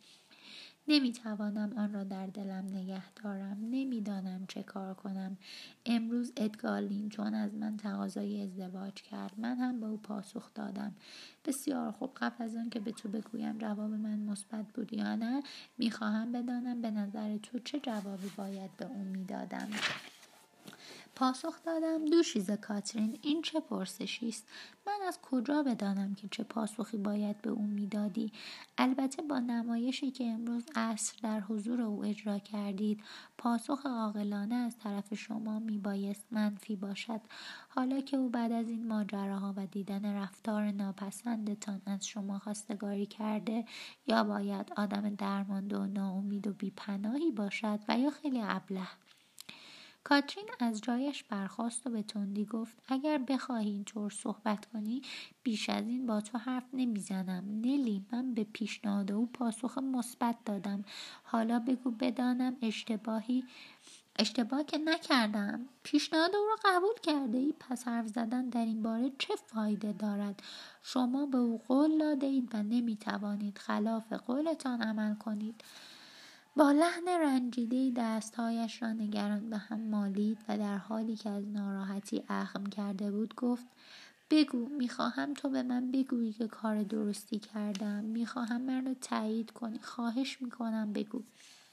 نمیتوانم آن را در دلم نگه دارم. نمیدانم چه کار کنم. امروز ادگار لینچون از من تقاضای ازدواج کرد. من هم به او پاسخ دادم. بسیار خوب. قبل از آن که به تو بگویم جواب من مثبت بود یا نه میخواهم بدانم به نظر تو چه جوابی باید به او میدادم. پاسخ دادم دوشیزه کاترین، این چه پرسشی است؟ من از کجا بدانم که چه پاسخی باید به او میدادی؟ البته با نمایشی که امروز عصر در حضور او اجرا کردید، پاسخ عاقلانه از طرف شما میبایست منفی باشد. حالا که او بعد از این ماجراها و دیدن رفتار ناپسندتان از شما خواستگاری کرده، یا باید آدم درمانده و ناامید و بی‌پناهی باشد و یا خیلی ابله. کاترین از جایش برخاست و به تندی گفت اگر بخواهی اینطور صحبت کنی بیش از این با تو حرف نمیزنم. نلی، من به پیشنهاد او پاسخ مثبت دادم. حالا بگو بدانم اشتباه که نکردم. پیشنهاد او را قبول کرده ای، پس حرف زدن در این باره چه فایده دارد؟ شما به او قول داده اید و نمیتوانید خلاف قولتان عمل کنید. با لحن رنجیده‌ای دستهایش را نگران به هم مالید و در حالی که از ناراحتی اخم کرده بود گفت بگو، میخواهم تو به من بگویی که کار درستی کردم. میخواهم من را تایید کنی. خواهش میکنم بگو.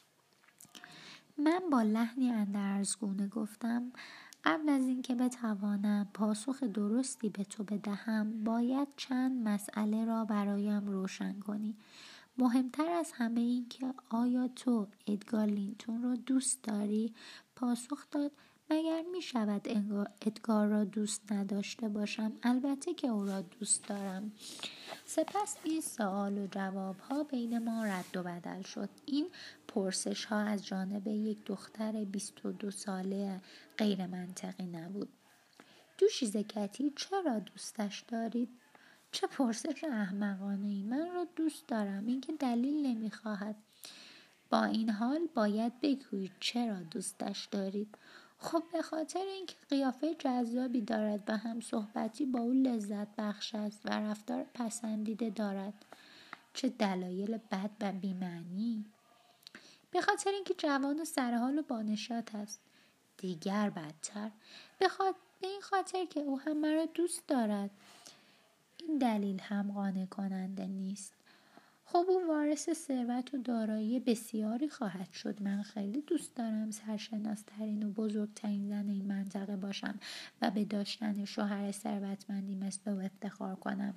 من با لحنی اندرزگونه گفتم قبل از اینکه بتوانم پاسخ درستی به تو بدهم باید چند مسئله را برایم روشن کنی. مهمتر از همه این که آیا تو ادگار لینتون را دوست داری؟ پاسخ داد مگر می شود ادگار را دوست نداشته باشم؟ البته که او را دوست دارم. سپس این سوال و جواب ها بین ما رد و بدل شد. این پرسش ها از جانب یک دختر 22 ساله غیر منطقی نبود. دوشیزه کتی، چرا دوستش دارید؟ چه پرسش احمقانه ای. من را دوست دارم، اینکه دلیل نمیخواهد. با این حال باید بگویید چرا دوستش دارید. خب به خاطر اینکه قیافه جذابی دارد و هم صحبتی با او لذت بخش است و رفتار پسندیده دارد. چه دلایل بد و بی‌معنی. به خاطر اینکه جوان و سرحال و بانشاط است. دیگر بدتر. به این خاطر که او هم مرا دوست دارد. این دلیل هم قانع کننده نیست. خب او وارث ثروت و دارایی بسیاری خواهد شد. من خیلی دوست دارم سرشناسترین و بزرگترین زن این منطقه باشم و به داشتن شوهر ثروتمندی مثل او افتخار کنم.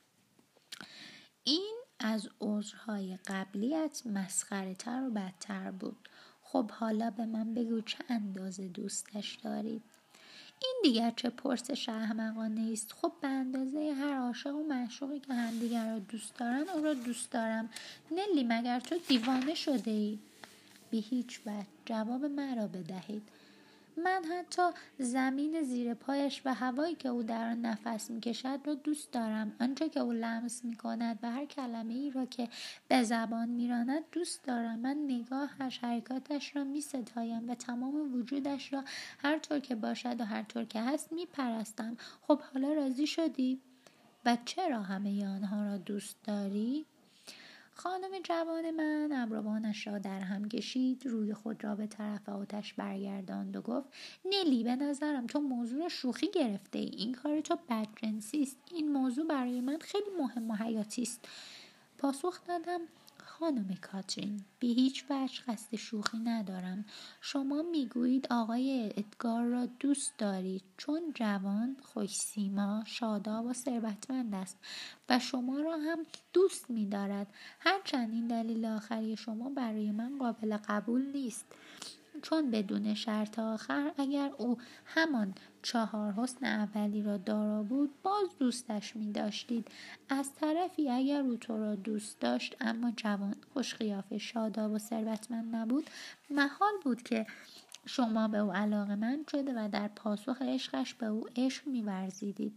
این از عذرهای قبلیت مسخره تر و بدتر بود. خب حالا به من بگو چه اندازه دوستش دارید؟ این دیگر چه پرسش احمقانه است. خب به اندازه هر عاشق و معشوقی که همدیگر را دوست دارن او را دوست دارم. نلی، مگر تو دیوانه شده ای؟ به هیچ وجه. جواب مرا بدهید. من حتی زمین زیر پایش و هوایی که او در آن نفس می‌کشد را دوست دارم. آنچه که او لمس می‌کند و هر کلمه ای را که به زبان می‌راند دوست دارم. من نگاهش، حرکاتش را می‌ستایم و تمام وجودش را هر طور که باشد و هر طور که هست می‌پرستم. خب حالا راضی شدی؟ و چرا همه آنها را دوست داری؟ خانم جوان من ابروانش را در هم کشید، روی خود را به طرف آتش برگرداند و گفت نلی، به نظرم تو موضوع را شوخی گرفته ای. این کار تو بدجنسی است. این موضوع برای من خیلی مهم و حیاتی است. پاسخ دادم خانم کاترین، به هیچ وجه قصد شوخی ندارم. شما میگویید آقای ادگار را دوست دارید چون جوان، خوش‌سیما، شاداب و ثروتمند است و شما را هم دوست می‌دارد. هرچند این دلیل آخری شما برای من قابل قبول نیست، چون بدون شرط آخر اگر او همان 4 حسن اولی را دارا بود باز دوستش می داشتید. از طرفی اگر او تو را دوست داشت اما جوان، خوش قیافه، شاداب و ثروتمند نبود، محال بود که شما به او علاقه‌مند شده و در پاسخ عشقش به او عشق می ورزیدید.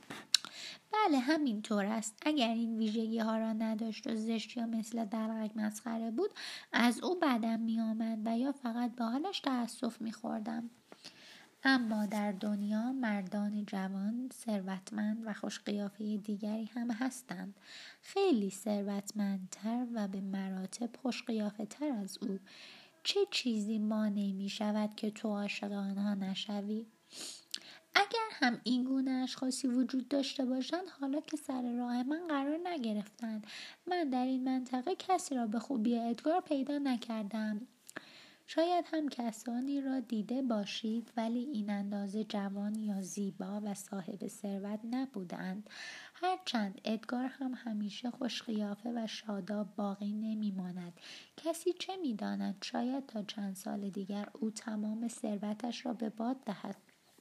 بله همینطور است. اگر این ویژگی ها را نداشت و زشت یا مثل دلغک مسخره بود از او بدم می آمد و یا فقط به حالش تأسف می خوردم. اما در دنیا مردان جوان، ثروتمند و خوش قیافه دیگری هم هستند، خیلی ثروتمندتر و به مراتب خوش قیافه تر از او. چه چیزی مانع می شود که تو عاشق آنها نشوی؟ اگر هم این گونه اشخاصی وجود داشته باشند حالا که سر راه من قرار نگرفتند. من در این منطقه کسی را به خوبی ادگار پیدا نکردم. شاید هم کسانی را دیده باشید ولی این اندازه جوان یا زیبا و صاحب ثروت نبودند. هرچند ادگار هم همیشه خوش قیافه و شاداب باقی نمی‌ماند. کسی چه می‌داند، شاید تا چند سال دیگر او تمام ثروتش را به باد دهد.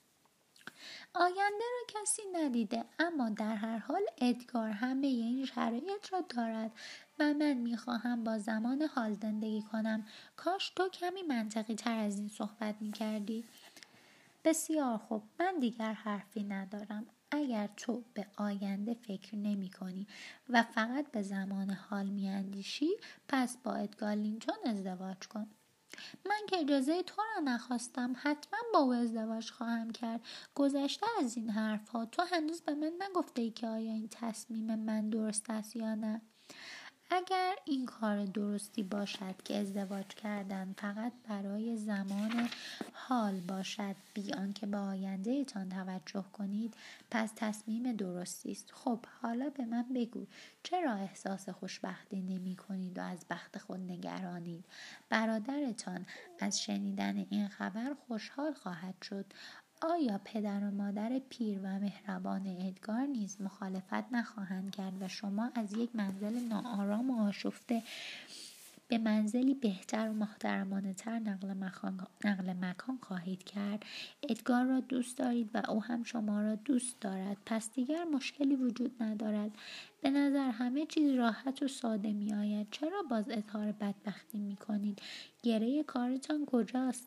آینده را کسی ندیده، اما در هر حال ادگار همه این شرایط را دارد و من میخواهم با زمان حال زندگی کنم. کاش تو کمی منطقی تر از این صحبت میکردی. بسیار خوب، من دیگر حرفی ندارم. اگر تو به آینده فکر نمی کنی و فقط به زمان حال می اندیشی، پس با ادگار لینتون ازدواج کن. من که اجازه تو را نخواستم، حتما با او ازدواج خواهم کرد. گذشته از این حرفها، تو هنوز به من نگفته ای که آیا این تصمیم من درست است یا نه. اگر این کار درستی باشد که ازدواج کردن فقط برای زمان حال باشد بی آنکه به آینده تان توجه کنید، پس تصمیم درستی است. خب حالا به من بگو، چرا احساس خوشبختی نمی کنید و از بخت خود نگرانید؟ برادرتان از شنیدن این خبر خوشحال خواهد شد. آیا پدر و مادر پیر و مهربان ادگار نیز مخالفت نخواهند کرد و شما از یک منزل ناآرام و آشفته به منزلی بهتر و محترمانه تر نقل مکان خواهید کرد؟ ادگار را دوست دارید و او هم شما را دوست دارد، پس دیگر مشکلی وجود ندارد. به نظر همه چیز راحت و ساده می آید. چرا باز اظهار بدبختی می کنید؟ گره کارتان کجاست؟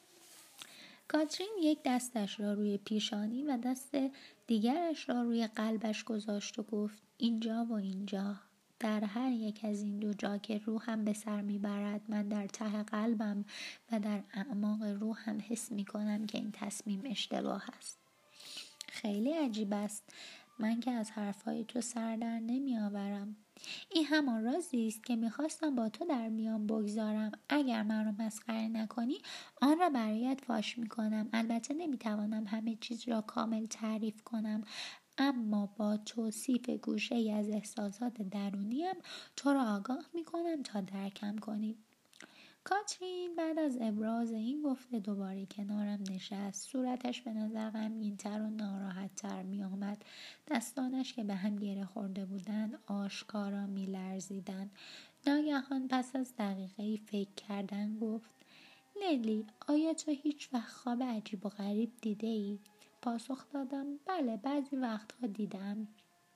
کاترین یک دستش را روی پیشانی و دست دیگرش را روی قلبش گذاشت و گفت اینجا و اینجا. در هر یک از این دو جا که روحم به سر میبرد، من در ته قلبم و در اعماق روحم حس میکنم که این تصمیم اشتباه است. خیلی عجیب است. من که از حرفهای تو سر در نمی آورم. این همان رازی است که میخواستم با تو در میان بگذارم. اگر من را مسخره نکنی آن را برایت فاش میکنم. البته نمیتوانم همه چیز را کامل تعریف کنم، اما با توصیف گوشه ای از احساسات درونیم تو را آگاه میکنم تا درکم کنی. کاترین بعد از ابراز این گفته دوباره کنارم نشست. صورتش به نظر غمگین‌تر و ناراحت‌تر می آمد. دستانش که به هم گره خورده بودند آشکارا می لرزیدند. ناگهان پس از دقیقه‌ای فکر کردن گفت لیلی، آیا تو هیچ وقت خواب عجیب و غریب دیده ای؟ پاسخ دادم بله، بعضی وقتها دیدم.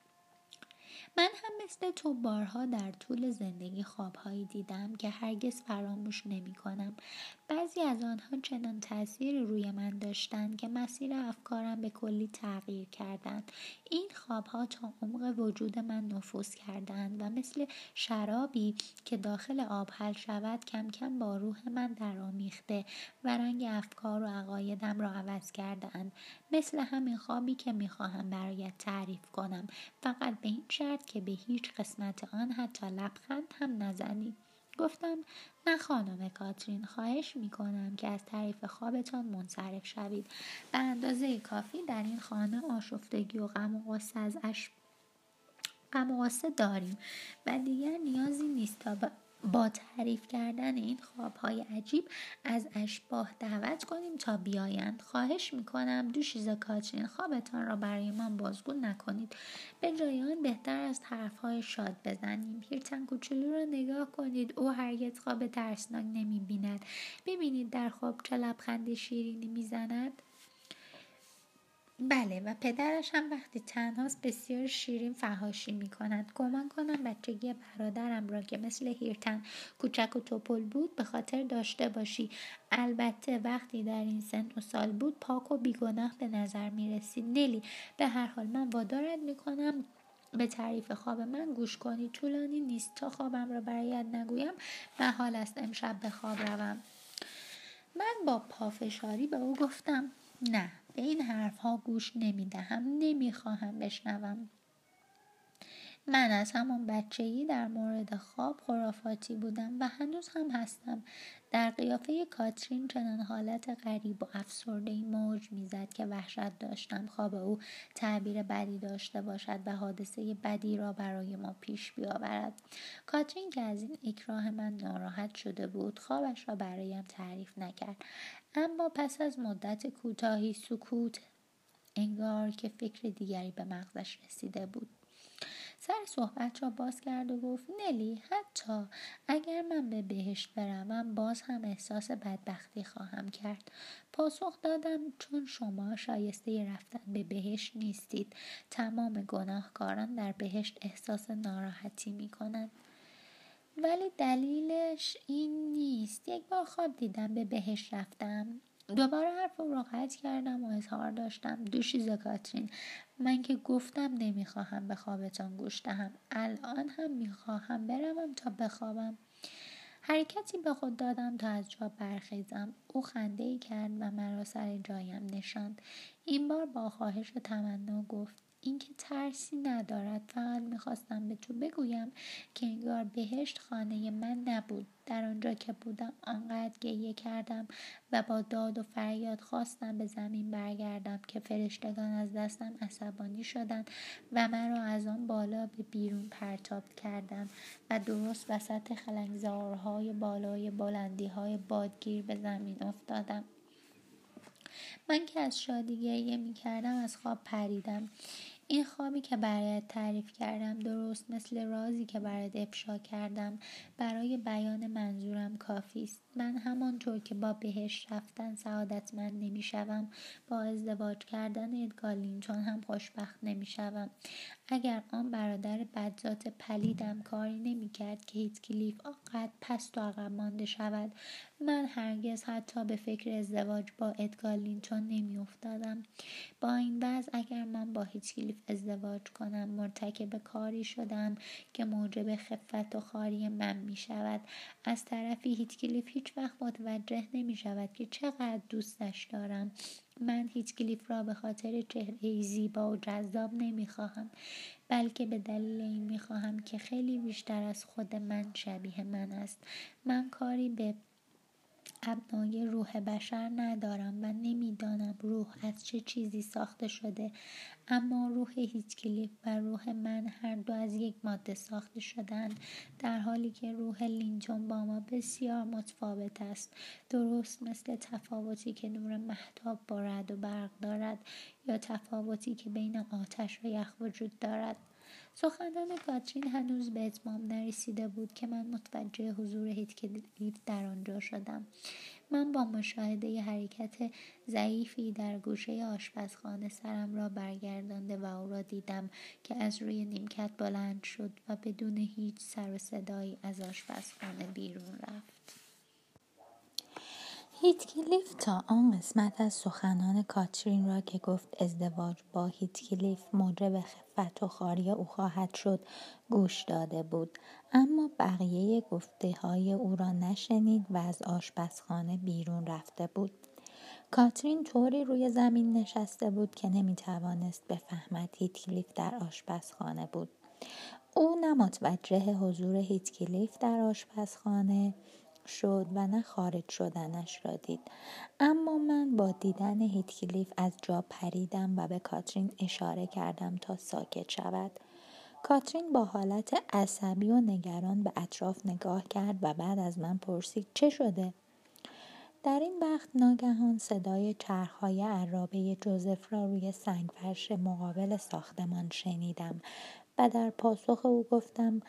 من هم مثل تو بارها در طول زندگی خوابهایی دیدم که هرگز فراموش نمی کنم. بعضی از آنها چنان تأثیری روی من داشتند که مسیر افکارم به کلی تغییر کردند. این خوابها تا عمق وجود من نفوذ کردند و مثل شرابی که داخل آب حل شود کم کم با روح من درآمیخته و رنگ افکار و عقایدم را عوض کردند. مثل همین خوابی که میخواهم برایت تعریف کنم، فقط به این شرط که به هیچ قسمت آن حتی لبخند هم نزنی. گفتم نه خانم کاترین، خواهش میکنم که از تعریف خوابتان منصرف شوید. به اندازه کافی در این خانه آشفتگی و غم و غصه داریم و دیگر نیازی نیست تا با تعریف کردن این خوابهای عجیب از اشباح دعوت کنیم تا بیایند. خواهش میکنم دوشیزه کاترین، خوابتان را برای من بازگو نکنید. به جای آن بهتر است حرفهای شاد بزنیم. هیرتن کوچولو را نگاه کنید، او هرگز خواب ترسناک نمیبیند. ببینید در خواب چه لبخند شیرینی میزند. بله، و پدرش هم وقتی تنهاست بسیار شیرین فحاشی می کند. گمان کنم بچگی برادرم را که مثل هیرتن کوچک و توپل بود به خاطر داشته باشی. البته وقتی در این سن و سال بود پاک و بیگناه به نظر می رسید. نلی، به هر حال من وادارت می کنم به تعریف خواب من گوش کنی. طولانی نیست. تا خوابم را برایت نگویم محال است امشب به خواب روم. من با پافشاری به او گفتم نه، به این حرفها گوش نمیدهم، نمیخواهم بشنوم. من از همان بچگی در مورد خواب خرافاتی بودم و هنوز هم هستم. در قیافه کاترین چنان حالت غریب و افسرده‌ای موج میزد که وحشت داشتم خواب او تعبیر بدی داشته باشد و حادثه بدی را برای ما پیش بیاورد. کاترین که از این اکراه من ناراحت شده بود خوابش را برایم تعریف نکرد، اما پس از مدت کوتاهی سکوت، انگار که فکر دیگری به مغزش رسیده بود، سر صحبت را باز کرد و گفت: نلی، حتی اگر من به بهشت بروم باز هم احساس بدبختی خواهم کرد. پاسخ دادم: چون شما شایسته رفتن به بهشت نیستید. تمام گناهکاران در بهشت احساس ناراحتی می کنند. ولی دلیلش این نیست. یک بار خواب دیدم به بهشت رفتم. دوباره حرف را قطع کردم و اظهار داشتم: دوشیزه کاترین، من که گفتم نمیخواهم به خوابتان گوش دهم. الان هم میخواهم بروم تا بخوابم. حرکتی به خود دادم تا از جا برخیزم. او خنده‌ای کرد و مرا سر جایم نشاند. این بار با خواهش و تمنا گفت: این که ترسی ندارد. فقط میخواستم به تو بگویم که انگار بهشت خانه من نبود. در آنجا که بودم آنقدر گریه کردم و با داد و فریاد خواستم به زمین برگردم که فرشتگان از دستم عصبانی شدند و مرا از آن بالا به بیرون پرتاب کردند و درست وسط خلنگزارهای بالای بلندی‌های بادگیر به زمین افتادم. من که از شادی گریه می کردم از خواب پریدم. این خوابی که برایت تعریف کردم درست مثل رازی که برایت افشا کردم برای بیان منظورم کافی است. من همانطور که با بهشت رفتن سعادتمند نمی شوم، با ازدواج کردن ادگار لینچون هم خوشبخت نمی شوم. اگر آن برادر بدذات پلیدم کاری نمی کرد که هیتکلیف آنقدر پست و عقب مانده شود، من هرگز حتی به فکر ازدواج با ادگار لینچون نمی افتادم. با این وضع اگر من با هیتکلیف ازدواج کنم مرتکب کاری شدم که موجب خفت و خواری من می شود. از طرفی هیتکلیف هیچ وقت متوجه نمی شود که چقدر دوستش دارم. من هیتکلیف را به خاطر چهره‌ای زیبا و جذاب نمی خواهم، بلکه به دلیل این می خواهم که خیلی بیشتر از خود من شبیه من است. من کاری به ابنای روح بشر ندارم و نمیدانم روح از چه چیزی ساخته شده، اما روح هیتکلیف و روح من هر دو از یک ماده ساخته شدند، در حالی که روح لینچون با ما بسیار متفاوت است، درست مثل تفاوتی که نور مهتاب با رعد و برق دارد یا تفاوتی که بین آتش و یخ وجود دارد. سخنان کاترین هنوز به اتمام نرسیده بود که من متوجه حضور هیتکلیف در آنجا شدم. من با مشاهده حرکت ضعیفی در گوشه آشپزخانه سرم را برگردانده و او را دیدم که از روی نیمکت بلند شد و بدون هیچ سر و صدایی از آشپزخانه بیرون رفت. هیتکلیف تا آن قسمت از سخنان کاترین را که گفت ازدواج با هیتکلیف موجب خفت و خواری او خواهد شد گوش داده بود، اما بقیه گفته های او را نشنید و از آشپزخانه بیرون رفته بود. کاترین طوری روی زمین نشسته بود که نمیتوانست بفهمد هیتکلیف در آشپزخانه بود. او نه متوجه حضور هیتکلیف در آشپزخانه شد و نه خارج شدنش را دید، اما من با دیدن هیتکلیف از جا پریدم و به کاترین اشاره کردم تا ساکت شود. کاترین با حالت عصبی و نگران به اطراف نگاه کرد و بعد از من پرسید: چه شده؟ در این وقت ناگهان صدای چرخ‌های عرابه جوزف را روی سنگفرش مقابل ساختمان شنیدم و در پاسخ او گفتم: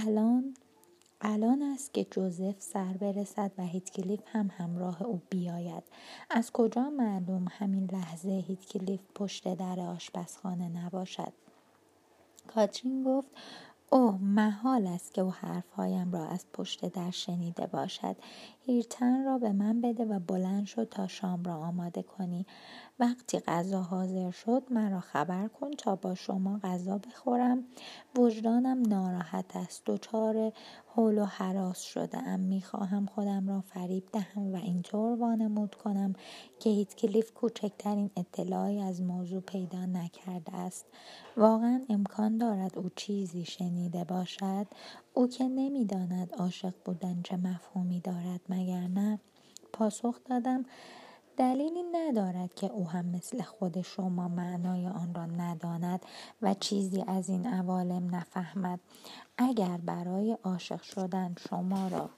الان است که جوزف سر برسد و هیتکلیف هم همراه او بیاید. از کجا معلوم همین لحظه هیتکلیف پشت در آشپزخانه نباشد؟ کاترین گفت: اوه، محال است که او حرفهایم را از پشت در شنیده باشد. هیرتن را به من بده و بلند شو تا شام را آماده کنی. وقتی غذا حاضر شد مرا خبر کن تا با شما غذا بخورم. وجدانم ناراحت است، دچار حول و هراس شده‌ام. میخواهم خودم را فریب دهم و اینطور وانمود کنم که هیتکلیف کوچکترین اطلاعی از موضوع پیدا نکرده است. واقعا امکان دارد او چیزی شنیده باشد. او که نمیداند عاشق بودن چه مفهومی دارد، مگر نه؟ پاسخ دادم دلیلی ندارد که او هم مثل خود شما معنای آن را نداند و چیزی از این عوالم نفهمد. اگر برای عاشق شدن شما را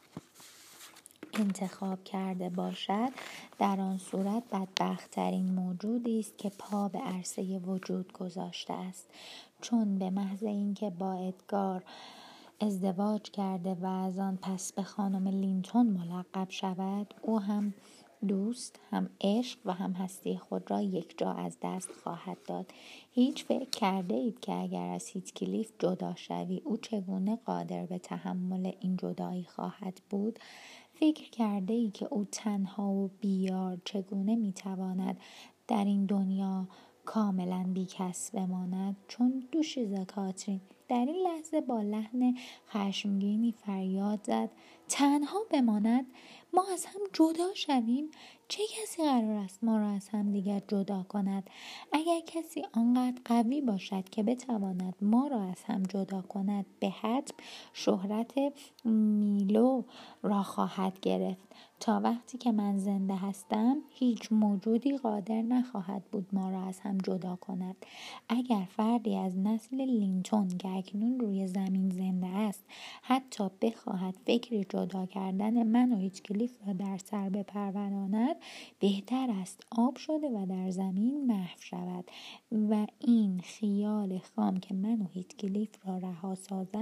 انتخاب کرده باشد، در آن صورت بدبخت‌ترین موجودی است که پا به عرصه وجود گذاشته است، چون به محض اینکه با ادگار ازدواج کرده و از آن پس به خانم لینتون ملقب شود، او هم دوست، هم عشق و هم هستی خود را یک جا از دست خواهد داد. هیچ فکر کرده اید که اگر از هیتکلیف جدا شوی او چگونه قادر به تحمل این جدایی خواهد بود؟ فکر کرده ای که او تنها و بیار چگونه میتواند در این دنیا کاملا بی‌کس بماند؟ چون دوشیزه کاترین در این لحظه با لحن خشمگینی فریاد زد: تنها بماند؟ ما از هم جدا شویم؟ چه کسی قرار است ما را از هم دیگر جدا کند؟ اگر کسی آنقدر قوی باشد که بتواند ما را از هم جدا کند، به حتم شهرت میلو را خواهد گرفت. تا وقتی که من زنده هستم هیچ موجودی قادر نخواهد بود ما را از هم جدا کند. اگر فردی از نسل لینتون که اکنون روی زمین زنده است حتی بخواهد فکری جدا کردن من و هیتکلیف را در سر بپروراند، بهتر است آب شده و در زمین محو شود و این خیال خام که من و هیتکلیف را رها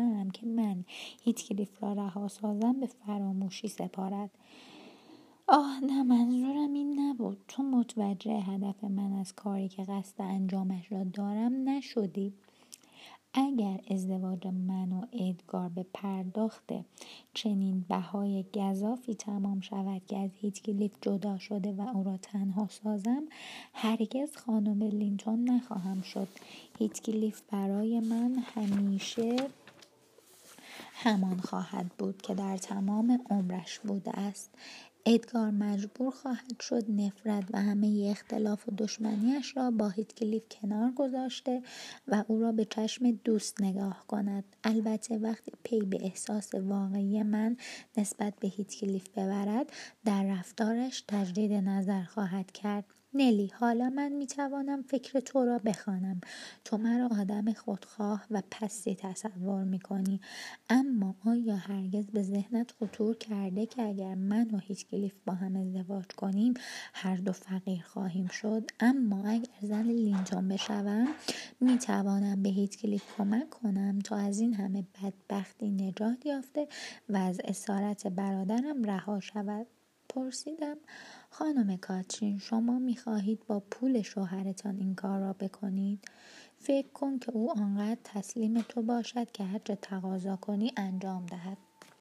سازم به فراموشی سپارد. آه نه، منظورم این نبود. تو متوجه هدف من از کاری که قصد انجامش را دارم نشدی. اگر ازدواج من و ادگار به پرداخت چنین بهای گزافی تمام شود که از هیتکلیف جدا شده و او را تنها سازم، هرگز خانم لینتون نخواهم شد. هیتکلیف برای من همیشه همان خواهد بود که در تمام عمرش بوده است. ادگار مجبور خواهد شد نفرت و همه اختلاف و دشمنیش را با هیتکلیف کنار گذاشته و او را به چشم دوست نگاه کند. البته وقتی پی به احساس واقعی من نسبت به هیتکلیف ببرد، در رفتارش تجدید نظر خواهد کرد. نلی، حالا من میتوانم فکر تو را بخوانم. تو مرا آدم خودخواه و پستی تصور میکنی، اما آیا هرگز به ذهنت خطور کرده که اگر من و هیتکلیف با هم ازدواج کنیم هر دو فقیر خواهیم شد؟ اما اگر زن لینتون بشوم میتوانم به هیتکلیف کمک کنم تا از این همه بدبختی نجات یافته و از اسارت برادرم رها شود. پرسیدم: خانم کاترین، شما میخواهید با پول شوهرتان این کار را بکنید؟ فکر کن که او آنقدر تسلیم تو باشد که هرچه تقاضا کنی انجام دهد.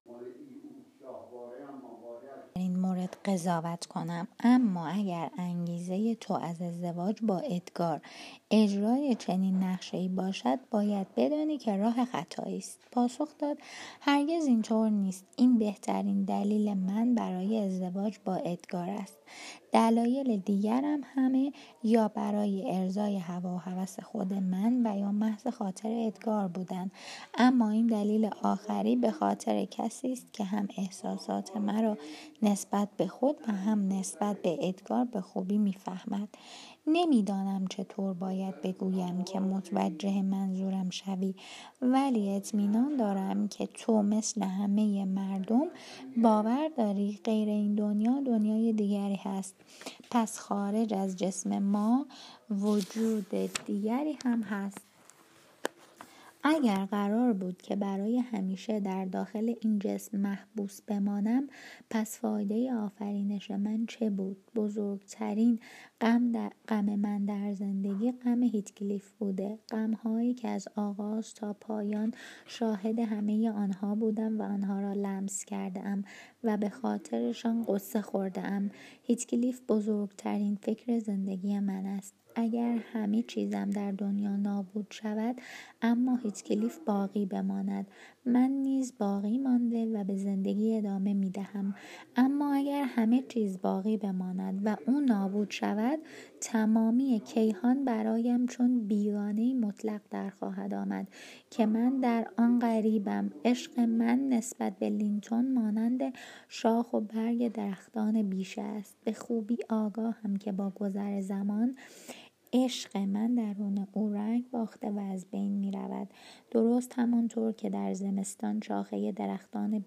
این مورد قضاوت کنم، اما اگر انگیزه تو از ازدواج با ادگار اجرای چنین نقشه‌ای باشد، باید بدانی که راه خطایی است. پاسخ داد: هرگز اینطور نیست. این بهترین دلیل من برای ازدواج با ادگار است. دلایل دیگرم همه یا برای ارضای هوا و هوس خود من و یا محض خاطر ادگار بودند، اما این دلیل آخری به خاطر کسی است که هم احساسات مرا نسبت به خود و هم نسبت به ادگار به خوبی میفهمد. نمیدانم چطور باید بگویم که متوجه منظورم شوی، ولی اطمینان دارم که تو مثل همه مردم باور داری غیر این دنیا دنیای دیگری هست. پس خارج از جسم ما وجود دیگری هم هست. اگر قرار بود که برای همیشه در داخل این جسم محبوس بمانم، پس فایده آفرینش من چه بود؟ بزرگترین غم من در زندگی غم هیتکلیف بوده. غم‌هایی که از آغاز تا پایان شاهد همه آنها بودم و آنها را لمس کرده‌ام و به خاطرشان غصه خورده‌ام. هیتکلیف بزرگترین فکر زندگی من است. اگر همه چیزم در دنیا نابود شود اما هیتکلیف باقی بماند، من نیز باقی مانده و به زندگی ادامه می دهم. اما اگر همه چیز باقی بماند و او نابود شود، تمامی کیهان برایم چون بیگانه مطلق در خواهد آمد که من در آن غریبم. عشق من نسبت به لینتون مانند شاخ و برگ درختان بیشه است. به خوبی آگاهم که با گذر زمان عشق من درون او رنگ باخته و از بین می رود. درست همانطور که در زمستان شاخه درختان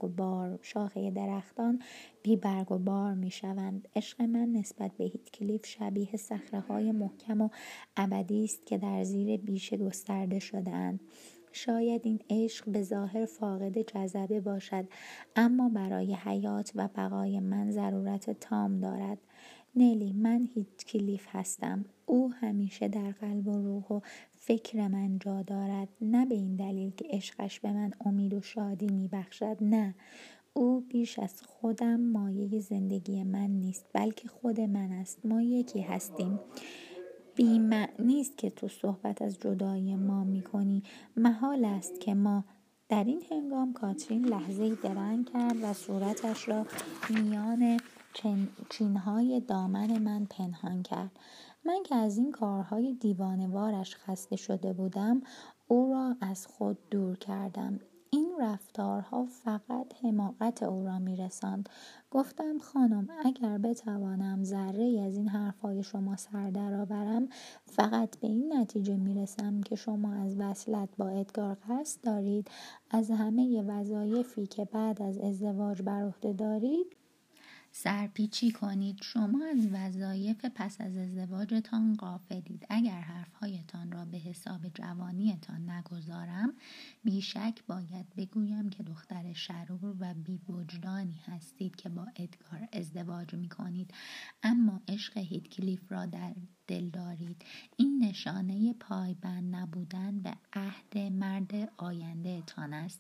بی برگ و بار می شوند. عشق من نسبت به هیتکلیف شبیه صخره‌های محکم و ابدی است که در زیر بیشه گسترده شده اند. شاید این عشق به ظاهر فاقد جذبه باشد، اما برای حیات و بقای من ضرورت تام دارد. نلی، من هیتکلیف هستم. او همیشه در قلب و روح و فکر من جا دارد، نه به این دلیل که عشقش به من امید و شادی می بخشد. نه، او بیش از خودم مایه زندگی من نیست، بلکه خود من است. ما یکی هستیم. بی‌معنی است که تو صحبت از جدایی ما می کنی. محال است که ما. در این هنگام کاترین لحظه‌ای درنگ کرد و صورتش را میان چینهای دامن من پنهان کرد. من که از این کارهای دیوانه‌وارش خسته شده بودم، او را از خود دور کردم. این رفتارها فقط حماقت او را می‌رساند. گفتم خانم، اگر بتوانم ذره‌ای از این حرفهای شما سر درآورم، فقط به این نتیجه می‌رسم که شما از وصلت با ادگار قصد دارید. از همه وظایفی که بعد از ازدواج بر عهده دارید سرپیچی کنید. شما از وظایف پس از ازدواجتان غافلید. اگر حرفهایتان را به حساب جوانیتان نگذارم، بیشک باید بگویم که دختر شرور و بی وجدانی هستید که با ادگار ازدواج می کنید، اما عشق هیتکلیف را در دل دارید. این نشانه پایبند نبودن به عهد مرد آینده تان است.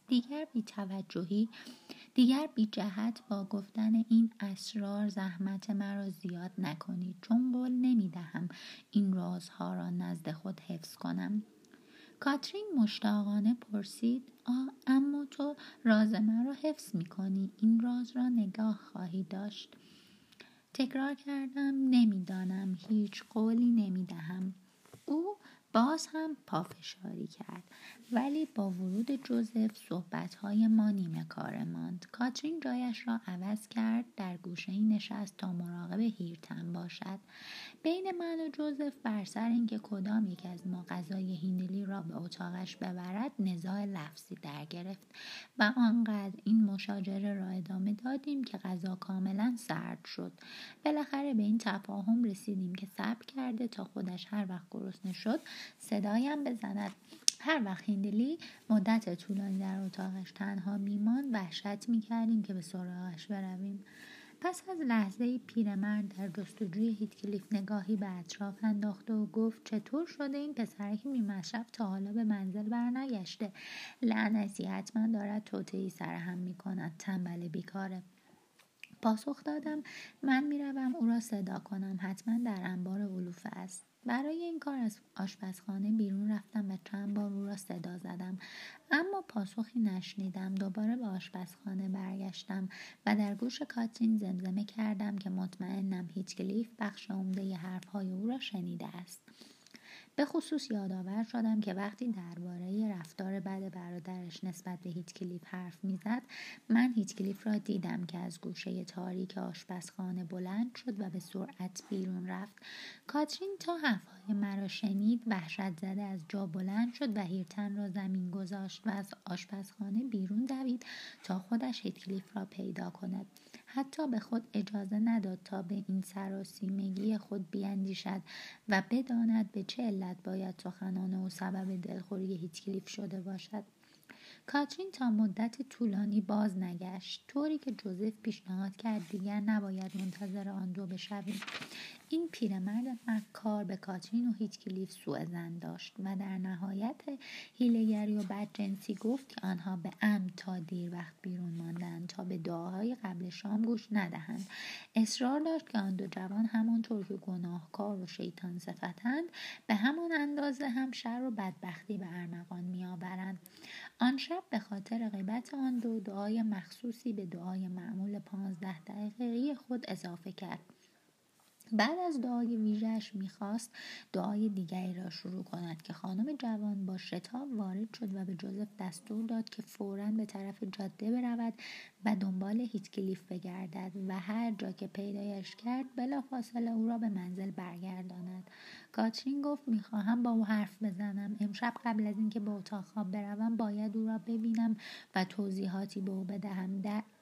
دیگر بی جهت با گفتن این اسرار زحمت مرا زیاد نکنید، چون قول نمی دهم این رازها را نزد خود حفظ کنم. کاترین مشتاقانه پرسید: اما تو راز مرا حفظ می کنی، این راز را نگاه خواهی داشت. تکرار کردم: نمیدانم، هیچ قولی نمی دهم. او باز هم پافشاری کرد، ولی با ورود جوزف صحبت‌های ما نیمه کاره ماند. کاترین جایش را عوض کرد، در گوشه‌ای نشست تا مراقب هیرتن باشد. بین من و جوزف بر سر اینکه کدام یک از ما غذای هیندلی را به اتاقش ببرد نزاع لفظی در گرفت و آنقدر این مشاجره را ادامه دادیم که غذا کاملا سرد شد. بالاخره به این تفاهم رسیدیم که صبر کرده تا خودش هر وقت گرسنه شد صدایم بزند. هر وقت هیندلی مدت طولانی در اتاقش تنها میماند وحشت میکردیم که به سراغش برویم. پس از لحظه‌ای پیرمرد در جستجوی هیتکلیف نگاهی به اطراف انداخت و گفت: چطور شده این پسرک بی‌مصرف تا حالا به منزل برنگشته؟ لعنتی، حتما دارد توطئه‌ای سرهم میکند. تنبل بیکاره. پاسخ دادم: من میروم او را صدا کنم، حتما در انبار علوفه است. برای این کار از آشپزخانه بیرون رفتم و چند بار او را صدا زدم، اما پاسخی نشنیدم. دوباره به آشپزخانه برگشتم و در گوش کاترین زمزمه کردم که مطمئنم هیتکلیف بخش عمده حرفهای او را شنیده است. به خصوص یادآور شدم که وقتی درباره رفتار بد برادرش نسبت به هیتکلیف حرف میزد، من هیتکلیف را دیدم که از گوشه تاریک آشپزخانه بلند شد و به سرعت بیرون رفت. کاترین تا حرفهای مرا شنید وحشت زده از جا بلند شد و هیرتن را زمین گذاشت و از آشپزخانه بیرون دوید تا خودش هیتکلیف را پیدا کند. حتی به خود اجازه نداد تا به این سراسیمگی خود بیندیشد و بداند به چه علت باید سخنان او سبب دلخوری هیتکلیف شده باشد. کاترین تا مدت طولانی باز نگشت، طوری که جوزف پیشنهاد کرد دیگر نباید منتظر آن دو بشویم. این پیرمرد مکار به کاترین و هیتکلیف سوء ظن داشت و در نهایت حیله‌گری و بدجنسی گفت که آنها به عمد تا دیر وقت بیرون ماندند تا به دعاهای قبل شام گوش ندهند. اصرار داشت که آن دو جوان همانطور که گناهکار و شیطان صفتند به همان اندازه هم شر و بدبختی به ارمغان میآورند. آن شب به خاطر غیبت آن دو دعای مخصوصی به دعای معمول 15 دقیقه‌ای خود اضافه کرد. بعد از دعای ویژه‌اش می‌خواست دعای دیگری را شروع کند که خانم جوان با شتاب وارد شد و به جوزف دستور داد که فوراً به طرف جاده برود و دنبال هیتکلیف بگردد و هر جا که پیدایش کرد بلافاصله او را به منزل برگرداند. کاترین گفت می‌خواهم با او حرف بزنم. امشب قبل از اینکه به اتاق خواب بروم باید او را ببینم و توضیحاتی به او بدهم.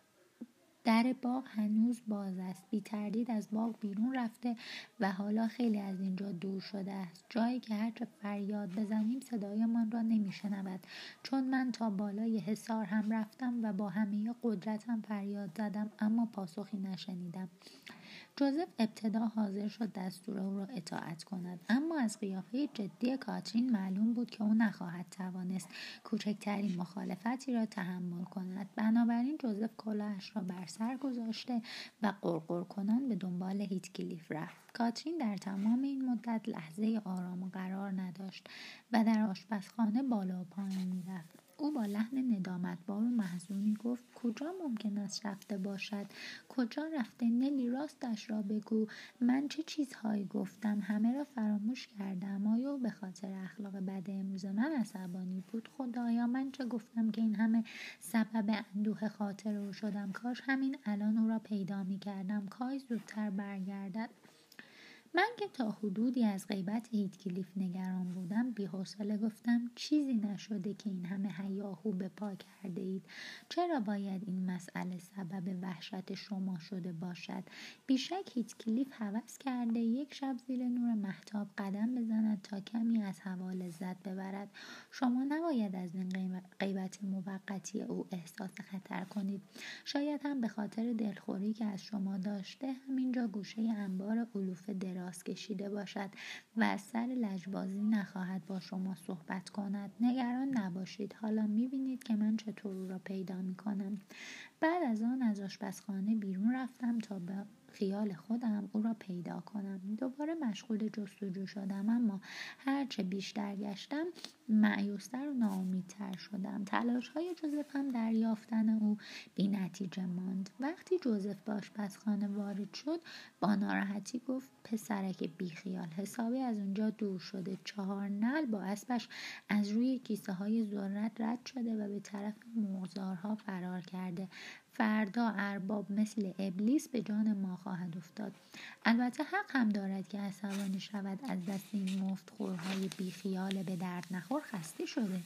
در باغ هنوز باز است. بی تردید از باغ بیرون رفته و حالا خیلی از اینجا دور شده است، جایی که هرچه فریاد بزنیم صدایمان را نمیشنود، چون من تا بالای حصار هم رفتم و با همه قدرتم فریاد زدم اما پاسخی نشنیدم. جوزف ابتدا حاضر شد دستور او را اطاعت کند، اما از قیافه جدی کاترین معلوم بود که او نخواهد توانست کوچکترین مخالفتی را تحمل کند. بنابراین جوزف کلاهش را بر سر گذاشته و غرغر کنان به دنبال هیتکلیف رفت. کاترین در تمام این مدت لحظه آرام و قرار نداشت و در آشپزخانه بالا و پایین میرفت. او با لحن ندامتبار و محزونی گفت کجا ممکن است رفته باشد؟ کجا رفته؟ نلی راستش را بگو. من چه چیزهایی گفتم؟ همه را فراموش کردم. آیا او به خاطر اخلاق بد امروز من عصبانی بود؟ خدایا من چه گفتم که این همه سبب اندوه خاطر او شدم؟ کاش همین الان او را پیدا می کردم. کاش زودتر برگردد. من که تا حدودی از غیبت هیتکلیف نگران بودم بی‌حوصله گفتم چیزی نشده که این همه هیاهو به پا کرده اید. چرا باید این مسئله سبب وحشت شما شده باشد؟ بیشک هیتکلیف هوس کرده یک شب زیر نور مهتاب قدم بزند تا کمی از هوا لذت ببرد. شما نباید از این غیبت موقتی او احساس خطر کنید. شاید هم به خاطر دلخوری که از شما داشته همینجا گوشه انبار علوف دراز کشیده باشد و از سر لجبازی نخواهد با شما صحبت کند. نگران نباشید. حالا میبینید که من چطور او را پیدا میکنم. بعد از آن از آشپزخانه بیرون رفتم تا به خیال خودم او را پیدا کنم. دوباره مشغول جستجو شدم، اما هرچه بیشتر گشتم مایوس‌تر و ناامیدتر شدم. تلاش‌های جوزف هم در یافتن او بی نتیجه ماند. وقتی جوزف به آشپزخانه وارد شد با ناراحتی گفت پسرک بیخیال حسابی از اونجا دور شده. 4 نعل با اسبش از روی کیسه های ذرت رد شده و به طرف مرغزارها فرار کرده. فردا ارباب مثل ابلیس به جان ما خواهد افتاد. البته حق هم دارد که عصبانی شود، از دست این مفتخورهای بیخیال به درد نخور خسته شده.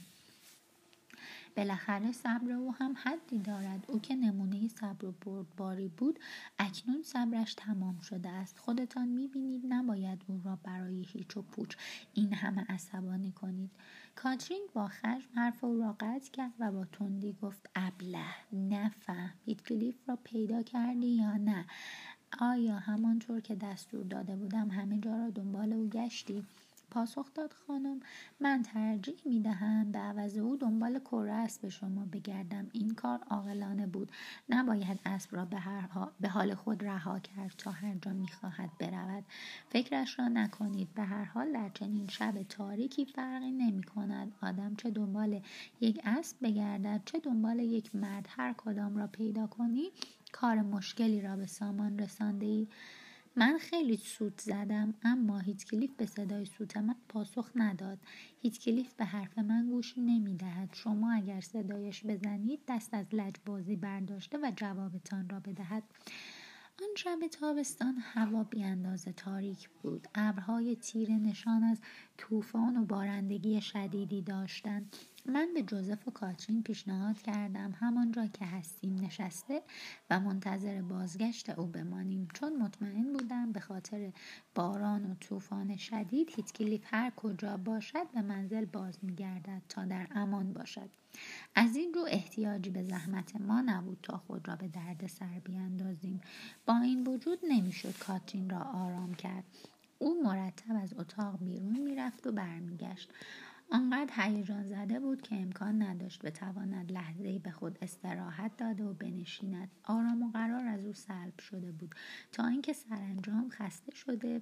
بالاخره صبر او هم حدی دارد. او که نمونه صبر و بردباری بود اکنون صبرش تمام شده است. خودتان میبینید نباید او را برای هیچ و پوچ این همه عصبانی کنید. کاترین با خشم حرف او را قطع کرد و با تندی گفت ابله، نفهم. هیتکلیف را پیدا کردی یا نه؟ آیا همانطور که دستور داده بودم همه جا را دنبال او گشتی؟ پاسخ داد خانم من ترجیح می دهم به عوض او دنبال کره اسب شما بگردم. این کار عاقلانه بود. نباید اسب را به حال خود رها کرد تا هر جا می خواهد برود. فکرش را نکنید. به هر حال در چنین شب تاریکی فرقی نمی کند آدم چه دنبال یک اسب بگردد چه دنبال یک مرد. هر کدام را پیدا کنی کار مشکلی را به سامان رسانده ای. من خیلی سوت زدم، اما هیتکلیف به صدای سوت من پاسخ نداد. هیتکلیف به حرف من گوش نمی دهد. شما اگر صدایش بزنید دست از لجبازی برداشته و جوابتان را بدهد. آن شب تابستان هوا بی اندازه تاریک بود. ابرهای تیره نشان از طوفان و بارندگی شدیدی داشتند. من به جوزف و کاترین پیشنهاد کردم همانجا که هستیم نشسته و منتظر بازگشت او بمانیم، چون مطمئن بودم به خاطر باران و طوفان شدید هیتکلیف هر کجا باشد به منزل باز می‌گردد تا در امان باشد. از این رو احتیاجی به زحمت ما نبود تا خود را به درد سر بیاندازیم. با این وجود نمیشد کاترین را آرام کرد. او مرتب از اتاق بیرون میرفت و برمیگشت. آنقدر هیجان زده بود که امکان نداشت بتواند لحظه‌ای به خود استراحت داده و بنشیند. آرام و قرار از او سلب شده بود تا اینکه سرانجام خسته شده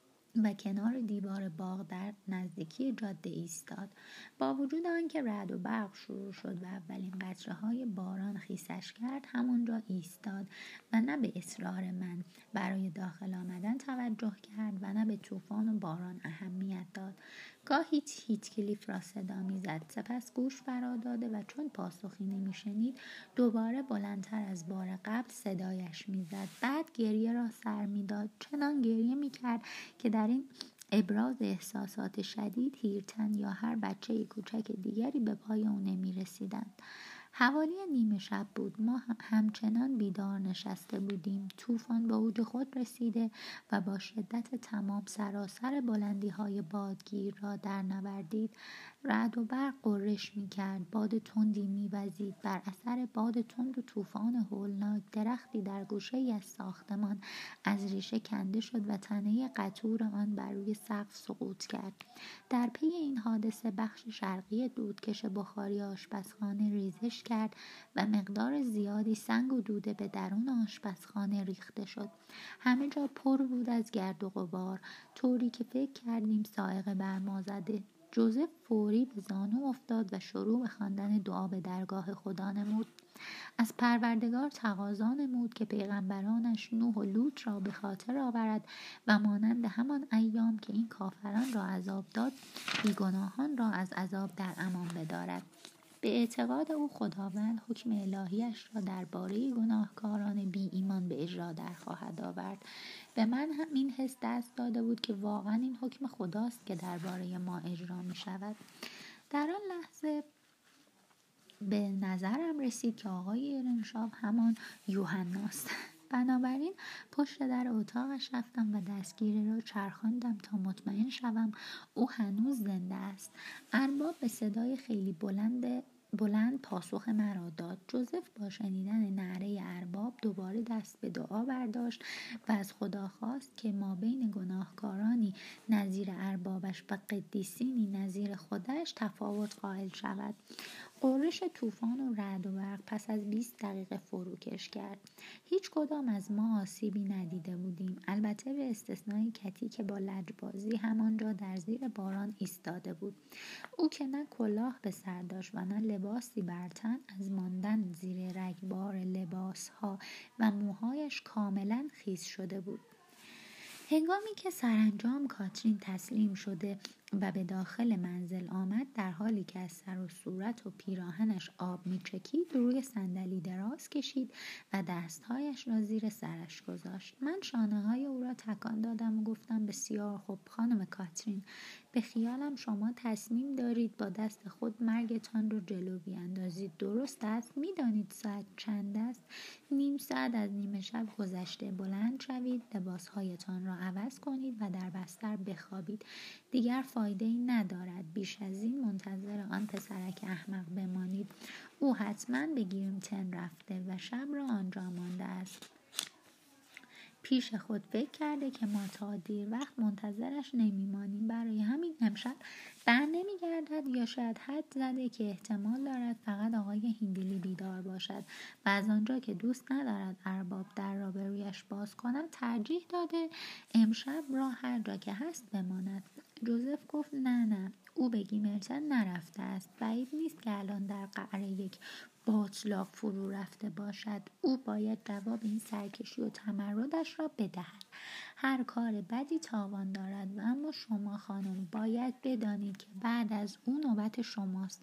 و کنار دیوار باغ در نزدیکی جاده ایستاد. با وجود آنکه رعد و برق شروع شد و اولین قطره‌های باران خیسش کرد، همانجا ایستاد و نه به اصرار من برای داخل آمدن توجه کرد و نه به طوفان و باران اهمیت داد. گاهی هیتکلیف را صدا می‌زد، سپس گوش فرا داده و چون پاسخی نمی‌شنید دوباره بلندتر از بار قبل صدایش می‌زد. بعد گریه را سر می‌داد، چنان گریه می‌کرد که در این ابراز احساسات شدید هیرتن یا هر بچه کوچک دیگری به پای او نمی‌رسیدند. حوالی نیمه شب بود. ما همچنان بیدار نشسته بودیم. طوفان به اوج خود رسیده و با شدت تمام سراسر بلندی‌های بادگیر را در نوردید. رعد و برق غرش می‌کرد. باد تندی می‌وزید. بر اثر باد تند و طوفان هولناک درختی در گوشه‌ای از ساختمان از ریشه کنده شد و تنه قطور آن بر روی سقف سقوط کرد. در پی این حادثه بخش شرقی دودکش بخاری آشپزخانه ریزش کرد و مقدار زیادی سنگ و دوده به درون آشپزخانه ریخته شد. همه جا پر بود از گرد و غبار، طوری که فکر کردیم صاعقه بر ما زده. جوزف فوری به زانو افتاد و شروع به خواندن دعا به درگاه خدا نمود. از پروردگار تقاضا نمود که پیغمبرانش نوح و لوط را به خاطر آورد و مانند همان ایام که این کافران را عذاب داد، بیگناهان را از عذاب در امان بدارد. به اعتقاد او خداوند حکم الهیش را درباره گناهکاران بی ایمان به اجرا در خواهد آورد. به من هم این حس دست داده بود که واقعا این حکم خداست که درباره ما اجرا می شود. در آن لحظه به نظرم رسید که آقای ارنشاو همان یوحناست. بنابراین پشت در اتاقش رفتم و دستگیره را چرخاندم تا مطمئن شوم او هنوز زنده است. ارباب به صدای خیلی بلند پاسخ مرا داد. جوزف با شنیدن نعره ارباب دوباره دست به دعا برداشت و از خدا خواست که ما بین گناهکارانی نظیر اربابش و قدیسینی نظیر خودش تفاوت قائل شود. غرش طوفان و رعد و برق پس از 20 دقیقه فروکش کرد. هیچ کدام از ما آسیبی ندیده بودیم، البته به استثنای کتی که با لجبازی همانجا در زیر باران ایستاده بود. او که نه کلاه به سر داشت و نه لباسی بر تن، از ماندن زیر رگبار لباسها و موهایش کاملا خیس شده بود. هنگامی که سرانجام کاترین تسلیم شده و به داخل منزل آمد، در حالی که از سر و صورت و پیراهنش آب می‌چکید، روی صندلی دراز کشید و دستهایش را زیر سرش گذاشت. من شانه‌های او را تکان دادم و گفتم بسیار خوب خانم کاترین، به خیالم شما تصمیم دارید با دست خود مرگتان رو جلو بیاندازید. درست است؟ می‌دانید ساعت چند است؟ 1/2 ساعت از نیمه شب گذشته. بلند شوید، لباسهایتان را عوض کنید و در بستر بخوابید. دیگر فایده‌ای ندارد بیش از این منتظر آن پسرک احمق بمانید. او حتما به گیرمتن رفته و شب را آنجا مانده است. پیش خود فکر کرده که ما تا دیر وقت منتظرش نمیمانیم، برای همین امشب بر نمیگردد، یا شاید حد زده که احتمال دارد فقط آقای هیندلی بیدار باشد و از آنجا که دوست ندارد ارباب در را به رویش باز کنند ترجیح داده امشب را هر جا که هست بماند. جوزف گفت نه، او به گیمرتن نرفته است. بعید نیست که الان در قعر یک باطلاق فرو رفته باشد. او باید جواب این سرکشی و تمردش را بدهد. هر کار بدی تاوان دارد و اما شما خانم باید بدانید که بعد از او نوبت شماست.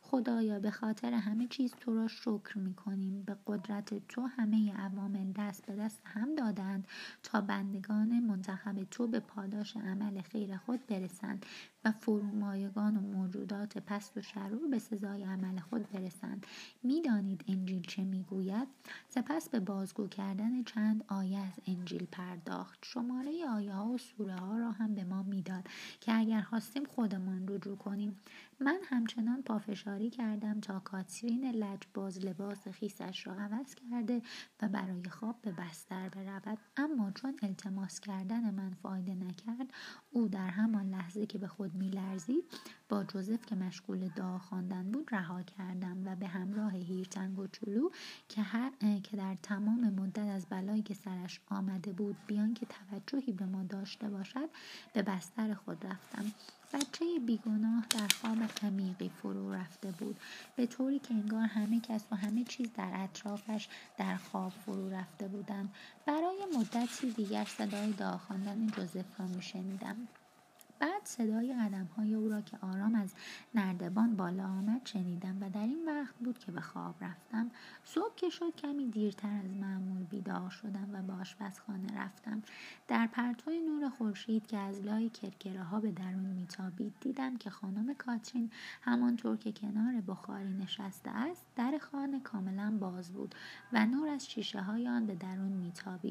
خدایا به خاطر همه چیز تو را شکر می‌کنیم. به قدرت تو همه عوامل دست به دست هم دادند تا بندگان منتخب تو به پاداش عمل خیر خود برسند و فرومایگان و موجودات پست و شرور به سزای عمل خود برسند. می‌دانید انجیل چه می‌گوید؟ سپس به بازگو کردن چند آیه از انجیل پرداخت. شماره آیه‌ها و سوره‌ها را هم به ما می‌داد که اگر خواستیم خودمان رجوع کنیم. من همچنان پافشاری کردم تا کاترین لجباز لباس خیسش را عوض کرده و برای خواب به بستر برود، اما چون التماس کردن من فایده نکرد، او در همان لحظه که به خود می‌لرزید با جوزف که مشغول دعا خواندن بود رها کردم و به همراه هیرتنگ و چلو که در تمام مدت از بلایی که سرش آمده بود بیان که توجهی به ما داشته باشد به بستر خود رفتم. بچه بیگناه در خواب عمیقی فرو رفته بود، به طوری که انگار همه کس و همه چیز در اطرافش در خواب فرو رفته بودند. برای مدتی دیگر صدای دعا خواندن جوزف را می‌شنیدم. بعد صدای قدم‌های او را که آرام از نردبان بالا آمد شنیدم و در این وقت بود که به خواب رفتم. صبح که شد کمی دیرتر از معمول بیدار شدم و به آشپزخانه رفتم. در پرتو نور خورشید که از لای کرکره‌ها به درون میتابید دیدم که خانم کاترین همانطور که کنار بخاری نشسته است در خانه کاملا باز بود و نور از شیشه‌های آن به درون میتابید.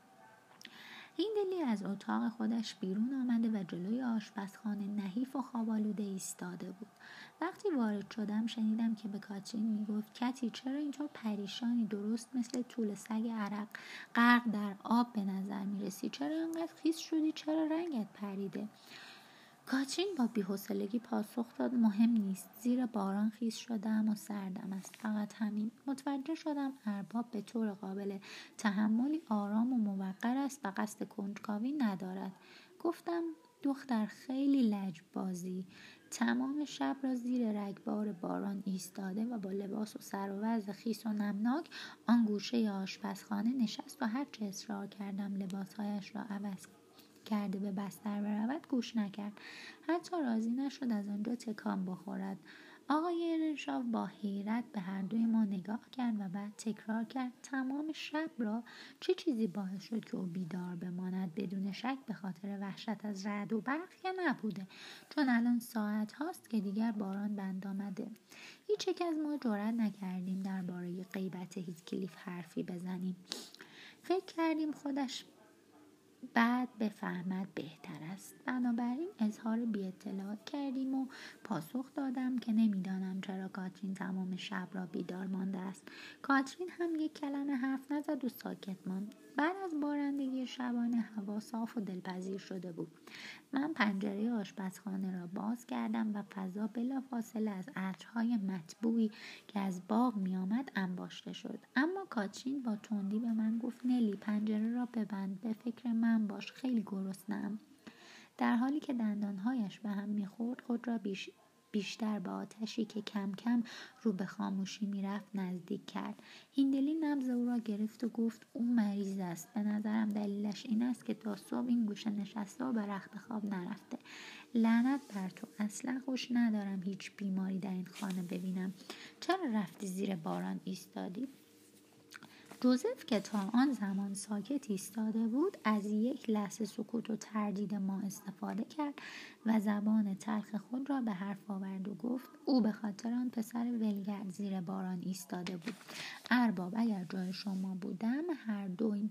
هیندلی از اتاق خودش بیرون آمده و جلوی آشپزخانه نحیف و خواب‌آلوده ایستاده بود. وقتی وارد شدم شنیدم که به کاترین میگفت کتی چرا اینطور پریشانی، درست مثل توله سگ عرق غرق در آب به نظر میرسی؟ چرا اینقدر خیس شدی؟ چرا رنگت پریده؟ کاترین با بی‌حوصلگی پاسخ داد مهم نیست، زیر باران خیس شدم و سردم است، فقط همین. متوجه شدم ارباب به طور قابل تحملی آرام و موقر است و قصد کنجکاوی ندارد. گفتم دختر خیلی لجبازی. تمام شب را زیر رگبار باران ایستاده و با لباس و سر و وضع خیس و نمناک آن گوشه آشپزخانه نشست و هرچه اصرار کردم لباسهایش را عوض کرده به بستر برود گوش نکرد. حتی راضی نشد از آنجا تکان بخورد. آقای ارنشاو با حیرت به هر دوی ما نگاه کرد و بعد تکرار کرد تمام شب را چه چیزی باعث شد که او بیدار بماند؟ بدون شک به خاطر وحشت از رعد و برق که نبوده، چون الان ساعت هاست که دیگر باران بند آمده. هیچ یک از ما جرئت نکردیم درباره غیبت هیتکلیف حرفی بزنیم. فکر کردیم خودش بعد بفهمد بهتر است. بنابراین اظهار بی‌اطلاعی کردیم و پاسخ دادم که نمیدانم چرا کاترین تمام شب را بیدار مانده است. کاترین هم یک کلمه حرف نزد و ساکت ماند. بعد از بارندگی شبانه هوا صاف و دلپذیر شده بود. من پنجره آشپزخانه را باز کردم و فضا بلافاصله از عطرهای مطبوعی که از باغ می آمد انباشته شد. اما کاترین با تندی به من گفت نلی پنجره را ببند، به فکر من باش، خیلی گرسنه‌ام. در حالی که دندانهایش به هم می‌خورد خود را بیشتر به آتشی که کم کم رو به خاموشی میرفت نزدیک کرد. هیندلی نبض او را گرفت و گفت او مریض است. به نظرم دلیلش این است که تا صبح این گوشه نشسته و به رخت خواب نرفته. لعنت بر تو، اصلا خوش ندارم هیچ بیماری در این خانه ببینم. چرا رفتی زیر باران ایستادی؟ جوزف که تا آن زمان ساکت ایستاده بود از یک لحظه سکوت و تردید ما استفاده کرد و زبان تلخ خود را به حرف آورد و گفت او به خاطر آن پسر ولگرد زیر باران ایستاده بود. ارباب اگر جای شما بودم هر دو این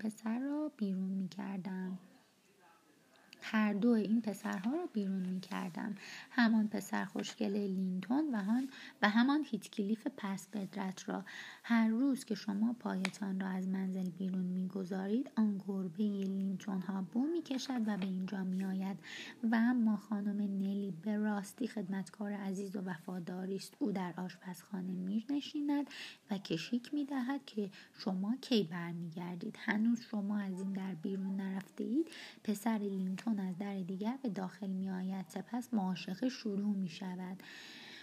پسرها را بیرون می کردم. همان پسر خوشگل لینتون و همان هیتکلیف پس بدرت را. هر روز که شما پایتان را از منزل بیرون می گذارید آن گربه لینتون ها بو می کشد و به اینجا می آید. و اما خانم نلی به راستی خدمتکار عزیز و وفاداری است. او در آشپزخانه می نشیند و کشیک می دهد که شما کی برمی گردید. هنوز شما از این در بیرون نرفته اید. پسر لینتون از در دیگر به داخل می آید. سپس معاشقه شروع می شود.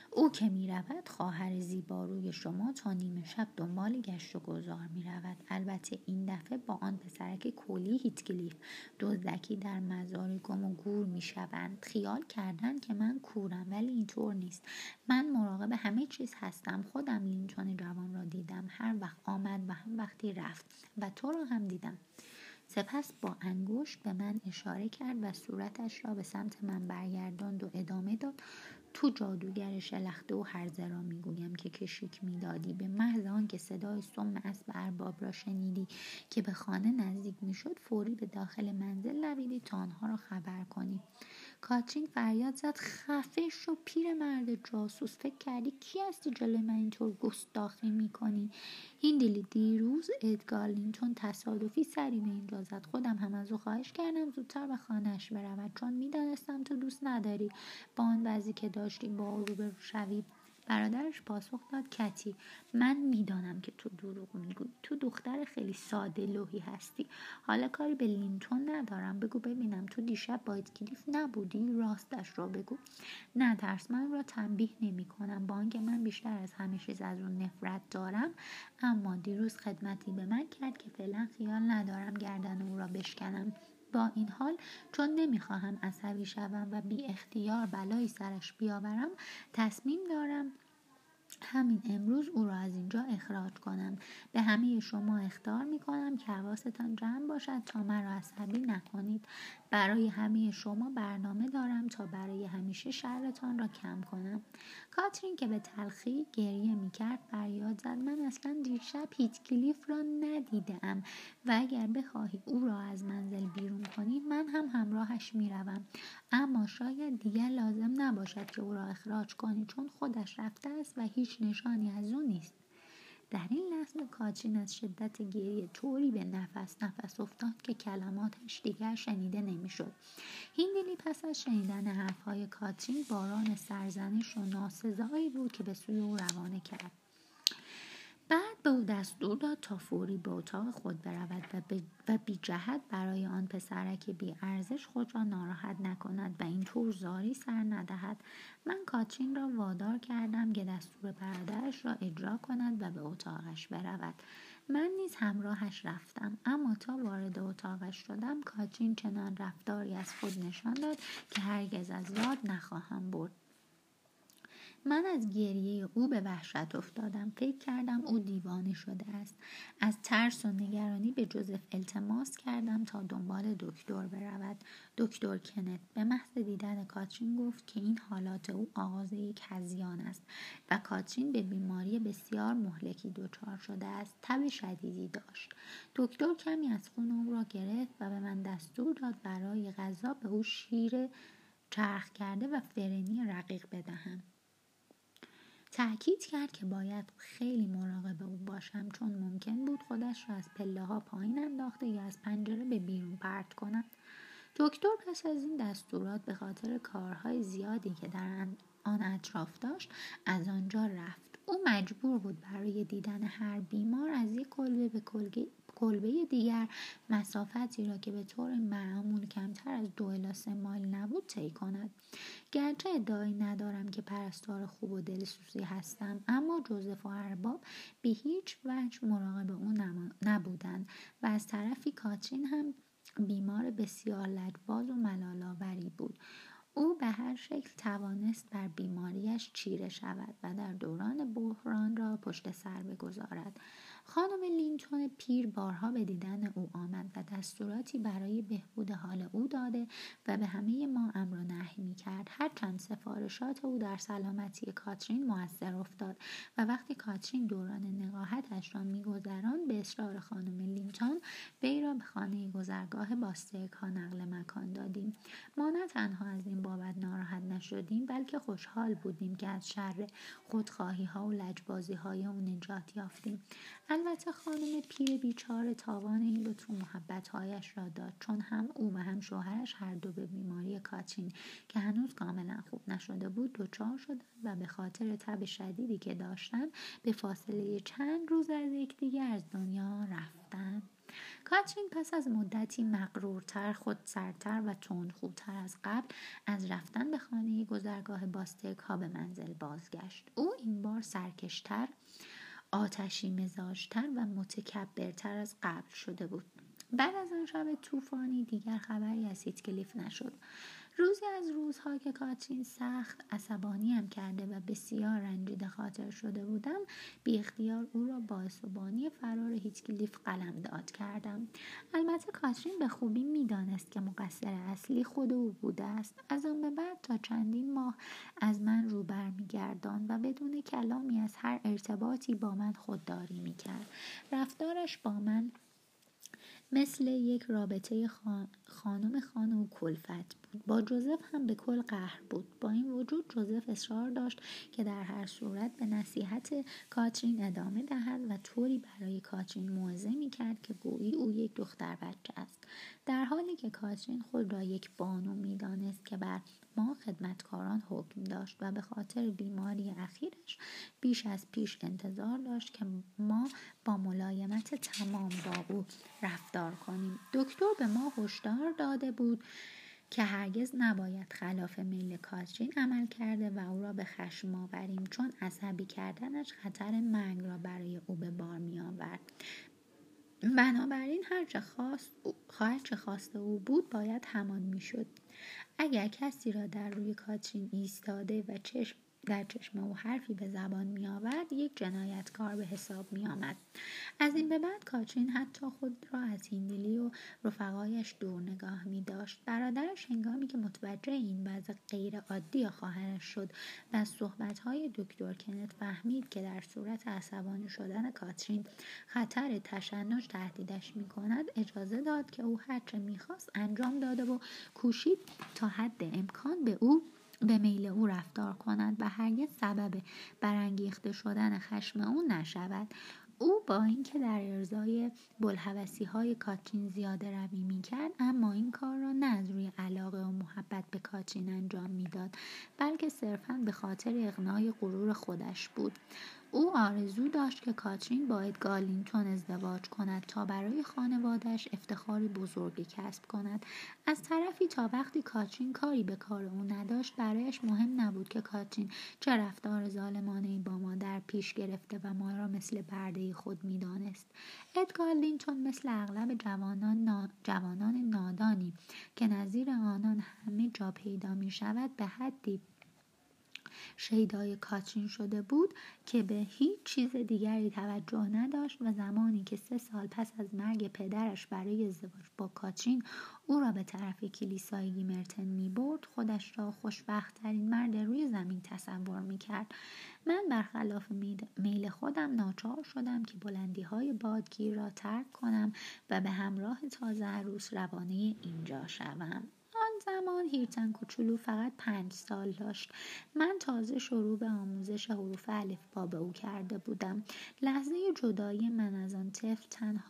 او که می رود خواهر زیباروی شما تا نیمه شب دنبال گشت و گذار می رود. البته این دفعه با آن پسرک کولی هیتکلیف دزدکی در مزار گم و گور می شوند. خیال کردن که من کورم، ولی اینطور نیست. من مراقب همه چیز هستم. خودم لینتون جوان را دیدم، هر وقت آمد و هم وقتی رفت، و تو را هم دیدم. سپس با انگشت به من اشاره کرد و صورتش را به سمت من برگرداند و ادامه داد: تو جادوگر شلخته و هرزه را میگویم که کشیک میدادی. به محض آنکه صدای سم اسب ارباب را شنیدی که به خانه نزدیک میشد، فوری به داخل منزل دویدی تا آنها را خبر کنی. کاترین فریاد زد: خفه شو پیرمرد جاسوس، فکر کردی کی هستی جلوی من اینطور گستاخی میکنی؟ هیندلی، دیروز ادگار لینتون تصادفی سری به اینجا زد. خودم هم از او خواهش کردم زودتر به خانه‌اش برود، چون میدانستم تو دوست نداری با آن وضعی که داشتی با او روبرو شوی. برادرش پاسخ داد: کتی، من میدانم که تو دروغ میگویی. تو دختر خیلی ساده لوحی هستی. حالا کاری به لینتون ندارم. بگو ببینم، تو دیشب با هیتکلیف نبودی؟ راستش را بگو. نه ترس، من را تنبیه نمی کنم، با آنکه من بیشتر از همه چیز از اون نفرت دارم. اما دیروز خدمتی به من کرد که فعلا خیال ندارم گردن او را بشکنم. با این حال چون نمیخواهم عصبی شوم و بی اختیار بلایی سرش بیاورم، تصمیم دارم همین امروز او را از اینجا اخراج کنم. به همه شما اخطار میکنم که حواستان جمع باشد تا مرا عصبی نکنید. برای همه شما برنامه دارم تا برای همیشه شرتان را کم کنم. کاترین که به تلخی گریه میکرد فریاد زد: من اصلا دیشب هیتکلیف را ندیدم و اگر بخواهی او را از منزل بیرون کنی من هم همراهش میروم. اما شاید دیگر لازم نباشد که او را اخراج کنی، چون خودش رفته است و هیچ نشانی از او نیست. در این لحظه کاترین از شدت گریه طوری به نفس افتاد که کلماتش دیگر شنیده نمیشد. هیندلی پس از شنیدن حرفهای کاترین باران سرزنش و ناسزایی بود که به سوی او روانه کرد. بعد به او دستور داد تا فوری به اتاق خود برود و بی جهت برای آن پسرک بی ارزش خود را ناراحت نکند و اینطور زاری سر ندهد. من کاترین را وادار کردم که دستور برادرش را اجرا کند و به اتاقش برود. من نیز همراهش رفتم، اما تا وارد اتاقش شدم کاترین چنان رفتاری از خود نشان داد که هرگز از یاد نخواهم برد. من از گریه او به وحشت افتادم. فکر کردم او دیوانه شده است. از ترس و نگرانی به جوزف التماس کردم تا دنبال دکتر برود. دکتر کنت به محض دیدن کاترین گفت که این حالات او آغاز یک هذیان است و کاترین به بیماری بسیار مهلکی دچار شده است. تب شدیدی داشت. دکتر کمی از خون او را گرفت و به من دستور داد برای غذا به او شیر چرخ کرده و فرنی رقیق بدهم. تأکید کرد که باید خیلی مراقب او باشم، چون ممکن بود خودش را از پله‌ها پایین انداخته یا از پنجره به بیرون پرت کند. دکتر پس از این دستورات به خاطر کارهای زیادی که در آن اطراف داشت از آنجا رفت. او مجبور بود برای دیدن هر بیمار از یک کلبه به کلبه دیگر مسافتی را که به طور معمول کمتر از 2 الی 3 مایل نبود طی کند. گرچه ادعایی ندارم که پرستار خوب و دلسوزی هستم، اما جوزف و ارباب به هیچ وجه مراقب او نبودند و از طرفی کاترین هم بیمار بسیار لجباز و ملال‌آوری بود. او به هر شکل توانست بر بیماریش چیره شود و در دوران بحران را پشت سر بگذارد. خانم لینتون پیر بارها به دیدن او آمد و دستوراتی برای بهبود حال او داده و به همه ما امر و نهی می‌کرد. هرچند سفارشات او در سلامتی کاترین مؤثر افتاد و وقتی کاترین دوران نقاهتش را می‌گذراند به اصرار خانم لینتون وی را به خانه گذرگاه باسترک‌ها نقل مکان دادیم. ما نه تنها از این بابت ناراحت نشدیم، بلکه خوشحال بودیم که از شر خودخواهی‌ها و لجبازی‌های او نجات یافتیم. البته خانم پیر بیچاره تاوان این لطف و محبت‌هایش را داد، چون هم او و هم شوهرش هر دو به بیماری کاترین که هنوز کاملا خوب نشده بود دچار شدند و به خاطر تب شدیدی که داشتند به فاصله چند روز از یکدیگر از دنیا رفتند. کاترین پس از مدتی مغرورتر، خودسرتر و تندخوتر از قبل از رفتن به خانه گذرگاه باستک ها به منزل بازگشت. او این بار سرکشتر، آتشی مزاجتر و متکبرتر از قبل شده بود. بعد از آن شب طوفانی دیگر خبری از هیتکلیف نشد. روزی از روزها که کاترین سخت عصبانیم کرده و بسیار رنجیده خاطر شده بودم، بی اختیار او را باعث و بانی فرار هیتکلیف قلمداد کردم. البته کاترین به خوبی میدانست که مقصر اصلی خود او بوده است. از آن به بعد تا چندین ماه از من رو برمیگرداند و بدون کلامی از هر ارتباطی با من خودداری میکرد. رفتارش با من مثل یک رابطه خانم خانه و کلفت بود. با جوزف هم به کل قهر بود. با این وجود جوزف اصرار داشت که در هر صورت به نصیحت کاترین ادامه دهد و طوری برای کاترین موعظه می‌کرد که گویی او یک دختر بچه است، در حالی که کاترین خود را یک بانو می‌دانست که بر ما خدمتکاران حکم داشت و به خاطر بیماری اخیرش بیش از پیش انتظار داشت که ما با ملایمت تمام با او رفتار کنیم. دکتر به ما هشدار داده بود که هرگز نباید خلاف میل کاترین عمل کرده و او را به خشم آوریم، چون عصبی کردنش خطر مرگ را برای او به بار می آورد. بنابراین هرچه خواست او بود باید همان می شد. اگر کسی را در روی کاترین ایستاده و در چشم او حرفی به زبان می آورد، یک جنایتکار به حساب می آمد. از این به بعد کاترین حتی خود را از هیندلی و رفقایش دور نگاه می داشت. برادرش هنگامی که متوجه این وضع غیر عادی خواهرش شد و از صحبت‌های دکتر کنت فهمید که در صورت عصبانی شدن کاترین خطر تشنج تهدیدش می کند، اجازه داد که او هرچه می خواست انجام داده و کوشید تا حد امکان به میل او رفتار کند و هرگز سبب برانگیخته شدن خشم او نشود. او با اینکه در ارضای بوالهوسی‌های کاترین زیاده روی می‌کرد، اما این کار را نه از روی علاقه و محبت به کاترین انجام می‌داد، بلکه صرفاً به خاطر اقناع غرور خودش بود. او آرزو داشت که کاترین با ادگارلینتون ازدواج کند تا برای خانواده‌اش افتخاری بزرگی کسب کند. از طرفی تا وقتی کاترین کاری به کار او نداشت، برایش مهم نبود که کاترین چه رفتار ظالمانه‌ای با ما در پیش گرفته و ما را مثل برده خود می‌دانست. ادگارلینتون مثل اغلب جوانان نادانی که نظیر آنان همه جا پیدا می‌شود، به حدی شیدای کاترین شده بود که به هیچ چیز دیگری توجه نداشت و زمانی که 3 سال پس از مرگ پدرش برای ازدواج با کاترین او را به طرف کلیسای گیمرتن می برد، خودش را خوشبخت‌ترین مرد روی زمین تصور می کرد. من برخلاف میل خودم ناچار شدم که بلندی‌های بادگیر را ترک کنم و به همراه تازه عروس روانه اینجا شوم. آن زمان هیرتن کوچولو فقط 5 سال داشت. من تازه شروع به آموزش حروف الفبا به او کرده بودم. لحظه جدایی من از آن طفل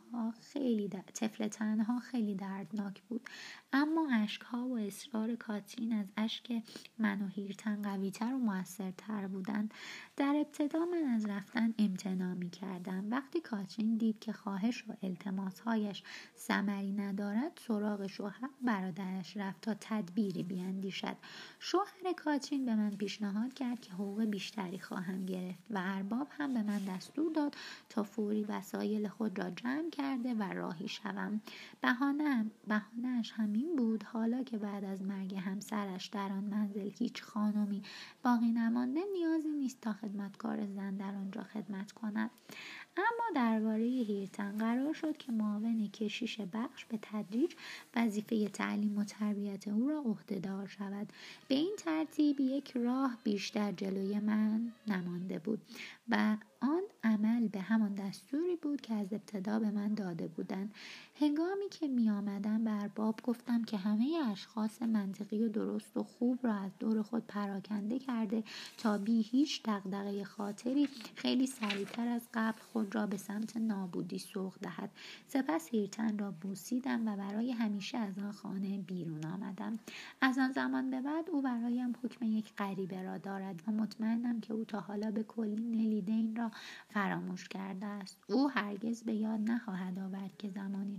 تنها خیلی دردناک بود، اما اشک‌ها و اصرار کاترین از اشک من و هیرتن قوی‌تر و موثرتر بودند. در ابتدا من از رفتن امتناع می‌کردم. وقتی کاترین دید که خواهش و التماس‌هایش ثمری ندارد، سراغ شوهر برادرش رفت تا تدبیری بیاندیشد. شوهر کاترین به من پیشنهاد کرد که حقوق بیشتری خواهم گرفت و ارباب هم به من دستور تا فوری وسایل خود را جمع کرده و راهی شوم. بهانه‌اش همین بود. حالا که بعد از مرگ همسرش در آن منزل هیچ خانمی باقی نمانده، نیازی نیست تا خدمتکار زن در آنجا خدمت کند. اما درباره هیرتن قرار شد که معاون کشیش بخش به تدریج وظیفه تعلیم و تربیت او را عهده‌دار شود. به این ترتیب یک راه بیشتر جلوی من نمانده بود و آن عمل به همان دستوری بود که از ابتدا به من داده بودند. هنگامی که می آمدم به ارباب گفتم که همه اشخاص منطقی و درست و خوب را از دور خود پراکنده کرده تا بی هیچ دغدغه خاطری خیلی سریعتر از قبل خود را به سمت نابودی سوق دهد. سپس هیرتن را بوسیدم و برای همیشه از آن خانه بیرون آمدم. از آن زمان به بعد او برایم حکم یک غریبه را دارد و مطمئنم که او تا حالا به کلی نلی دین را فراموش کرده است. او هرگز به یاد نخواهد آورد که زمانی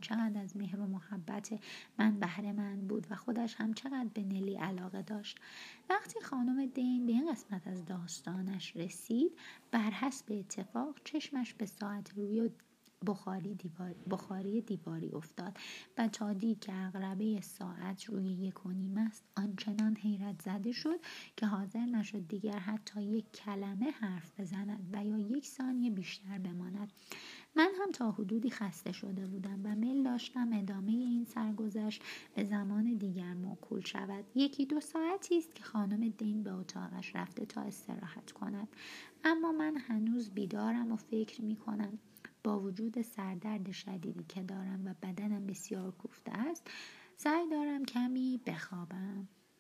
چقدر از مهر و محبت من بهره مند بود و خودش هم چقدر به نلی علاقه داشت. وقتی خانم دین به این قسمت از داستانش رسید، بر حسب اتفاق چشمش به ساعت روی بخاری دیواری افتاد و تا دید که عقربه ساعت روی 1:30 است آنچنان حیرت زده شد که حاضر نشد دیگر حتی یک کلمه حرف بزند و یا 1 ثانیه بیشتر بماند. من هم تا حدودی خسته شده بودم و میل داشتم ادامه این سرگذشت به زمان دیگر موکول شود. 1-2 ساعتی است که خانم دین به اتاقش رفته تا استراحت کند، اما من هنوز بیدارم و فکر می کنم با وجود سردرد شدیدی که دارم و بدنم بسیار کوفته است، سعی دارم کمی بخوابم.